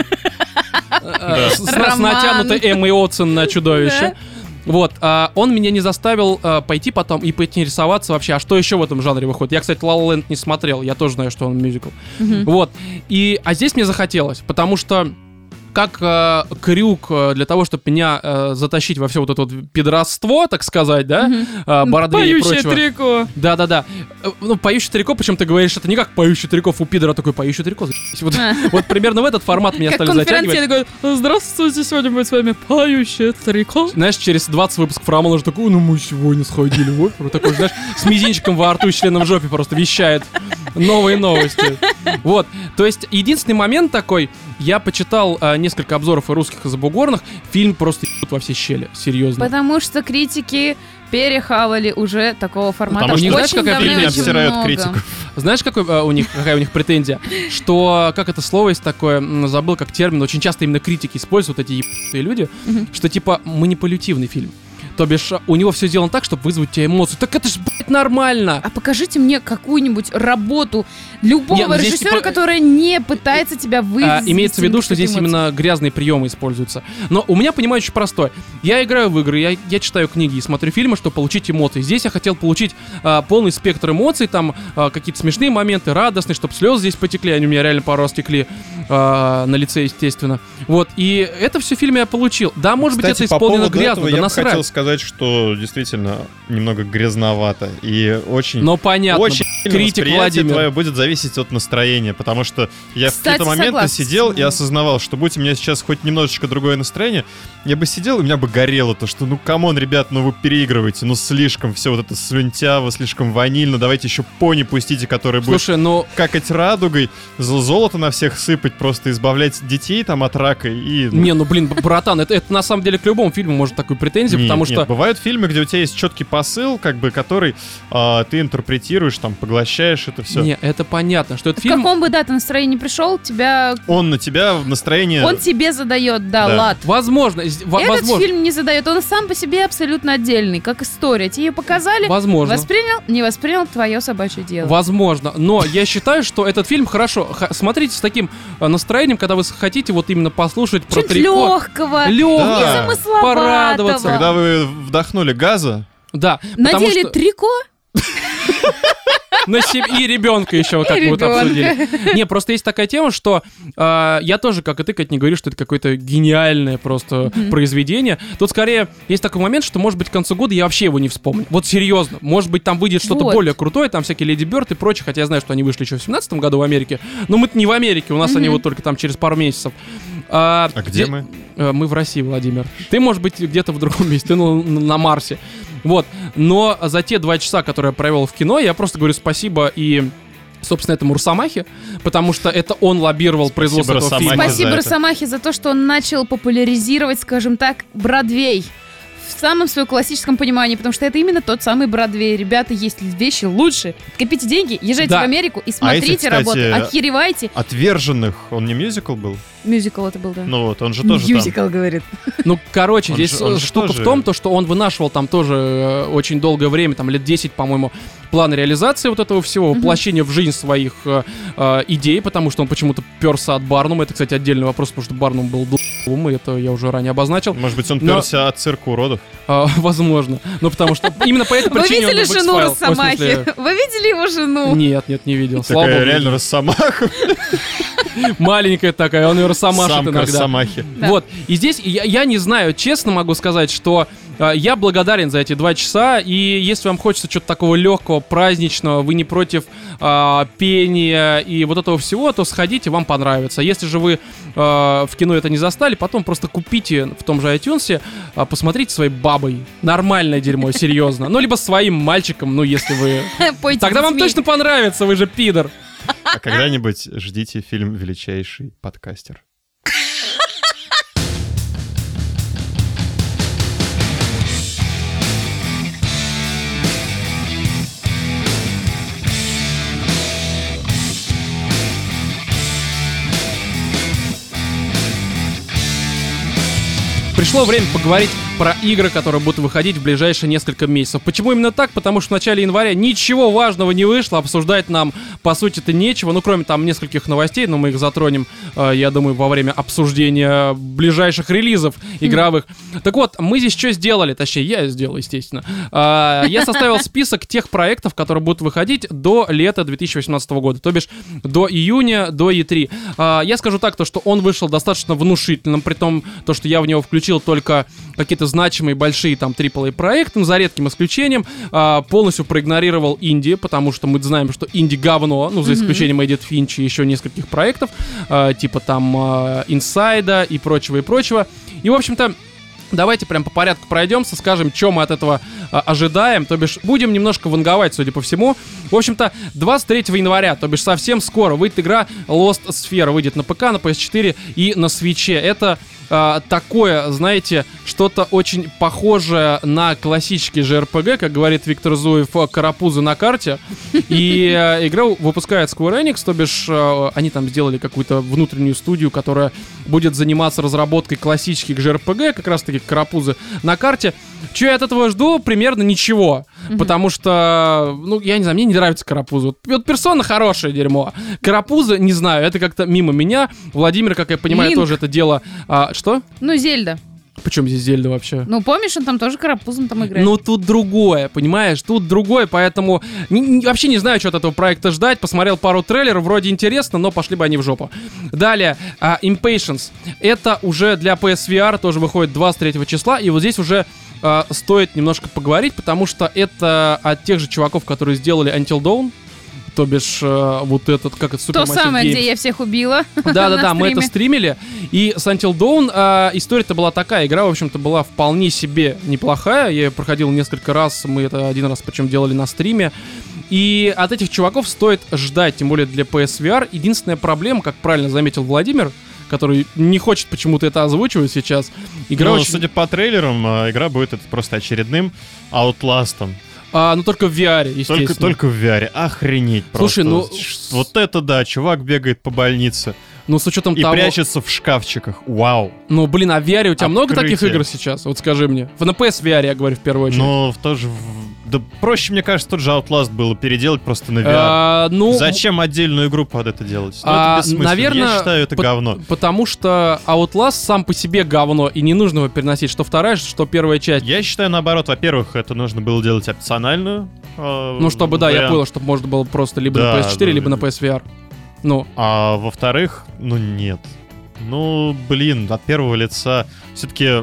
э, с, с- с Роман. натянутой Эммой Уотсон на чудовище. Вот, а, он меня не заставил а, пойти потом и поинтересоваться вообще, а что еще в этом жанре выходит. Я, кстати, «Ла Ла Ленд» не смотрел, я тоже знаю, что он мюзикл. Мгм. Вот, и, а здесь мне захотелось, потому что как э, крюк э, для того, чтобы меня э, затащить во все вот это вот пидорство, так сказать, да, Мгм. э, бородвей и Поющее прочего. трико. Да-да-да. Э, Ну, поющий трико, причем ты говоришь, это не как поющий трико, у пидора такой поющий трико. за***ь. Вот, А. вот примерно в этот формат меня Как стали затягивать. конференция такой: здравствуйте, сегодня будет с вами поющее трико. Знаешь, через двадцать выпусков Рамона уже такой, ну мы сегодня сходили в оперу. Такой, знаешь, с мизинчиком во рту и членом в жопе просто вещает новые новости. Вот, то есть единственный момент такой, я почитал э, несколько обзоров и русских, и забугорных, фильм просто ебут во все щели, серьезно. Потому что критики перехавали уже такого формата. Потому что, Очень знаешь, какая давно и претензия? очень обсирают много. критиков. Знаешь, какой, э, у них, какая у них претензия? Что, как это слово есть такое, м, забыл, как термин, очень часто именно критики используют, эти ебаные люди, Мгм. что типа манипулятивный фильм. То бишь, у него все сделано так, чтобы вызвать тебе эмоции. Так это ж, блядь, нормально. А покажите мне какую-нибудь работу любого Не, ну здесь, режиссера, типа, которая не пытается тебя А, вывести. имеется в виду, что здесь эмоции. именно грязные приемы используются. Но у меня понимание очень простое. Я играю в игры, я, я читаю книги и смотрю фильмы, чтобы получить эмоции. Здесь я хотел получить а, полный спектр эмоций, там а, какие-то смешные моменты, радостные, чтобы слезы здесь потекли, они у меня реально пару раз текли а, на лице, естественно. Вот, и это все в фильме я получил. Да, может быть, Кстати, это по исполнено поводу грязно, этого да я бы насрать. хотел сказать, что действительно немного грязновато и очень... Но понятно, Очень сильно критик восприятие Владимир. твое будет зависеть от настроения, потому что я Кстати, в какие-то моменты согласна. сидел и осознавал, что будь у меня сейчас хоть немножечко другое настроение, я бы сидел, и у меня бы горело то, что ну камон, ребят, ну вы переигрываете, ну слишком все вот это слюнтяво, слишком ванильно, давайте еще пони пустите, который будет Слушай, ну, какать радугой, зо- золото на всех сыпать, просто избавлять детей там от рака и... ну, не, ну блин, братан, это, это на самом деле к любому фильму может такую претензию, Нет, потому нет, что... бывают фильмы, где у тебя есть четкий посыл, как бы, который а, ты интерпретируешь, там, поглощаешь это все. Не, это понятно, что этот В фильм... каком бы, да, ты настроении не пришел, тебя... Он на тебя в настроение... Он тебе задает, да, Да. лад. Возможно, з- во- Этот возможно, фильм не задает, он сам по себе абсолютно отдельный, как история. Тебе ее показали, возможно. воспринял, не воспринял, твое собачье дело. Возможно, но я считаю, что этот фильм хорошо. Х- смотрите с таким э, настроением, когда вы хотите вот именно послушать про Чуть трико. легкого, Легкого. Да. Порадоваться. незамысловатого. Когда вы вдохнули газа, Да, потому Надели что... трико, На себе и ребенка еще, как И мы вот ребенка. обсудили. Не, просто есть такая тема, что э, я тоже, как и ты, Кать, не говорю, что это какое-то гениальное просто Мгм. произведение. Тут скорее есть такой момент, что, может быть, к концу года я вообще его не вспомню. Вот серьезно. Может быть, там выйдет что-то Вот. более крутое, там всякие Леди Бёрд и прочее, хотя я знаю, что они вышли еще в семнадцатом году в Америке. Но мы-то не в Америке, у нас они Мгм. вот только там через пару месяцев. А, А где мы? Э, Мы в России, Владимир. Ты, может быть, где-то в другом месте, ты на, на Марсе. Вот. Но за те два часа, которые я провел в кино, я просто говорю спасибо и, собственно, этому Росомахе, потому что это он лоббировал Спасибо производство этого Росомахе. фильма. Спасибо за это. Росомахе за то, что он начал популяризировать, скажем так, Бродвей. В самом своем классическом понимании, потому что это именно тот самый Бродвей. Ребята, есть вещи лучше. Копите деньги, езжайте Да. в Америку и смотрите кстати, работы. Охеревайте. Отверженных, он не мюзикл был? Мюзикл это был, да. Ну вот, он же тоже там. Мюзикл, говорит. Ну, короче, Он здесь же- он же штука тоже- в том, то, что он вынашивал там тоже э, очень долгое время, там лет десять, по-моему, планы реализации вот этого всего, Мгм. воплощения в жизнь своих э, э, идей, потому что он почему-то перся от Барнума. Это, кстати, отдельный вопрос, потому что Барнум был долбым, и это я уже ранее обозначил. Может быть, он Но- перся от цирка уродов? А, возможно. Ну, потому что именно по этой Вы причине он видели в жену X-Files. Ой, в Росомахи? смысле, Вы видели его жену? Нет, нет, не видел. Слава Такая богу. реально росомаха. Маленькая такая, он ее росомашит Самка иногда. росомахи. Да. Вот. И здесь я, я не знаю, честно могу сказать, что э, я благодарен за эти два часа. И если вам хочется чего-то такого легкого, праздничного, вы не против э, пения и вот этого всего, то сходите, вам понравится. Если же вы э, в кино это не застали, потом просто купите в том же iTunes, э, посмотрите своей бабой. Нормальное дерьмо, серьезно. Ну, либо своим мальчиком, ну, если вы... Пойте Тогда с вам детьми. точно понравится, вы же пидор. А когда-нибудь ждите фильм «Величайший подкастер». Пришло время поговорить про игры, которые будут выходить в ближайшие несколько месяцев. Почему именно так? Потому что в начале января ничего важного не вышло, обсуждать нам, по сути-то, нечего, ну, кроме там нескольких новостей, но мы их затронем, э, я думаю, во время обсуждения ближайших релизов игровых. Так вот, мы здесь что сделали? Точнее, я сделал, естественно. А, я составил список тех проектов, которые будут выходить до лета две тысячи восемнадцатого года, то бишь до июня, до и три. А, я скажу так, то, что он вышел достаточно внушительным, при том, то, что я в него включил только какие-то значимые большие там трипл эй проекты, ну, за редким исключением. А, полностью проигнорировал инди, потому что мы знаем, что инди говно, ну, за исключением Эдит Финч и еще нескольких проектов, а, типа там а, Инсайда и прочего, и прочего. И, в общем-то, давайте прям по порядку пройдемся, скажем, что мы от этого а, ожидаем, то бишь будем немножко ванговать, судя по всему. В общем-то, двадцать третьего января, то бишь совсем скоро, выйдет игра Lost Sphere, выйдет на ПК, на пи эс четыре и на Свитче. Это а, такое, знаете, что-то очень похожее на классический же эр пи джи, как говорит Виктор Зуев, карапузы на карте. И а, игру выпускает Square Enix, то бишь а, они там сделали какую-то внутреннюю студию, которая будет заниматься разработкой классических же эр пи джи, как раз-таки карапузы на карте. Че я от этого жду? Примерно ничего. Потому что, ну, я не знаю, мне не нравится карапузы. Вот, вот персона хорошее дерьмо. Карапузы, не знаю, это как-то мимо меня. Владимир, как я понимаю, Линк. тоже это дело... а, что? Ну, Зельда. Почему здесь Зельда вообще? Ну, помнишь, он там тоже карапузом там играет. Ну, тут другое, понимаешь? Тут другое, поэтому ни- ни- вообще не знаю, что от этого проекта ждать. Посмотрел пару трейлеров, вроде интересно, но пошли бы они в жопу. Далее, а, Impatience. Это уже для пи эс ви ар тоже выходит двадцать третьего числа, и вот здесь уже а, стоит немножко поговорить, потому что это от тех же чуваков, которые сделали Until Dawn. То бишь, э, вот этот, как это, То Supermassive самое, Games. где я всех убила. Да-да-да, на мы это стриме. стримили. И с Until Dawn э, история-то была такая. Игра, в общем-то, была вполне себе неплохая. Я ее проходил несколько раз. Мы это один раз, причем, делали на стриме. И от этих чуваков стоит ждать, тем более для пи эс ви ар. Единственная проблема, как правильно заметил Владимир, который не хочет почему-то это озвучивать сейчас. Игра Ну, очень... судя по трейлерам, а, игра будет это просто очередным Outlast'ом. А, ну, только в ви ар, естественно. Только, только в ви ар. Охренеть Слушай, просто. ну- Ш- Вот это да, чувак бегает по больнице. Ну, с учетом И того... прячется в шкафчиках. Вау. Ну, блин, а в ви ар у тебя много Открытие. таких игр сейчас? Вот скажи мне. В- На пи эс ви ар я говорю в первую очередь. Но в тоже... Да проще, мне кажется, тот же Outlast было переделать просто на ви ар. А, ну, Зачем отдельную игру под это делать? Ну, А, это бессмысленно. наверное, Я считаю, это по- говно. Потому что Outlast сам по себе говно, и не нужно его переносить, что вторая, что первая часть. Я считаю, наоборот, во-первых, это нужно было делать опциональную. э, Ну, чтобы, да, я вариант. понял, чтобы можно было просто либо Да, на пи эс четыре, да, либо да. на пи эс ви ар. Ну, А во-вторых, ну нет. Ну, блин, от первого лица все-таки,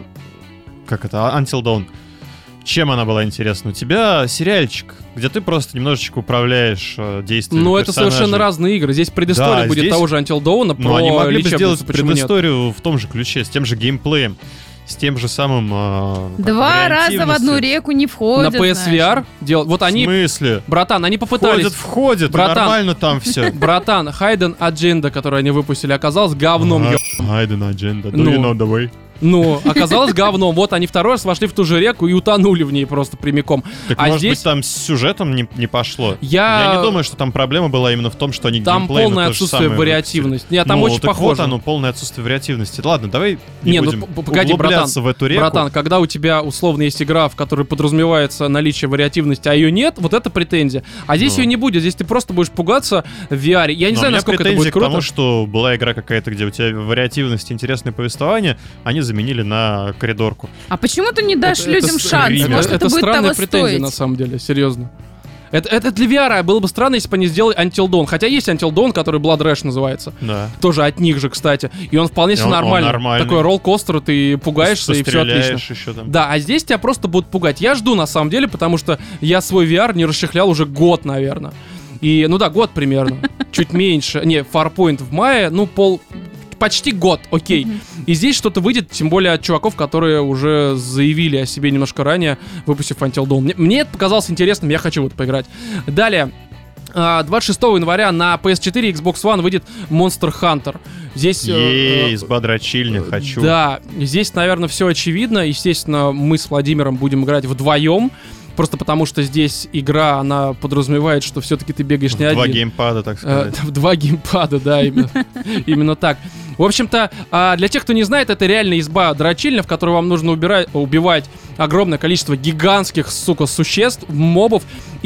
как это, Until Dawn. Чем она была интересна? У тебя сериальчик, где ты просто немножечко управляешь э, действиями ну это персонажей. совершенно разные игры. Здесь предыстория Да, будет здесь- того же Until Dawn, про Но они могли бы лечебницу, сделать почему нет? предысторию в том же ключе, с тем же геймплеем, с тем же самым... э, как, Два раза в одну вариативностью. реку не На входят. пи эс ви ар делать. Вот В они, смысле? братан, они попытались. Входят, входят, и Братан. нормально там все. Братан, Hayden Agenda, которую они выпустили, оказалась говном. ё- Hidden agenda, do Ну. you know the way? Ну, оказалось говном. Вот они второй раз вошли в ту же реку и утонули в ней просто прямиком. Так А может здесь быть там с сюжетом не, не пошло? Я- Я не думаю, что там проблема была именно в том, что они там геймплейно полное то же отсутствие самое вариативности. Нет, выпустили. там Ну, очень так похоже. вот оно, полное отсутствие вариативности. Ладно, давай не, Не, ну, будем п- погоди, углубляться в эту реку. Братан, когда у тебя условно есть игра, в которой подразумевается наличие вариативности, а ее нет, вот это претензия. А здесь Ну. ее не будет, здесь ты просто будешь пугаться в ви ар. Я не Но знаю, у меня насколько это претензии будет к тому, круто. что была игра какая-то, где у тебя вариативность, интересное повествование, они заменили на коридорку. А почему ты не дашь Это- людям это, шанс? стример. Может, это, это будет странная того претензия, стоить? на самом деле, серьезно. Это, это для ви ар было бы странно, если бы они сделали Until Dawn. Хотя есть Until Dawn, который Blood Rush называется. Да. Тоже от них же, кстати. И он вполне И себе он- он нормальный. нормальный. Такой ролл-костер, ты пугаешься, и все отлично. Постреляешь еще там. Да, а здесь тебя просто будут пугать. Я жду, на самом деле, потому что я свой ви ар не расчехлял уже год, наверное. И, ну да, год примерно. Чуть меньше. Не, Farpoint в мае, ну, пол... Почти год, окей. И здесь что-то выйдет, тем более от чуваков, которые уже заявили о себе немножко ранее, выпустив Until Dawn. Мне, мне это показалось интересным, я хочу вот поиграть. Далее. а, двадцать шестого января на пи эс четыре и Xbox One выйдет Monster Hunter. Здесь... э, Ей, э, из бодрочильни хочу. Да, здесь, наверное, все очевидно. Естественно, мы с Владимиром будем играть вдвоем. Просто потому, что здесь игра, она подразумевает, что все-таки ты бегаешь не Два один. геймпада, так Э, сказать. В два геймпада, да, именно, именно так. В общем-то, а, для тех, кто не знает, это реально изба дрочильня, в которой вам нужно убирать, убивать огромное количество гигантских, сука, существ, мобов.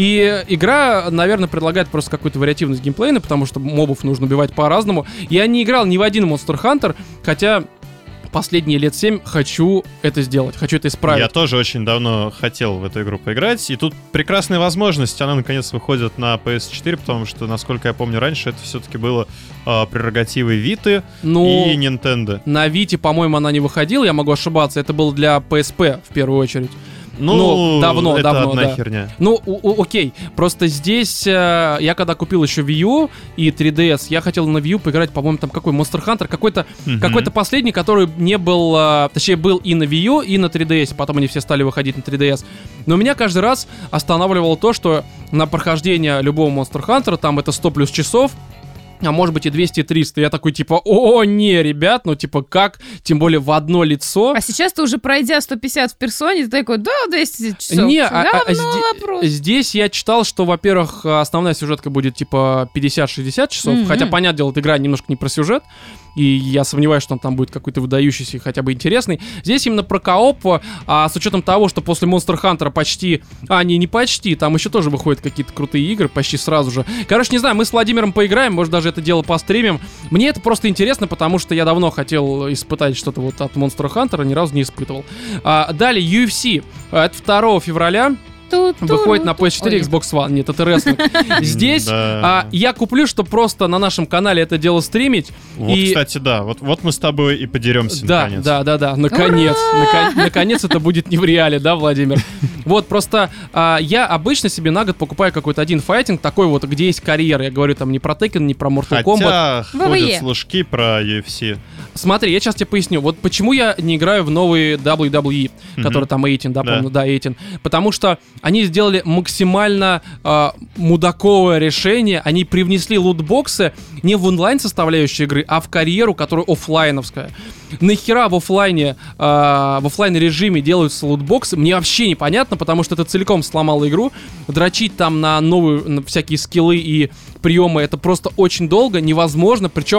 И игра, наверное, предлагает просто какую-то вариативность геймплейна, потому что мобов нужно убивать по-разному. Я не играл ни в один Monster Hunter, хотя последние лет семь хочу это сделать, хочу это исправить. Я тоже очень давно хотел в эту игру поиграть, и тут прекрасная возможность, она наконец выходит на пи эс четыре, потому что, насколько я помню, раньше это все-таки было э, прерогативой Виты Ну, и Nintendo. на Вите, по-моему, она не выходила, я могу ошибаться, это было для пи эс пи в первую очередь. Ну, ну, давно, это давно, одна да. херня. Ну, у- у- окей, просто здесь э, я когда купил еще Wii U и три ди эс, я хотел на Wii U поиграть, по-моему, там какой Monster Hunter, какой-то Мгм. какой-то последний, который не был, э, точнее, был и на Wii U, и на три ди эс, потом они все стали выходить на три ди эс. Но меня каждый раз останавливало то, что на прохождение любого Monster Hunter там это сто плюс часов, а может быть и двести триста. Я такой, типа, о, не, ребят, ну, типа, как? Тем более в одно лицо. А сейчас ты уже пройдя сто пятьдесят в персоне, ты такой, да, двести часов. Не, а- а- а Говно зде- вопрос. Здесь я читал, что, во-первых, основная сюжетка будет типа пятьдесят-шестьдесят часов, Мгм. хотя, понятное дело, эта игра немножко не про сюжет, и я сомневаюсь, что он там будет какой-то выдающийся и хотя бы интересный. Здесь именно про кооп, а с учетом того, что после Monster Hunter почти... А, не, не почти, там еще тоже выходят какие-то крутые игры почти сразу же. Короче, не знаю, мы с Владимиром поиграем, может, даже это дело постримим. Мне это просто интересно, потому что я давно хотел испытать что-то вот от Monster Hunter, ни разу не испытывал. А, далее, ю эф си. Это второго февраля. Выходит на пи эс четыре, Ой. Xbox One. Нет, это рестлинг. Здесь Да. а, я куплю, чтобы просто на нашем канале это дело стримить. Вот, и- кстати, да, вот, вот мы с тобой и подеремся Да, наконец. да, да, да, наконец. Нако- Наконец это будет не в реале, да, Владимир? Вот, просто а, я обычно себе на год покупаю какой-то один файтинг, такой вот, где есть карьера. Я говорю там не про Tekken, не про Mortal Kombat. Хотя ходят ВВЕ. слушки про ю эф си. Смотри, я сейчас тебе поясню. Вот почему я не играю в новый дабл ю дабл ю и, Мгм. который там восемнадцать, да, Да. помню, да, восемнадцать. Потому что они сделали максимально э, мудаковое решение. Они привнесли лутбоксы не в онлайн составляющую игры, а в карьеру, которая оффлайновская. Нахера в оффлайне, э, в оффлайн режиме делаются лутбоксы, мне вообще непонятно, потому что это целиком сломало игру. Дрочить там на новые на всякие скиллы и приемы это просто очень долго, невозможно. Причем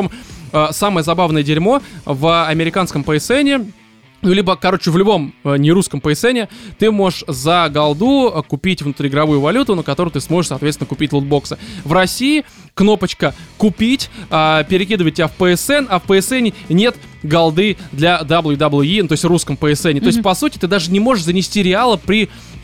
э, самое забавное дерьмо в американском пи эс эн, ну, либо, короче, в любом э, нерусском пи эс эн ты можешь за голду э, купить внутриигровую валюту, на которую ты сможешь, соответственно, купить лутбоксы. В России кнопочка «Купить» э, перекидывает тебя в пи эс эн, а в пи эс эн нет голды для дабл ю дабл ю и, ну, то есть в русском пи эс эн. Mm-hmm. То есть, по сути, ты даже не можешь занести реала при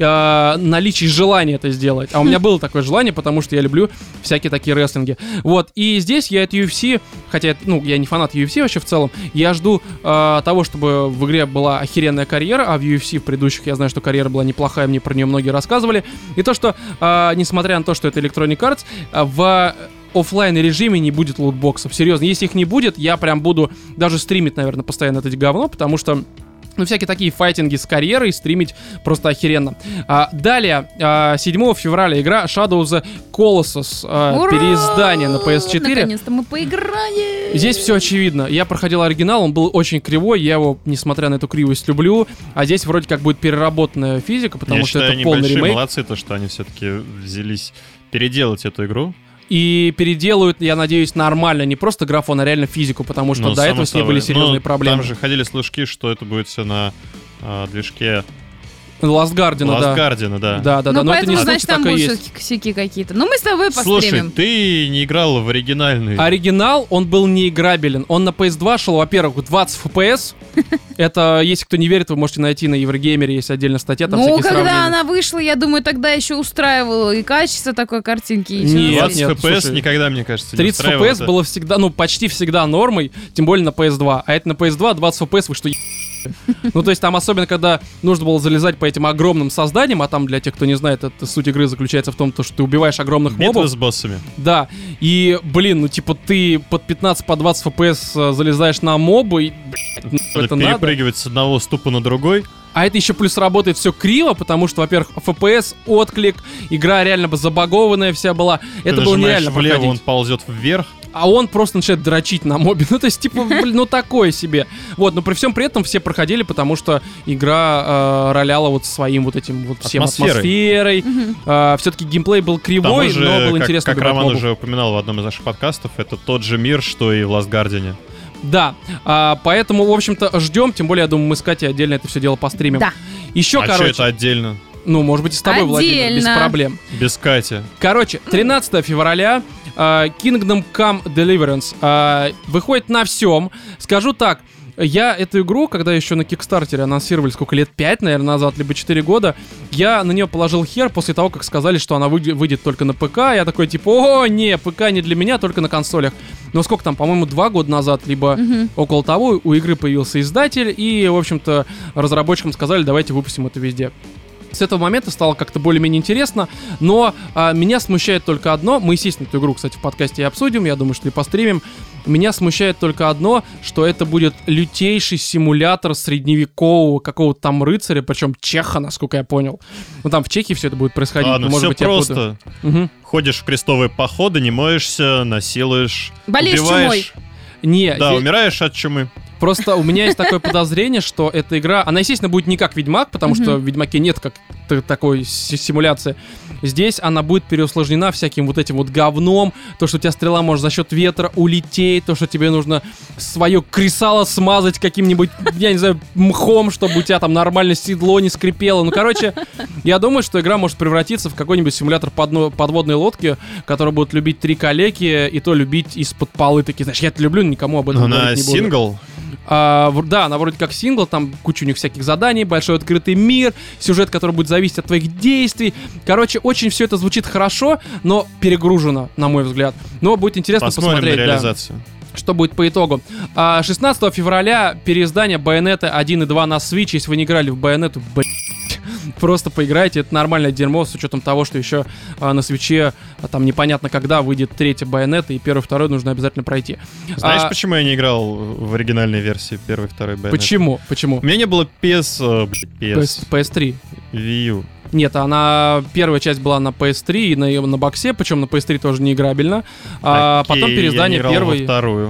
э, наличии желания это сделать. А у меня было такое желание, потому что я люблю всякие такие рестлинги. Вот, и здесь я от ю эф си, хотя, ну, я не фанат ю эф си вообще в целом, я жду э, того, чтобы в игре была охеренная карьера, а в ю эф си в предыдущих я знаю, что карьера была неплохая, мне про нее многие рассказывали. И то, что, э, несмотря на то, что это Electronic Arts, э, в оффлайн режиме не будет лутбоксов. Серьезно, если их не будет, я прям буду даже стримить, наверное, постоянно это говно, потому что, ну, всякие такие файтинги с карьерой стримить просто охеренно. А, далее, а, седьмого февраля игра Shadow of the Colossus, а, переиздание на пи эс четыре. Наконец-то мы поиграем! Здесь все очевидно. Я проходил оригинал, он был очень кривой, я его, несмотря на эту кривость, люблю. А здесь вроде как будет переработанная физика, потому я что считаю, это полный большие ремейк. Молодцы, то, что они все-таки взялись переделать эту игру. И переделают, я надеюсь, нормально, не просто графон, а реально физику, потому что ну, до этого с ней были серьезные ну, проблемы. Там же ходили слушки, что это будет все на э, движке Last Guardian, Last да. Guardian, да. Да, да, ну, да, но это поэтому, не значит, случай, там так и будут есть. все-таки косяки какие-то. Ну, мы с тобой Слушай, постримим. ты не играл в оригинальный. Оригинал, он был неиграбелен. Он на пи эс два шел, во-первых, двадцать эф пи эс. Это, если кто не верит, вы можете найти на Еврогеймере, есть отдельная статья, там Ну, всякие когда сравнения. она вышла, я думаю, тогда еще устраивало и качество такой картинки. И всё Нет, на двадцать свете. нет, эф пи эс слушай, никогда, мне кажется, не тридцать эф устраивало пи эс это. было всегда, ну, почти всегда нормой, тем более на пи эс два. А это на пи эс два двадцать эф пи эс, вы что, е- Ну, то есть там особенно, когда нужно было залезать по этим огромным созданиям, а там, для тех, кто не знает, это суть игры заключается в том, что ты убиваешь огромных Битвы мобов. с боссами. Да, и, блин, ну, типа, ты под пятнадцать, по двадцать эф пи эс э, залезаешь на мобы, и, блядь, ну, Надо это надо. перепрыгивать с одного ступа на другой. А это еще плюс работает все криво, потому что, во-первых, эф пи эс, отклик, игра реально бы забагованная вся была. Ты Это было нажимаешь нереально влево, проходить. он ползет вверх. А он просто начинает дрочить на мобе. Ну, то есть, типа, блин, ну такое себе. Вот, но при всем при этом все проходили, потому что игра э, роляла вот своим вот этим вот всем Атмосферой. атмосферой. Э, все-таки геймплей был К тому кривой, же, но было как, интересно как убивать Роман мобов. уже упоминал в одном из наших подкастов, это тот же мир, что и в Last Guardian. Да, а, поэтому, в общем-то, ждем. Тем более, я думаю, мы с Катей отдельно это все дело постримим. Да. Еще, а короче, что это отдельно? ну, может быть, и с тобой, Владимир, без Отдельно. проблем. Без Кати. Короче, тринадцатого февраля э, Kingdom Come Deliverance э, выходит на всем. Скажу так, я эту игру, когда еще на Кикстартере анонсировали сколько лет, пять, наверное, назад, либо четыре года, я на нее положил хер после того, как сказали, что она выйдет, выйдет только на ПК. Я такой, типа, о, не, ПК не для меня, только на консолях. Но сколько там, по-моему, два года назад, либо Мгм. около того, у игры появился издатель, и, в общем-то, разработчикам сказали, давайте выпустим это везде. С этого момента стало как-то более-менее интересно, но а, меня смущает только одно. Мы, естественно, эту игру, кстати, в подкасте и обсудим, я думаю, что и постримим. Меня смущает только одно, что это будет лютейший симулятор средневекового какого-то там рыцаря, причем чеха, насколько я понял. Ну там в Чехии все это будет происходить. Ладно, но, может все быть, я просто. путаю. Мгм. Ходишь в крестовые походы, не моешься, насилуешь, Болеешь убиваешь. Не, Да, здесь- умираешь от чумы. Просто у меня есть такое подозрение, что эта игра, она, естественно, будет не как Ведьмак, потому что в Ведьмаке нет как т- такой си- симуляции. Здесь она будет переусложнена всяким вот этим вот говном, то, что у тебя стрела может за счет ветра улететь, то, что тебе нужно свое кресало смазать каким-нибудь, я не знаю, мхом, чтобы у тебя там нормально седло не скрипело. Ну, короче, я думаю, что игра может превратиться в какой-нибудь симулятор подно- подводной лодки, который будут любить три калеки, и то любить из-под полы такие. Знаешь, я это люблю, никому об этом Но на говорить не буду. сингл. А, в- да, она вроде как сингл, там куча у них всяких заданий, большой открытый мир, сюжет, который будет зависеть от твоих действий. Короче, очень все это звучит хорошо, но перегружено, на мой взгляд. Но будет интересно Посмотрим на посмотреть, да, реализацию. что будет по итогу. А, шестнадцатого февраля переиздание Bayonetta один и два на Switch. Если вы не играли в Bayonetta, блядь, просто поиграйте, это нормальное дерьмо, с учетом того, что еще а, на свитче а, там непонятно когда выйдет третья Bayonetta, и первый, второй нужно обязательно пройти. Знаешь, А, почему я не играл в оригинальной версии первой и второй Bayonetta? Почему? Почему? У меня не было пи эс... э, блин, пи эс... пи эс три. Wii U. Нет, она первая часть была на пи эс три и на, на боксе, причем на пи эс три тоже не играбельно. А Окей, потом переиздание я не играл первой. во вторую.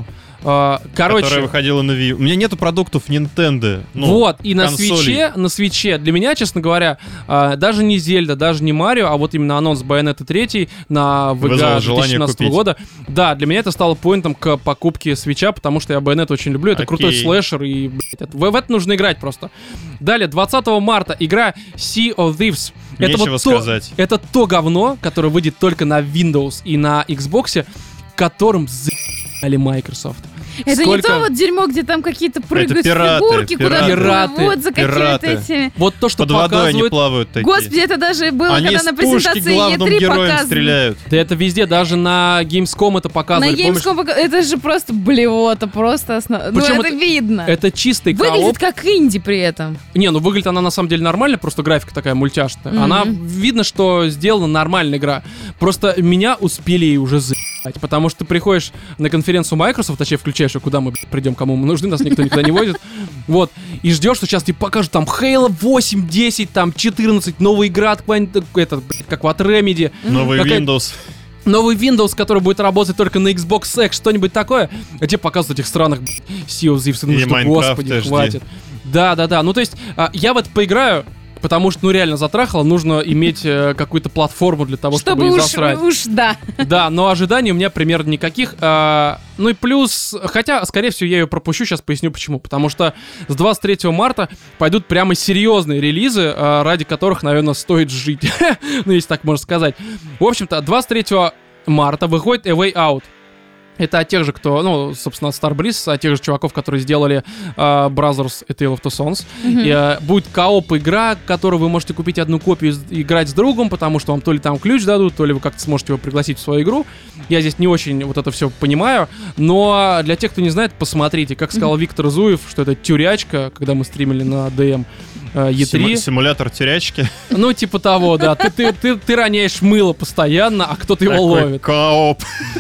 А, короче... Которая выходила на Wii. У меня нету продуктов Nintendo. Ну, вот, и на консолей. свитче, на свитче, для меня, честно говоря, а, даже не Зельда, даже не Марио, а вот именно анонс Bayonetta три на ви джи Вызвало две желание тысячи шестнадцатого купить. года. Да, для меня это стало поинтом к покупке свитча, потому что я Bayonetta очень люблю. Это Окей. крутой слэшер, и, блядь, это- в, в это нужно играть просто. Далее, двадцатого марта игра Sea of Thieves. Это Нечего вот то, сказать. это то говно, которое выйдет только на Windows и на Xbox, которым за***ли Microsoft. Это не Сколько- то вот дерьмо, где там какие-то прыгают пираты, фигурки, куда пираты. вот за какими-то Пираты. этими... Вот то, что Под водой они показывают... плавают такие. Господи, это даже было, Они когда с на пушки презентации главным и три героем показывали. стреляют. Да это везде, даже на Gamescom это На показывали. помнишь? Gamescom пока- это же просто блевота, просто основ... Ну, Причем это, это- видно. Это чистый Выглядит кооп. как инди при этом. Не, ну выглядит она на самом деле нормально, просто графика такая мультяшная. Мгм. Она, видно, что сделана нормальная игра. Просто меня успели ей уже за***ать, потому что ты приходишь на конференцию Microsoft, точнее включаешь ее, куда мы блядь, придем, кому мы нужны, нас никто никуда не возит. Вот, и ждешь, что сейчас тебе покажут там Halo восемь, десять, там четырнадцать, новая игра, какая-нибудь, это, блядь, как вот Remedy, Новый Какая- Windows. новый Windows, который будет работать только на Xbox X, что-нибудь такое. А тебе показывают этих странных блядь, Sea of Thieves, ну И что, Minecraft господи, эйч ди. хватит. Да-да-да, ну то есть а, я в это поиграю, потому что, ну реально затрахало, нужно иметь э, какую-то платформу для того, чтобы, Чтобы не уж, засрать. уж, да. Да, но ожиданий у меня примерно никаких. а, ну и плюс, хотя, скорее всего, я ее пропущу, сейчас поясню почему. Потому что с двадцать третьего марта пойдут прямо серьезные релизы, а, ради которых, наверное, стоит жить. Ну, если так можно сказать. В общем-то, двадцать третьего марта выходит A Way Out. Это от тех же, кто, ну, собственно, от Starbreeze, от тех же чуваков, которые сделали э, Brothers A Tale of Two Sons. И, э, будет кооп-игра, которую вы можете купить одну копию и играть с другом, потому что вам то ли там ключ дадут, то ли вы как-то сможете его пригласить в свою игру. Я здесь не очень вот это все понимаю, но для тех, кто не знает, посмотрите. Как сказал Виктор Зуев, что это тюрячка, когда мы стримили на ди эм э, и три. Симу- Симулятор тюрячки. Ну, типа того, да. Ты, ты, ты, ты роняешь мыло постоянно, а кто-то его Такой ловит. кооп.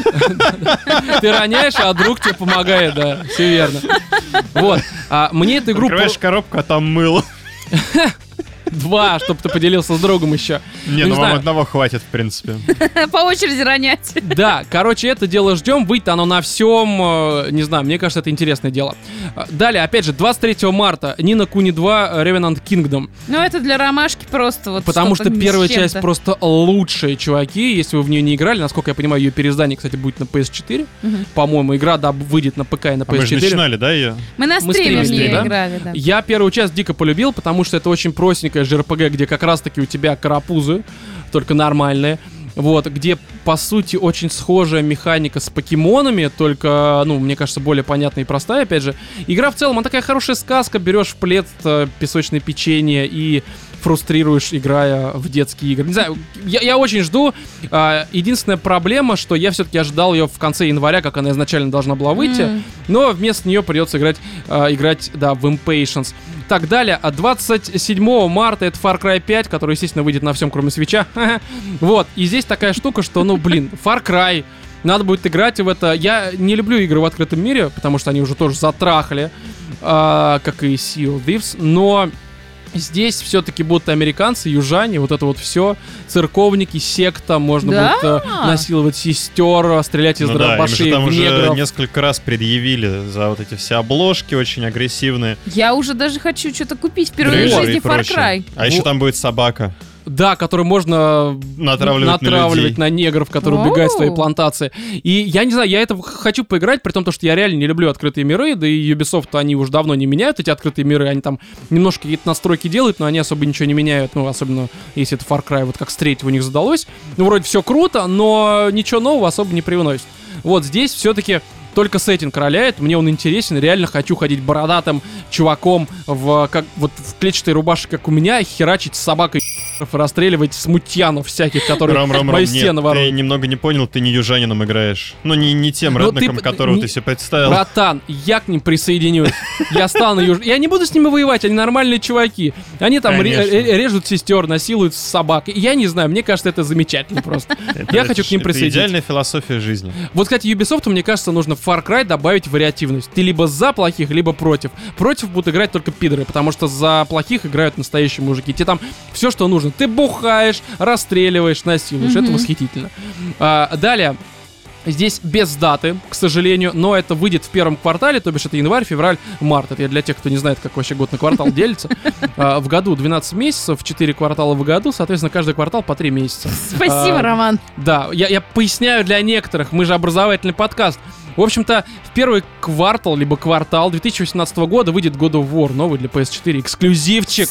Ты роняешь, а друг тебе помогает, да, все верно. Вот, а мне эту игру Открываешь коробку, а там мыло. про- два, чтобы ты поделился с другом еще. Не, Ну, ну не вам знаю. одного хватит, в принципе. По очереди ронять. Да, короче, это дело ждем, выйдет оно на всем, э, не знаю, мне кажется, это интересное дело. А, Далее, опять же, двадцать третьего марта Нина Куни два Revenant Kingdom. Ну, это для ромашки просто вот Потому что-то что с первая чем-то. часть просто лучшая, чуваки. Если вы в нее не играли, насколько я понимаю, ее переиздание, кстати, будет на пи эс четыре. Мгм. По-моему, игра, да, выйдет на ПК и на А мы пи эс же четыре. начинали, да, ее? Мы на Мы стриме в стримили, нее да? играли, да. Я первую часть дико полюбил, потому что это очень простенькая жэ эр пэ гэ, где как раз-таки у тебя карапузы, только нормальные. Вот, где, по сути, очень схожая механика с покемонами, только, ну, мне кажется, более понятная и простая, опять же. Игра в целом, она такая хорошая сказка, берешь в плед э, песочное печенье и фрустрируешь, играя в детские игры. Не знаю, я, я очень жду. А, единственная проблема, что я все-таки ожидал ее в конце января, как она изначально должна была выйти, М. но вместо нее придется играть, а, играть, да, в Impatience. Так, далее, а двадцать седьмого марта это Far Cry пять, который, естественно, выйдет на всем, кроме свитча. Вот, и здесь такая штука, что, ну, блин, Far Cry, надо будет играть в это. Я не люблю игры в открытом мире, потому что они уже тоже затрахали, а, как и Sea of Thieves, но здесь все-таки будут американцы, южане, вот это вот все, церковники, секта, можно Да? будет э, насиловать сестер, стрелять из Ну да, им дробашей же там в уже негров. несколько раз предъявили за вот эти все обложки очень агрессивные. Я уже даже хочу что-то купить впервые в Триллеры жизни и Far прочее. Cry. А еще Вот. там будет собака. Да, который можно Натравливать на натравливать людей. на негров, которые убегают с твоей Оу. плантации. И я не знаю, я это хочу поиграть, при том, то, что я реально не люблю открытые миры, да и Ubisoft, они уже давно не меняют эти открытые миры, они там немножко какие-то настройки делают, но они особо ничего не меняют, ну, особенно если это Far Cry, вот как с третьего у них задалось. Ну, вроде все круто, но ничего нового особо не привносит. Вот здесь все-таки только сеттинг роляет, мне он интересен, реально хочу ходить бородатым чуваком в, как, вот, в клетчатой рубашке, как у меня, и херачить с собакой расстреливать смутьянов всяких, которые Ром, Ром, Ром, мои нет, стены ты воруют. немного не понял, ты не южанином играешь. Ну, не, не тем Ну, ты реднеком, п- которого не- ты себе представил. Братан, я к ним присоединюсь. Я стану юж... Я не буду с ними воевать, они нормальные чуваки. Они там ре- Конечно. ре- режут сестер, насилуют собак. Я не знаю, мне кажется, это замечательно просто. Это- Я это хочу к ним ж- это присоединиться. идеальная философия жизни. Вот, кстати, Ubisoft, мне кажется, нужно в Far Cry добавить вариативность. Ты либо за плохих, либо против. Против будут играть только пидоры, потому что за плохих играют настоящие мужики. Тебе там все, что нужно. Ты бухаешь, расстреливаешь, насилуешь. Это Мгм. восхитительно. А, далее. Здесь без даты, к сожалению, но это выйдет в первом квартале, то бишь это январь, февраль, март. Это я для тех, кто не знает, как вообще год на квартал делится. А, в году двенадцать месяцев, четыре квартала в году, соответственно, каждый квартал по три месяца. Спасибо, А, Роман. Да, я, я поясняю для некоторых, мы же образовательный подкаст. В общем-то, в первый квартал, либо квартал две тысячи восемнадцатого года выйдет God of War, новый для пи эс четыре, эксклюзивчик.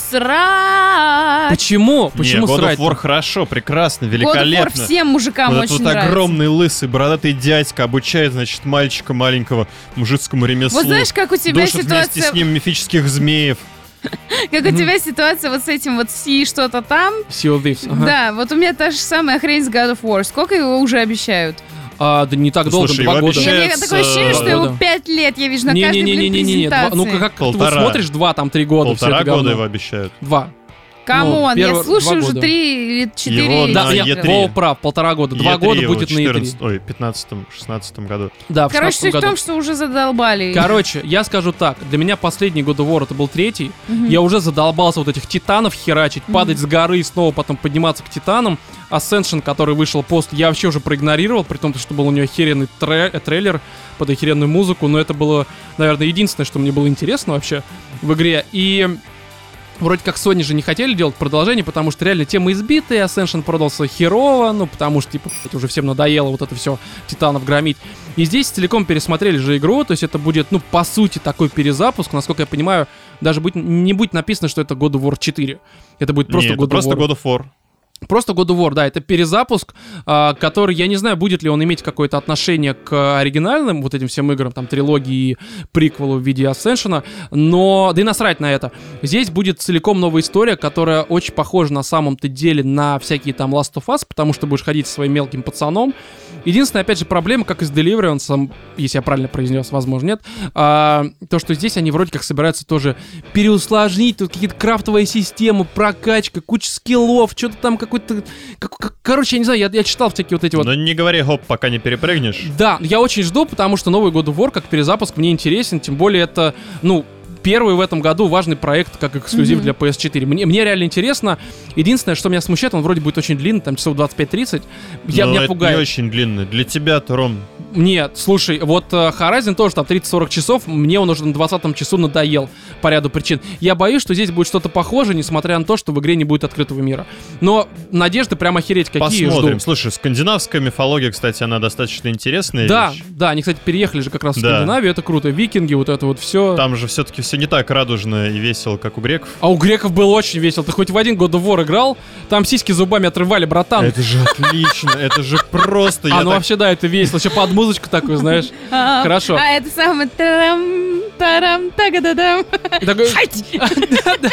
Срать! Почему? Почему Не, God of срать? War хорошо, прекрасно, God of великолепно. War всем мужикам Вот очень этот вот нравится. огромный лысый бородатый дядька обучает, значит, мальчика маленького мужицкому ремеслу. Вот знаешь, как у тебя Душит вместе ситуация... с ним мифических змеев. Как у тебя ситуация вот с этим вот Си что-то там. Sea of Thieves, ага. Да, вот у меня та же самая хрень с God of War. Сколько его уже обещают? А, да не так Ну, долго, слушай, два его года. Я, у меня Получается, такое ощущение, что два его года. пять лет я вижу на каждой, блин, Не-не-не-не-не-не, два- презентации. ну как ты Полтора. вот смотришь, два, там три года, все Полтора это года говно. его обещают. Два. Камон, Ну, первый- я слушаю два уже года. три или четыре. Его Да, на я Е три. Вова прав, полтора года. Два Е три года его будет в на Е три. четырнадцатом, ой, пятнадцатом-шестнадцатом году. Да, в Короче, шестнадцатом суть в году. том, что уже задолбали. Короче, я скажу так, для меня последний God of War это был третий. Мгм. Я уже задолбался вот этих титанов херачить, Мгм. падать с горы и снова потом подниматься к титанам. Ascension, который вышел после, я вообще уже проигнорировал, при том, что был у него охеренный тре- э, трейлер под охеренную музыку, но это было, наверное, единственное, что мне было интересно вообще в игре. И вроде как Sony же не хотели делать продолжение, потому что реально тема избитая, Ascension продался херово, ну потому что, типа, блядь, уже всем надоело вот это все титанов громить. И здесь целиком пересмотрели же игру, то есть это будет, ну, по сути, такой перезапуск, насколько я понимаю, даже будет, не будет написано, что это God of War четыре. Это будет просто Нет, God это просто of War. God of War. Просто God of War, да, это перезапуск, а, который, я не знаю, будет ли он иметь какое-то отношение к оригинальным вот этим всем играм, там, трилогии и приквелу в виде Ascension, но, да и насрать на это. Здесь будет целиком новая история, которая очень похожа на самом-то деле на всякие там Last of Us, потому что будешь ходить со своим мелким пацаном. Единственная, опять же, проблема, как и с Deliverance, если я правильно произнес, возможно, нет, а, то, что здесь они вроде как собираются тоже переусложнить, тут какие-то крафтовые системы, прокачка, куча скиллов, что-то там какой-то... Как, как- короче, я не знаю, я, я читал всякие вот эти вот... Но не говори хоп, пока не перепрыгнешь. Да, я очень жду, потому что новый God of War как перезапуск мне интересен, тем более это, ну, первый в этом году важный проект как эксклюзив Мгм. для пи эс четыре. Мне, мне реально интересно. Единственное, что меня смущает, он вроде будет очень длинный, там часов двадцать пять тридцать. Я, Но меня это пугает. не очень длинный. Для тебя-то, Ром, Нет, слушай, вот э, Horizon тоже там тридцать-сорок часов, мне он уже на двадцатом часу надоел по ряду причин. Я боюсь, что здесь будет что-то похожее, несмотря на то, что в игре не будет открытого мира. Но надежды прям охереть какие посмотрим. жду. Слушай, скандинавская мифология, кстати, она достаточно интересная Да, вещь. да, они, кстати, переехали же как раз в Да. Скандинавию, это круто. Викинги, вот это вот все. Там же все-таки все не так радужно и весело, как у греков. А у греков было очень весело. Ты хоть в один God of War играл, там сиськи зубами отрывали, братан. Это же отлично, это же просто. А, я ну так- вообще, да, это весело. Еще под музычку такую, знаешь. А, Хорошо. А это самое... тарам, тарам, тагададам. И такой- Да-да.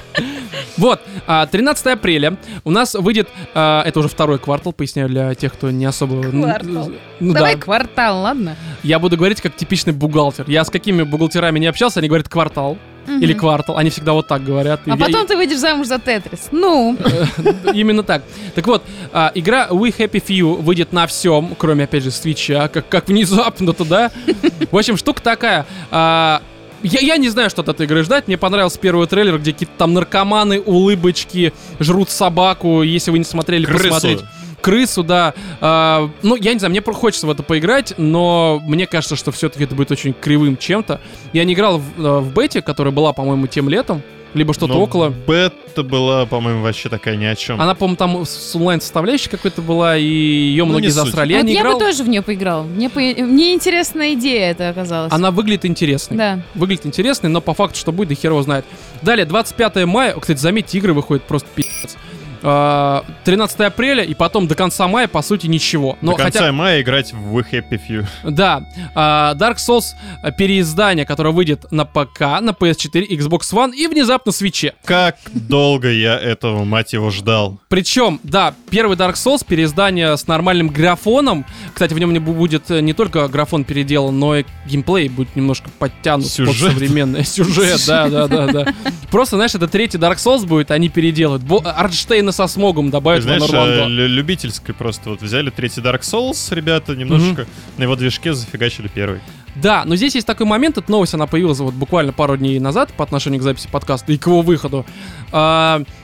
Вот, а, тринадцатого апреля у нас выйдет, а, это уже второй квартал, поясняю для тех, кто не особо... Квартал. Ну Давай да, квартал, ладно? я буду говорить как типичный бухгалтер. Я с какими бухгалтерами не общался, они говорят квартал Мгм. или квартал, они всегда вот так говорят. И А я- потом ты выйдешь замуж за Тетрис. Ну, Именно так. Так вот, а, игра We Happy Few выйдет на всем, кроме, опять же, свитча, как, как внезапно туда. В общем, штука такая. а, я, я не знаю, что от этой игры ждать. Мне понравился первый трейлер, где какие-то там наркоманы, улыбочки, жрут собаку. Если вы не смотрели, Крысу. посмотрите. Крысу, да. А, ну, я не знаю, мне про- хочется в это поиграть, но мне кажется, что все-таки это будет очень кривым чем-то. Я не играл в, э, в бете, которая была, по-моему, тем летом, либо что-то Но около. Бета была, по-моему, вообще такая ни о чем. Она, по-моему, там с онлайн-составляющей какой-то была, и ее Ну, многие не суть. засрали. Я вот не я играл. бы тоже в нее поиграл. Мне, по... Мне интересная идея это оказалась. Она выглядит интересной. Да. Выглядит интересной, но по факту, что будет, да хер его знает. Далее, двадцать пятого мая. О, кстати, заметьте, игры выходят просто пи***ц. А, тринадцатого апреля, и потом до конца мая, по сути, ничего. Но До конца хотя, мая играть в We Happy Few. да, а, Dark Souls а, переиздание, которое выйдет на ПК, на пи эс четыре, Xbox One и внезапно свитче. Как долго я этого, мать его, ждал. Причем, да, первый Dark Souls, переиздание с нормальным графоном. Кстати, в нем не бу- будет э, не только графон переделан, но и геймплей будет немножко подтянут под Сюжет. современный сюжет. Да, да, да, да. Просто, знаешь, это третий Dark Souls будет, они переделают. Бо- Арнштейна со смогом добавят в Знаешь, Honor One э, два. лю- любительской просто вот взяли третий Dark Souls, ребята, немножечко на его движке зафигачили первый. Да, но здесь есть такой момент, эта новость, она появилась вот буквально пару дней назад по отношению к записи подкаста и к его выходу. А,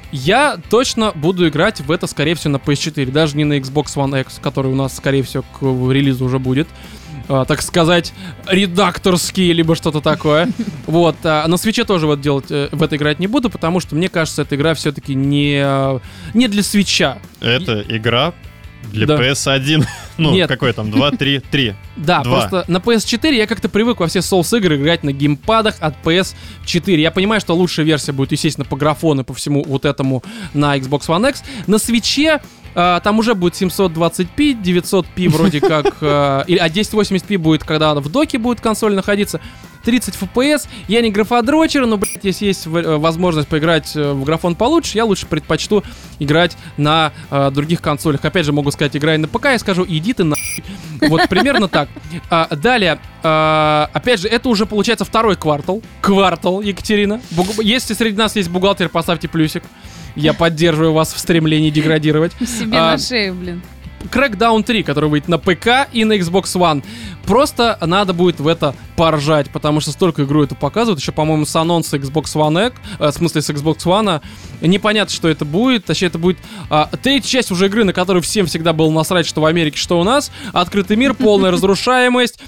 Я точно буду играть в это, скорее всего, на пи эс четыре, даже не на Xbox One X, который у нас, скорее всего, к релизу уже будет. А, так сказать, редакторский, либо что-то такое. Вот. А на Switch'е тоже вот делать, э, в это играть не буду, потому что, мне кажется, эта игра все-таки не, не для Switch'а. Это игра для Да. пи эс один. Ну, Нет. какой там? два, три, три. Да, Два. просто на пи эс четыре я как-то привык во все Souls игры играть на геймпадах от пи эс четыре. Я понимаю, что лучшая версия будет, естественно, по графону, по всему вот этому на Xbox One X. На Switch'е а, там уже будет семьсот двадцать пи, девятьсот пи вроде как, а, или- а десять восемьдесят пи будет, когда она в доке будет консоль находиться. тридцать эф пи эс. Я не графодрочер, но, блядь, если есть в- возможность поиграть э, в графон получше, я лучше предпочту играть на э, других консолях. Опять же, могу сказать, играй на ПК, я скажу, иди ты на... Вот примерно так. А, далее, а, опять же, это уже получается второй квартал. Квартал, Екатерина. Буг- Если среди нас есть бухгалтер, поставьте плюсик. Я поддерживаю вас в стремлении деградировать. Себе А, на шею, блин. Crackdown три, который выйдет на ПК и на Xbox One. Просто надо будет в это поржать, потому что столько игру это показывают. Еще, по-моему, с анонса Xbox One X, э, в смысле с Xbox One, непонятно, что это будет. Точнее, это будет а, третья часть уже игры, на которую всем всегда было насрать, что в Америке, что у нас. Открытый мир, полная разрушаемость.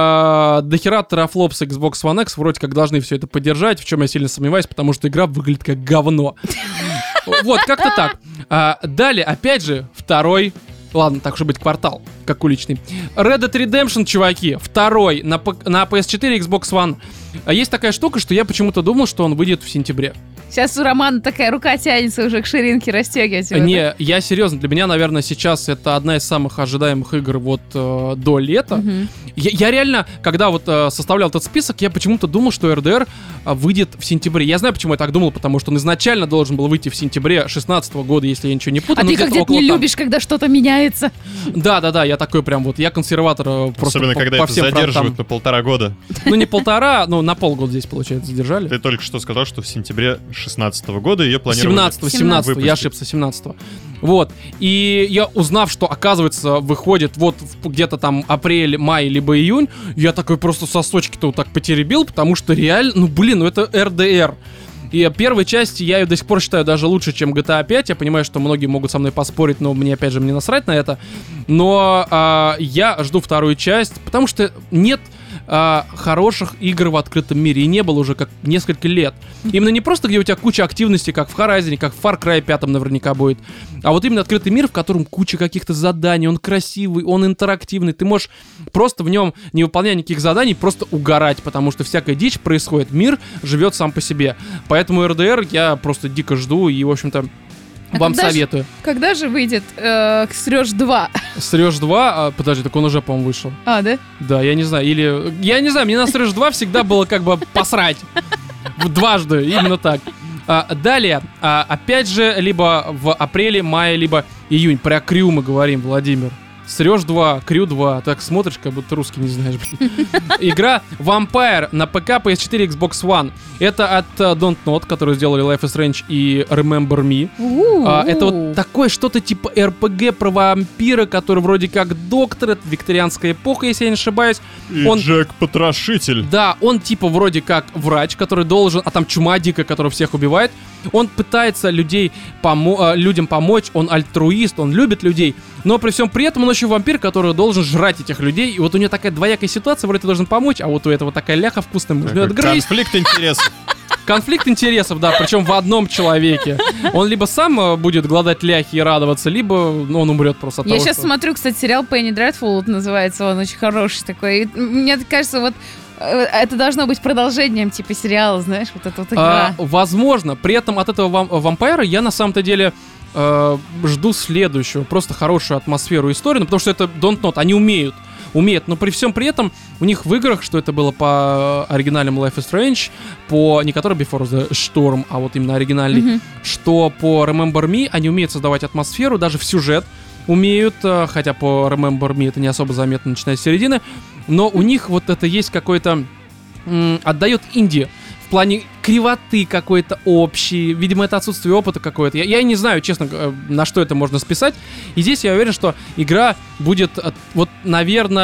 а, Дохера терафлопс Xbox One X вроде как должны все это поддержать, в чем я сильно сомневаюсь, потому что игра выглядит как говно. Вот, как-то так. А, далее, опять же, второй... Ладно, так уж и быть, квартал, как уличный. Red Dead Redemption, чуваки, второй на, П- на пи эс четыре и Xbox One. А есть такая штука, что я почему-то думал, что он выйдет в сентябре. Сейчас у Романа такая рука тянется уже к ширинке расстегивать. его, да? Не, я серьезно, для меня, наверное, сейчас это одна из самых ожидаемых игр вот э, до лета. Мгм. Я, я реально, когда вот э, составлял этот список, я почему-то думал, что эр ди эр э, выйдет в сентябре. Я знаю, почему я так думал, потому что он изначально должен был выйти в сентябре шестнадцатого года, если я ничего не путаю. А ну, ты где-то как где-то около не там. любишь, когда что-то меняется. Да, да, да, я такой прям вот, я консерватор э, просто Особенно, по, когда по это всем задерживают фронтам. на полтора года. Ну не полтора, ну на полгода здесь, получается, задержали. Ты только что сказал, что в сентябре шестнадцатого года ее планировали семнадцатого, семнадцатого, я выпустить. ошибся, семнадцатого. Вот. И я, узнав, что, оказывается, выходит вот в- где-то там апрель, май, либо июнь, я такой просто сосочки-то вот так потеребил, потому что реально, ну блин, ну это эр ди эр. И первой части я ее до сих пор считаю даже лучше, чем джи ти эй пять. Я понимаю, что многие могут со мной поспорить, но мне, опять же, мне насрать на это. Но а, я жду вторую часть, потому что нет а, хороших игр в открытом мире. И не было уже как несколько лет. Именно не просто, где у тебя куча активности, как в Horizon, как в Far Cry пять наверняка будет, а вот именно открытый мир, в котором куча каких-то заданий, он красивый, он интерактивный. Ты можешь просто в нем, не выполняя никаких заданий, просто угорать, потому что всякая дичь происходит. Мир живет сам по себе. Поэтому эр ди эр я просто дико жду и, в общем-то, А вам когда ж- советую. Когда же выйдет э, Срёж два? Срёж два, а, подожди, так он уже, по-моему, вышел. А, да? Да, я не знаю, или... Я не знаю, мне на Срёж два всегда было как бы посрать. В- Дважды, именно так. А, далее, а, опять же, либо в апреле, мае, либо июнь. Про Крю мы говорим, Владимир. Срёж два, Крю два. Так смотришь, как будто русский не знаешь. блин. Игра Vampire на ПК, пи эс четыре, Xbox One. Это от uh, Don't Not, которые сделали Life is Strange и Remember Me. У-у-у. А, это вот такое что-то типа эр пи джи про вампира, который вроде как доктор, это викторианская эпоха, если я не ошибаюсь. И Он- Джек Потрошитель. Да, он типа вроде как врач, который должен, а там чума дикая, которая всех убивает. Он пытается людей помо- а, людям помочь, он альтруист, он любит людей, но при всем при этом он еще вампир, который должен жрать этих людей. И вот у него такая двоякая ситуация, вроде ты должен помочь, а вот у этого такая ляха вкусная, можно её Такой отгрызть. Конфликт интересов. Конфликт интересов, да, причем в одном человеке. Он либо сам э, будет гладать ляхи и радоваться, либо ну, он умрет просто от Я того, сейчас что- смотрю, кстати, сериал Penny Dreadful вот называется, он очень хороший такой. И мне кажется, вот э, это должно быть продолжением типа сериала, знаешь, вот эта вот игра. А, возможно. При этом от этого вам- вампира я на самом-то деле э, жду следующего. Просто хорошую атмосферу и историю, ну, потому что это Don't Not, они умеют. Умеют, но при всем при этом у них в играх, что это было по оригинальному Life is Strange, по не который Before the Storm, а вот именно оригинальный, Мгм. что по Remember Me они умеют создавать атмосферу, даже в сюжет умеют, э, хотя по Remember Me это не особо заметно, начиная с середины, но у них вот это есть какой-то... м, отдает инди в плане кривоты какой-то общей, видимо, это отсутствие опыта какое-то. Я, я не знаю, честно, э, на что это можно списать. И здесь я уверен, что игра будет, э, вот, наверное,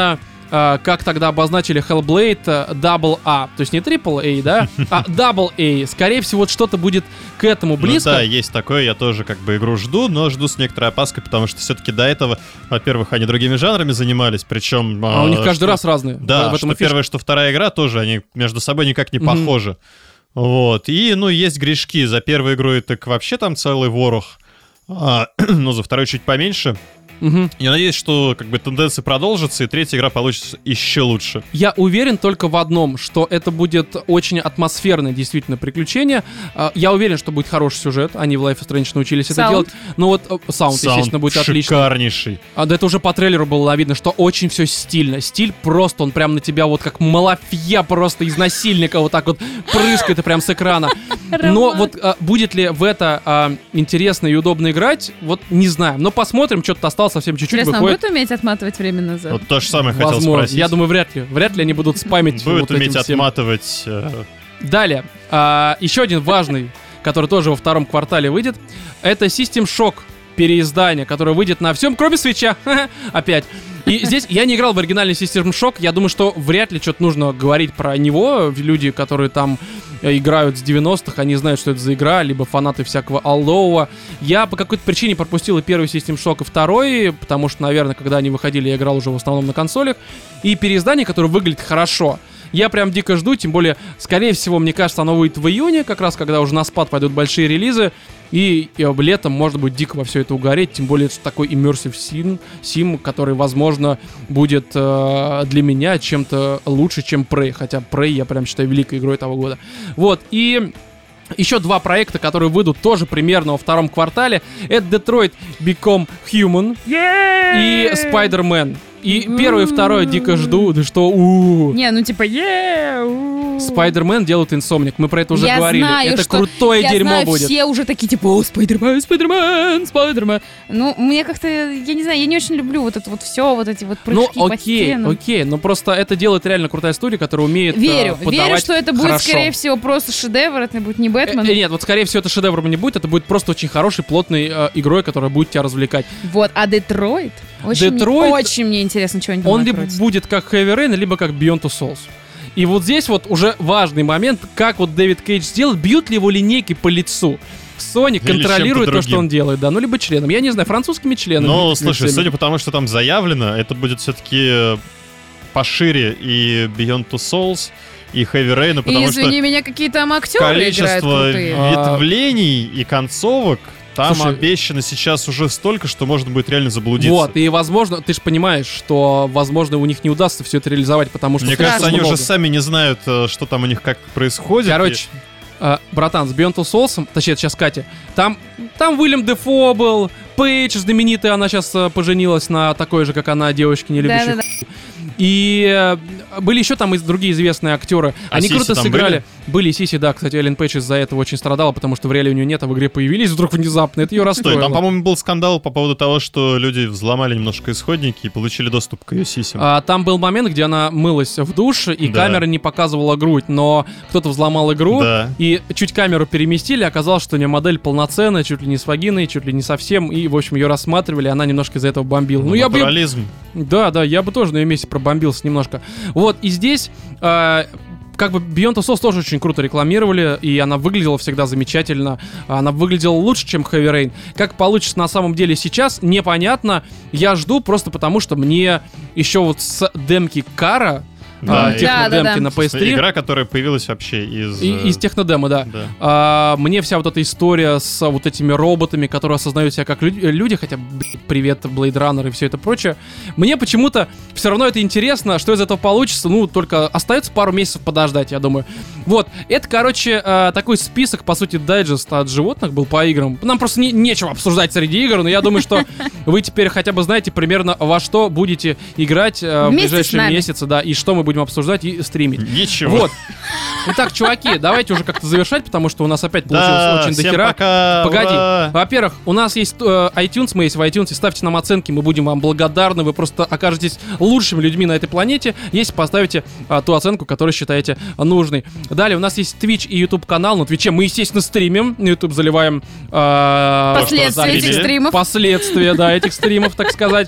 э, как тогда обозначили Hellblade, э, Double A. То есть не Triple A, да, а Double A. Скорее всего, вот что-то будет к этому близко. Ну да, есть такое, я тоже как бы игру жду, но жду с некоторой опаской, потому что все-таки до этого, во-первых, они другими жанрами занимались, причем... А, а у них каждый что, раз разные. Да, в этом что первая, что вторая игра тоже, они между собой никак не Мгм. похожи. Вот, и, ну, есть грешки. За первую игру так вообще там целый ворох, а, ну, за вторую чуть поменьше. Мгм. Я надеюсь, что как бы тенденции продолжатся, и третья игра получится еще лучше. Я уверен только в одном, что это будет очень атмосферное действительно приключение. А, Я уверен, что будет хороший сюжет. Они в Life is Strange научились это Саунд. делать. Но вот э, саунд, естественно, будет отличный. шикарнейший. А да это уже по трейлеру было видно, что очень все стильно. Стиль просто, он прям на тебя вот как малафья просто из насильника вот так вот прыскает и прям с экрана. Но вот а, будет ли в это а, интересно и удобно играть, вот не знаю. Но посмотрим, что-то осталось совсем чуть-чуть, Интересно, он выходит. будет уметь отматывать время назад? Вот то же самое хотел Возможно. спросить. Я думаю, вряд ли. Вряд ли они будут спамить Будет вот уметь этим всем. отматывать... э, Далее, а, еще один важный, который тоже во втором квартале выйдет, это System Shock переиздание, которое выйдет на всем, кроме свитча. Опять. И здесь я не играл в оригинальный System Shock. Я думаю, что вряд ли что-то нужно говорить про него. Люди, которые там э, играют с девяностых, они знают, что это за игра, либо фанаты всякого олдового. Я по какой-то причине пропустил и первый System Shock, и второй, потому что, наверное, когда они выходили, я играл уже в основном на консолях. И переиздание, которое выглядит хорошо. Я прям дико жду, тем более, скорее всего, мне кажется, оно выйдет в июне, как раз когда уже на спад пойдут большие релизы. И, и летом можно будет дико во все это угореть, тем более это такой immersive sim, sim который, возможно, будет э, для меня чем-то лучше, чем Prey. Хотя Prey я прям считаю великой игрой того года. Вот, и... Еще два проекта, которые выйдут тоже примерно во втором квартале. Это Detroit Become Human и Spider-Man. И первое и второе дико жду. Да что, у Не, ну типа, е Spider-Man делают Insomniac. Мы про это уже Я говорили. знаю, Это что- крутое Я дерьмо знаю, будет. все уже такие, типа, о, Спайдермен, Спайдермен, Спайдермен. Ну, мне как-то, я не знаю, я не очень люблю вот это вот все, вот эти вот Ну, прыжки по окей, стенам. окей, но просто это делает реально крутая студия, которая умеет э, Верю, подавать верю, что это будет, хорошо. скорее всего, просто шедевр, это будет не Бэтмен. Э, э, Нет, вот скорее всего это шедевром не будет, это будет просто очень хорошей, плотной э, игрой, которая будет тебя развлекать. Вот, а Детройт? Очень, Детройт- мне, очень мне интересно, что они там Он либо накрутят. будет как Heavy Rain, либо как Beyond Two Souls. И вот здесь вот уже важный момент, как вот Дэвид Кейдж сделал, бьют ли его линейки по лицу. Sony чем-то контролирует то, что другим. он делает, да, ну либо членом, я не знаю, французскими членами. Ну, или слушай, всеми. судя по тому, что там заявлено, это будет все-таки пошире и Beyond Two Souls, и Heavy Rain, И, потому извини что меня, какие там актеры играют количество крутые. А, ветвлений и концовок там слушай, обещано сейчас уже столько, что можно будет реально заблудиться. Вот, и возможно, ты же понимаешь, что, возможно, у них не удастся все это реализовать, потому что Мне слишком кажется, они много. уже сами не знают, э, что там у них как происходит. Короче, э, братан, с Beyond Two Souls, точнее, это сейчас Катя, там, там Уильям Дефо был, Пейдж знаменитая, она сейчас э, поженилась на такой же, как она, девочке, не любящей. Да-да-да. И э, были еще там и другие известные актеры. А Они Сиси круто там сыграли. Были Сиси, да, кстати, Эллен Пейдж из-за этого очень страдала, потому что в реале у нее нет, а в игре появились вдруг внезапно. Это ее Стой, расстроило. там, по-моему, был скандал по поводу того, что люди взломали немножко исходники и получили доступ к ее сисям. А, там был момент, где она мылась в душе, и Да. камера не показывала грудь, но кто-то взломал игру, Да. и чуть камеру переместили, оказалось, что у нее модель полноценная, чуть ли не с вагиной, чуть ли не совсем, и, в общем, ее рассматривали, она немножко из-за этого бомбила. Ну, я бы... Натурализм. Да, да, я бы тоже на ее месте пробомбился немножко. Вот, и здесь... а, как бы Beyond Two Souls тоже очень круто рекламировали, и она выглядела всегда замечательно. Она выглядела лучше, чем Heavy Rain. Как получится на самом деле сейчас, непонятно. Я жду просто потому, что мне еще вот с демки Кара, Да, а, и- технодемки Да, да, да. на пи эс три, Игра, которая появилась вообще из... и- э, из технодема, да. да. А, мне вся вот эта история с вот этими роботами, которые осознают себя как лю- люди, хотя, блин, привет, Blade Runner и все это прочее, мне почему-то все равно это интересно, что из этого получится, ну, только остается пару месяцев подождать, я думаю. Вот, это, короче, а, такой список, по сути, дайджест от животных был по играм. Нам просто не- нечего обсуждать среди игр, но я думаю, что вы теперь хотя бы знаете примерно, во что будете играть а, в Вместе с ближайшие нами. месяцы, да, и что мы будем обсуждать и стримить. Ничего. Вот. Итак, чуваки, давайте уже как-то завершать, потому что у нас опять получилось Да, очень всем дохера. пока, Погоди. ура! Во-первых, у нас есть э, iTunes, мы есть в iTunes, ставьте нам оценки, мы будем вам благодарны, вы просто окажетесь лучшими людьми на этой планете, если поставите э, ту оценку, которую считаете нужной. Далее у нас есть Twitch и YouTube канал, на Твиче мы, естественно, стримим, на YouTube заливаем... э, Последствия записи. этих стримов. Последствия, да, этих стримов, так сказать.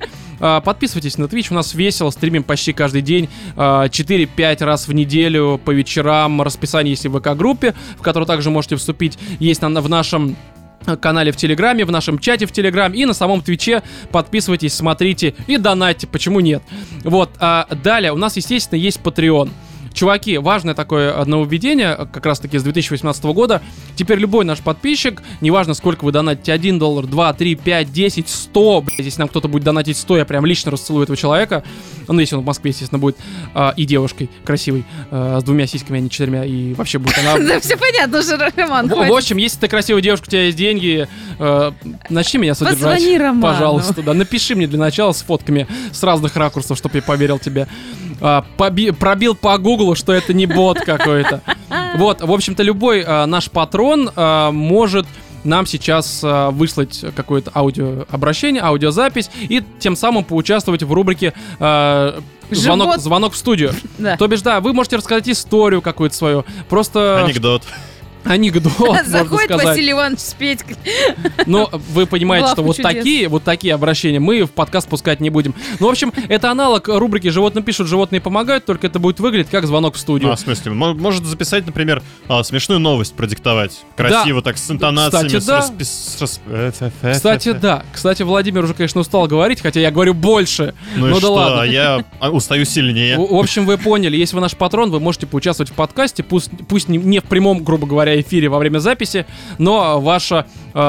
А, подписывайтесь на Twitch, у нас весело, стримим почти каждый день, а, четыре-пять раз в неделю по вечерам. Расписание есть в ВК-группе, в которую также можете вступить, есть на, в нашем канале в Телеграме, в нашем чате в Телеграм и на самом Твиче. Подписывайтесь, смотрите и донатьте, почему нет. Вот, а далее у нас, естественно, есть Patreon. Чуваки, важное такое нововведение, как раз таки с две тысячи восемнадцатого года. Теперь любой наш подписчик, неважно сколько вы донатите, один доллар, два, три, пять, десять, сто, блядь, если нам кто-то будет донатить сто, я прям лично расцелую этого человека. Ну, если он в Москве, естественно, будет. А, и девушкой красивой, а, с двумя сиськами, а не четырьмя, и вообще будет она... Да все понятно уже, Роман, В, в общем, если ты красивая девушка, у тебя есть деньги, э, начни меня содержать. Позвони Роману. Пожалуйста, да. Напиши мне для начала с фотками с разных ракурсов, чтобы я поверил тебе. А, поби- пробил по гуглу, что это не бот какой-то. Вот, в общем-то, любой а, наш патрон а, может нам сейчас а, выслать какое-то аудиообращение, аудиозапись и тем самым поучаствовать в рубрике а, звонок, Живот. звонок в студию. Да. То бишь, да, вы можете рассказать историю какую-то свою. Просто... Анекдот. Анекдот, можно Заходит сказать. Василий Иванович с Петькой. Но вы понимаете, Лавку что вот чудес. такие, вот такие обращения мы в подкаст пускать не будем. Ну, в общем, это аналог рубрики «Животные пишут, животные помогают», только это будет выглядеть как звонок в студию. А, в смысле, мо- может записать, например, а, смешную новость продиктовать. Красиво так, с интонациями. Кстати, с да. распис- с рас- э, фе- фе- Кстати, фе- фе. да. Кстати, Владимир уже, конечно, устал говорить, хотя я говорю больше. Ну, и да что, ладно. я а, устаю сильнее. В, в общем, вы поняли, если вы наш патрон, вы можете поучаствовать в подкасте, пусть, пусть не, не в прямом, грубо говоря, эфире во время записи, но ваша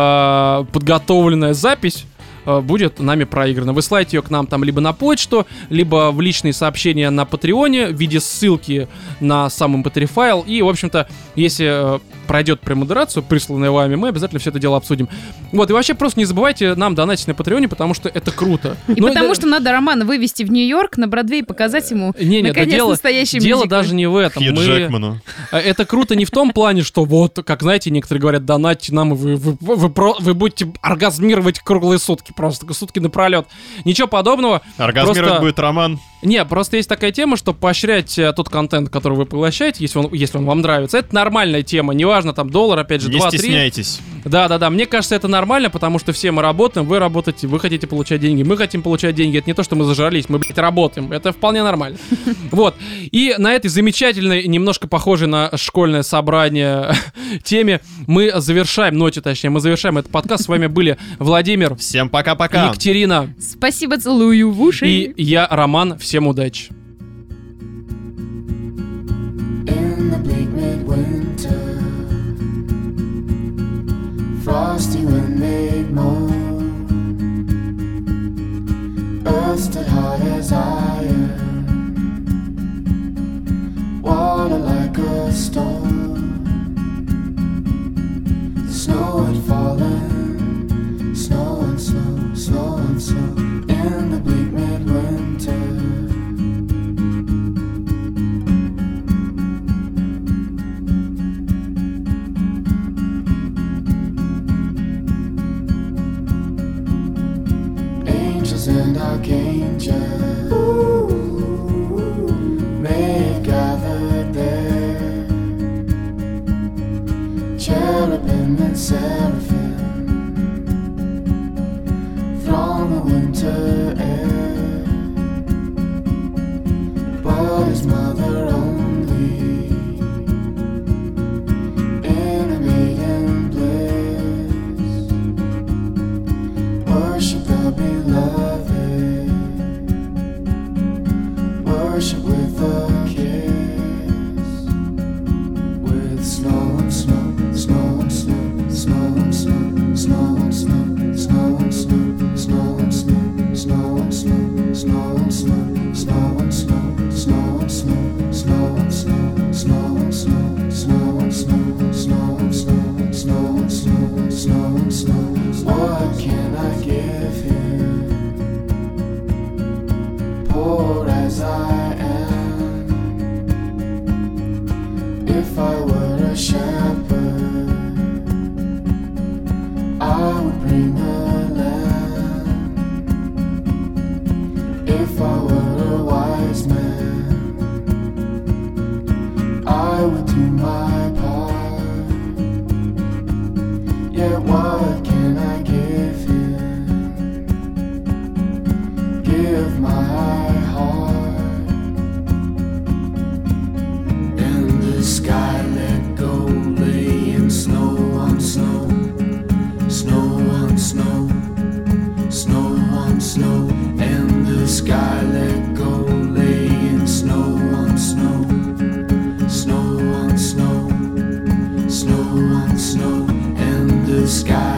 э, подготовленная запись э, будет нами проиграна. Высылайте ее к нам там либо на почту, либо в личные сообщения на Патреоне в виде ссылки на сам эм пэ три файл. И, в общем-то, если э, пройдет премодерацию, присланную вами, мы обязательно все это дело обсудим. Вот, и вообще просто не забывайте нам донатить на Патреоне, потому что это круто. И Ну, потому да- что надо Романа вывести в Нью-Йорк, на Бродвей, показать ему, Не, не, да наконец, дело, настоящий дело мюзикл. даже не в этом. Хью Мы- Джекману. А Это круто не в том плане, что вот, как знаете, некоторые говорят, донатьте нам, и вы, вы, вы, вы про- вы будете оргазмировать круглые сутки, просто сутки напролет. Ничего подобного. Оргазмировать Просто- будет Роман. Не, просто есть такая тема, что поощрять э, тот контент, который вы поглощаете, если он, если он вам нравится, это нормальная тема. Неважно, там, доллар, опять же, Не два-три. стесняйтесь. Да-да-да, мне кажется, это нормально, потому что все мы работаем, вы работаете, вы хотите получать деньги, мы хотим получать деньги. Это не то, что мы зажрались, мы, блядь, работаем. Это вполне нормально. Вот. И на этой замечательной, немножко похожей на школьное собрание теме мы завершаем, ноте точнее, мы завершаем этот подкаст. С вами были Владимир, Всем пока-пока. Екатерина Спасибо, целую в уши. и я, Роман. Всем удачи. In the bleak midwinter, frosty wind made moan. Earth stood hard as iron, water like a stone. The snow had fallen, snow and snow, snow and snow. In the bleak midwinter. Angels and archangels may have gathered there, cherubim and seraphim from the winter air, but his mother only in a maiden bliss worship the beloved, worship with a kiss, with snow and snow, snow and snow, snow and snow, snow and snow, snow and snow, snow and snow, snow and snow, snow and snow, snow and snow, snow and snow, snow and snow, snow and snow, snow and snow, snow and snow, snow and snow, snow and snow. What can I give him? Poor as I am, if I were a shepherd, I would bring a lamb. If I were a wise man, I would do my part. Yet what can I give him? Give sky.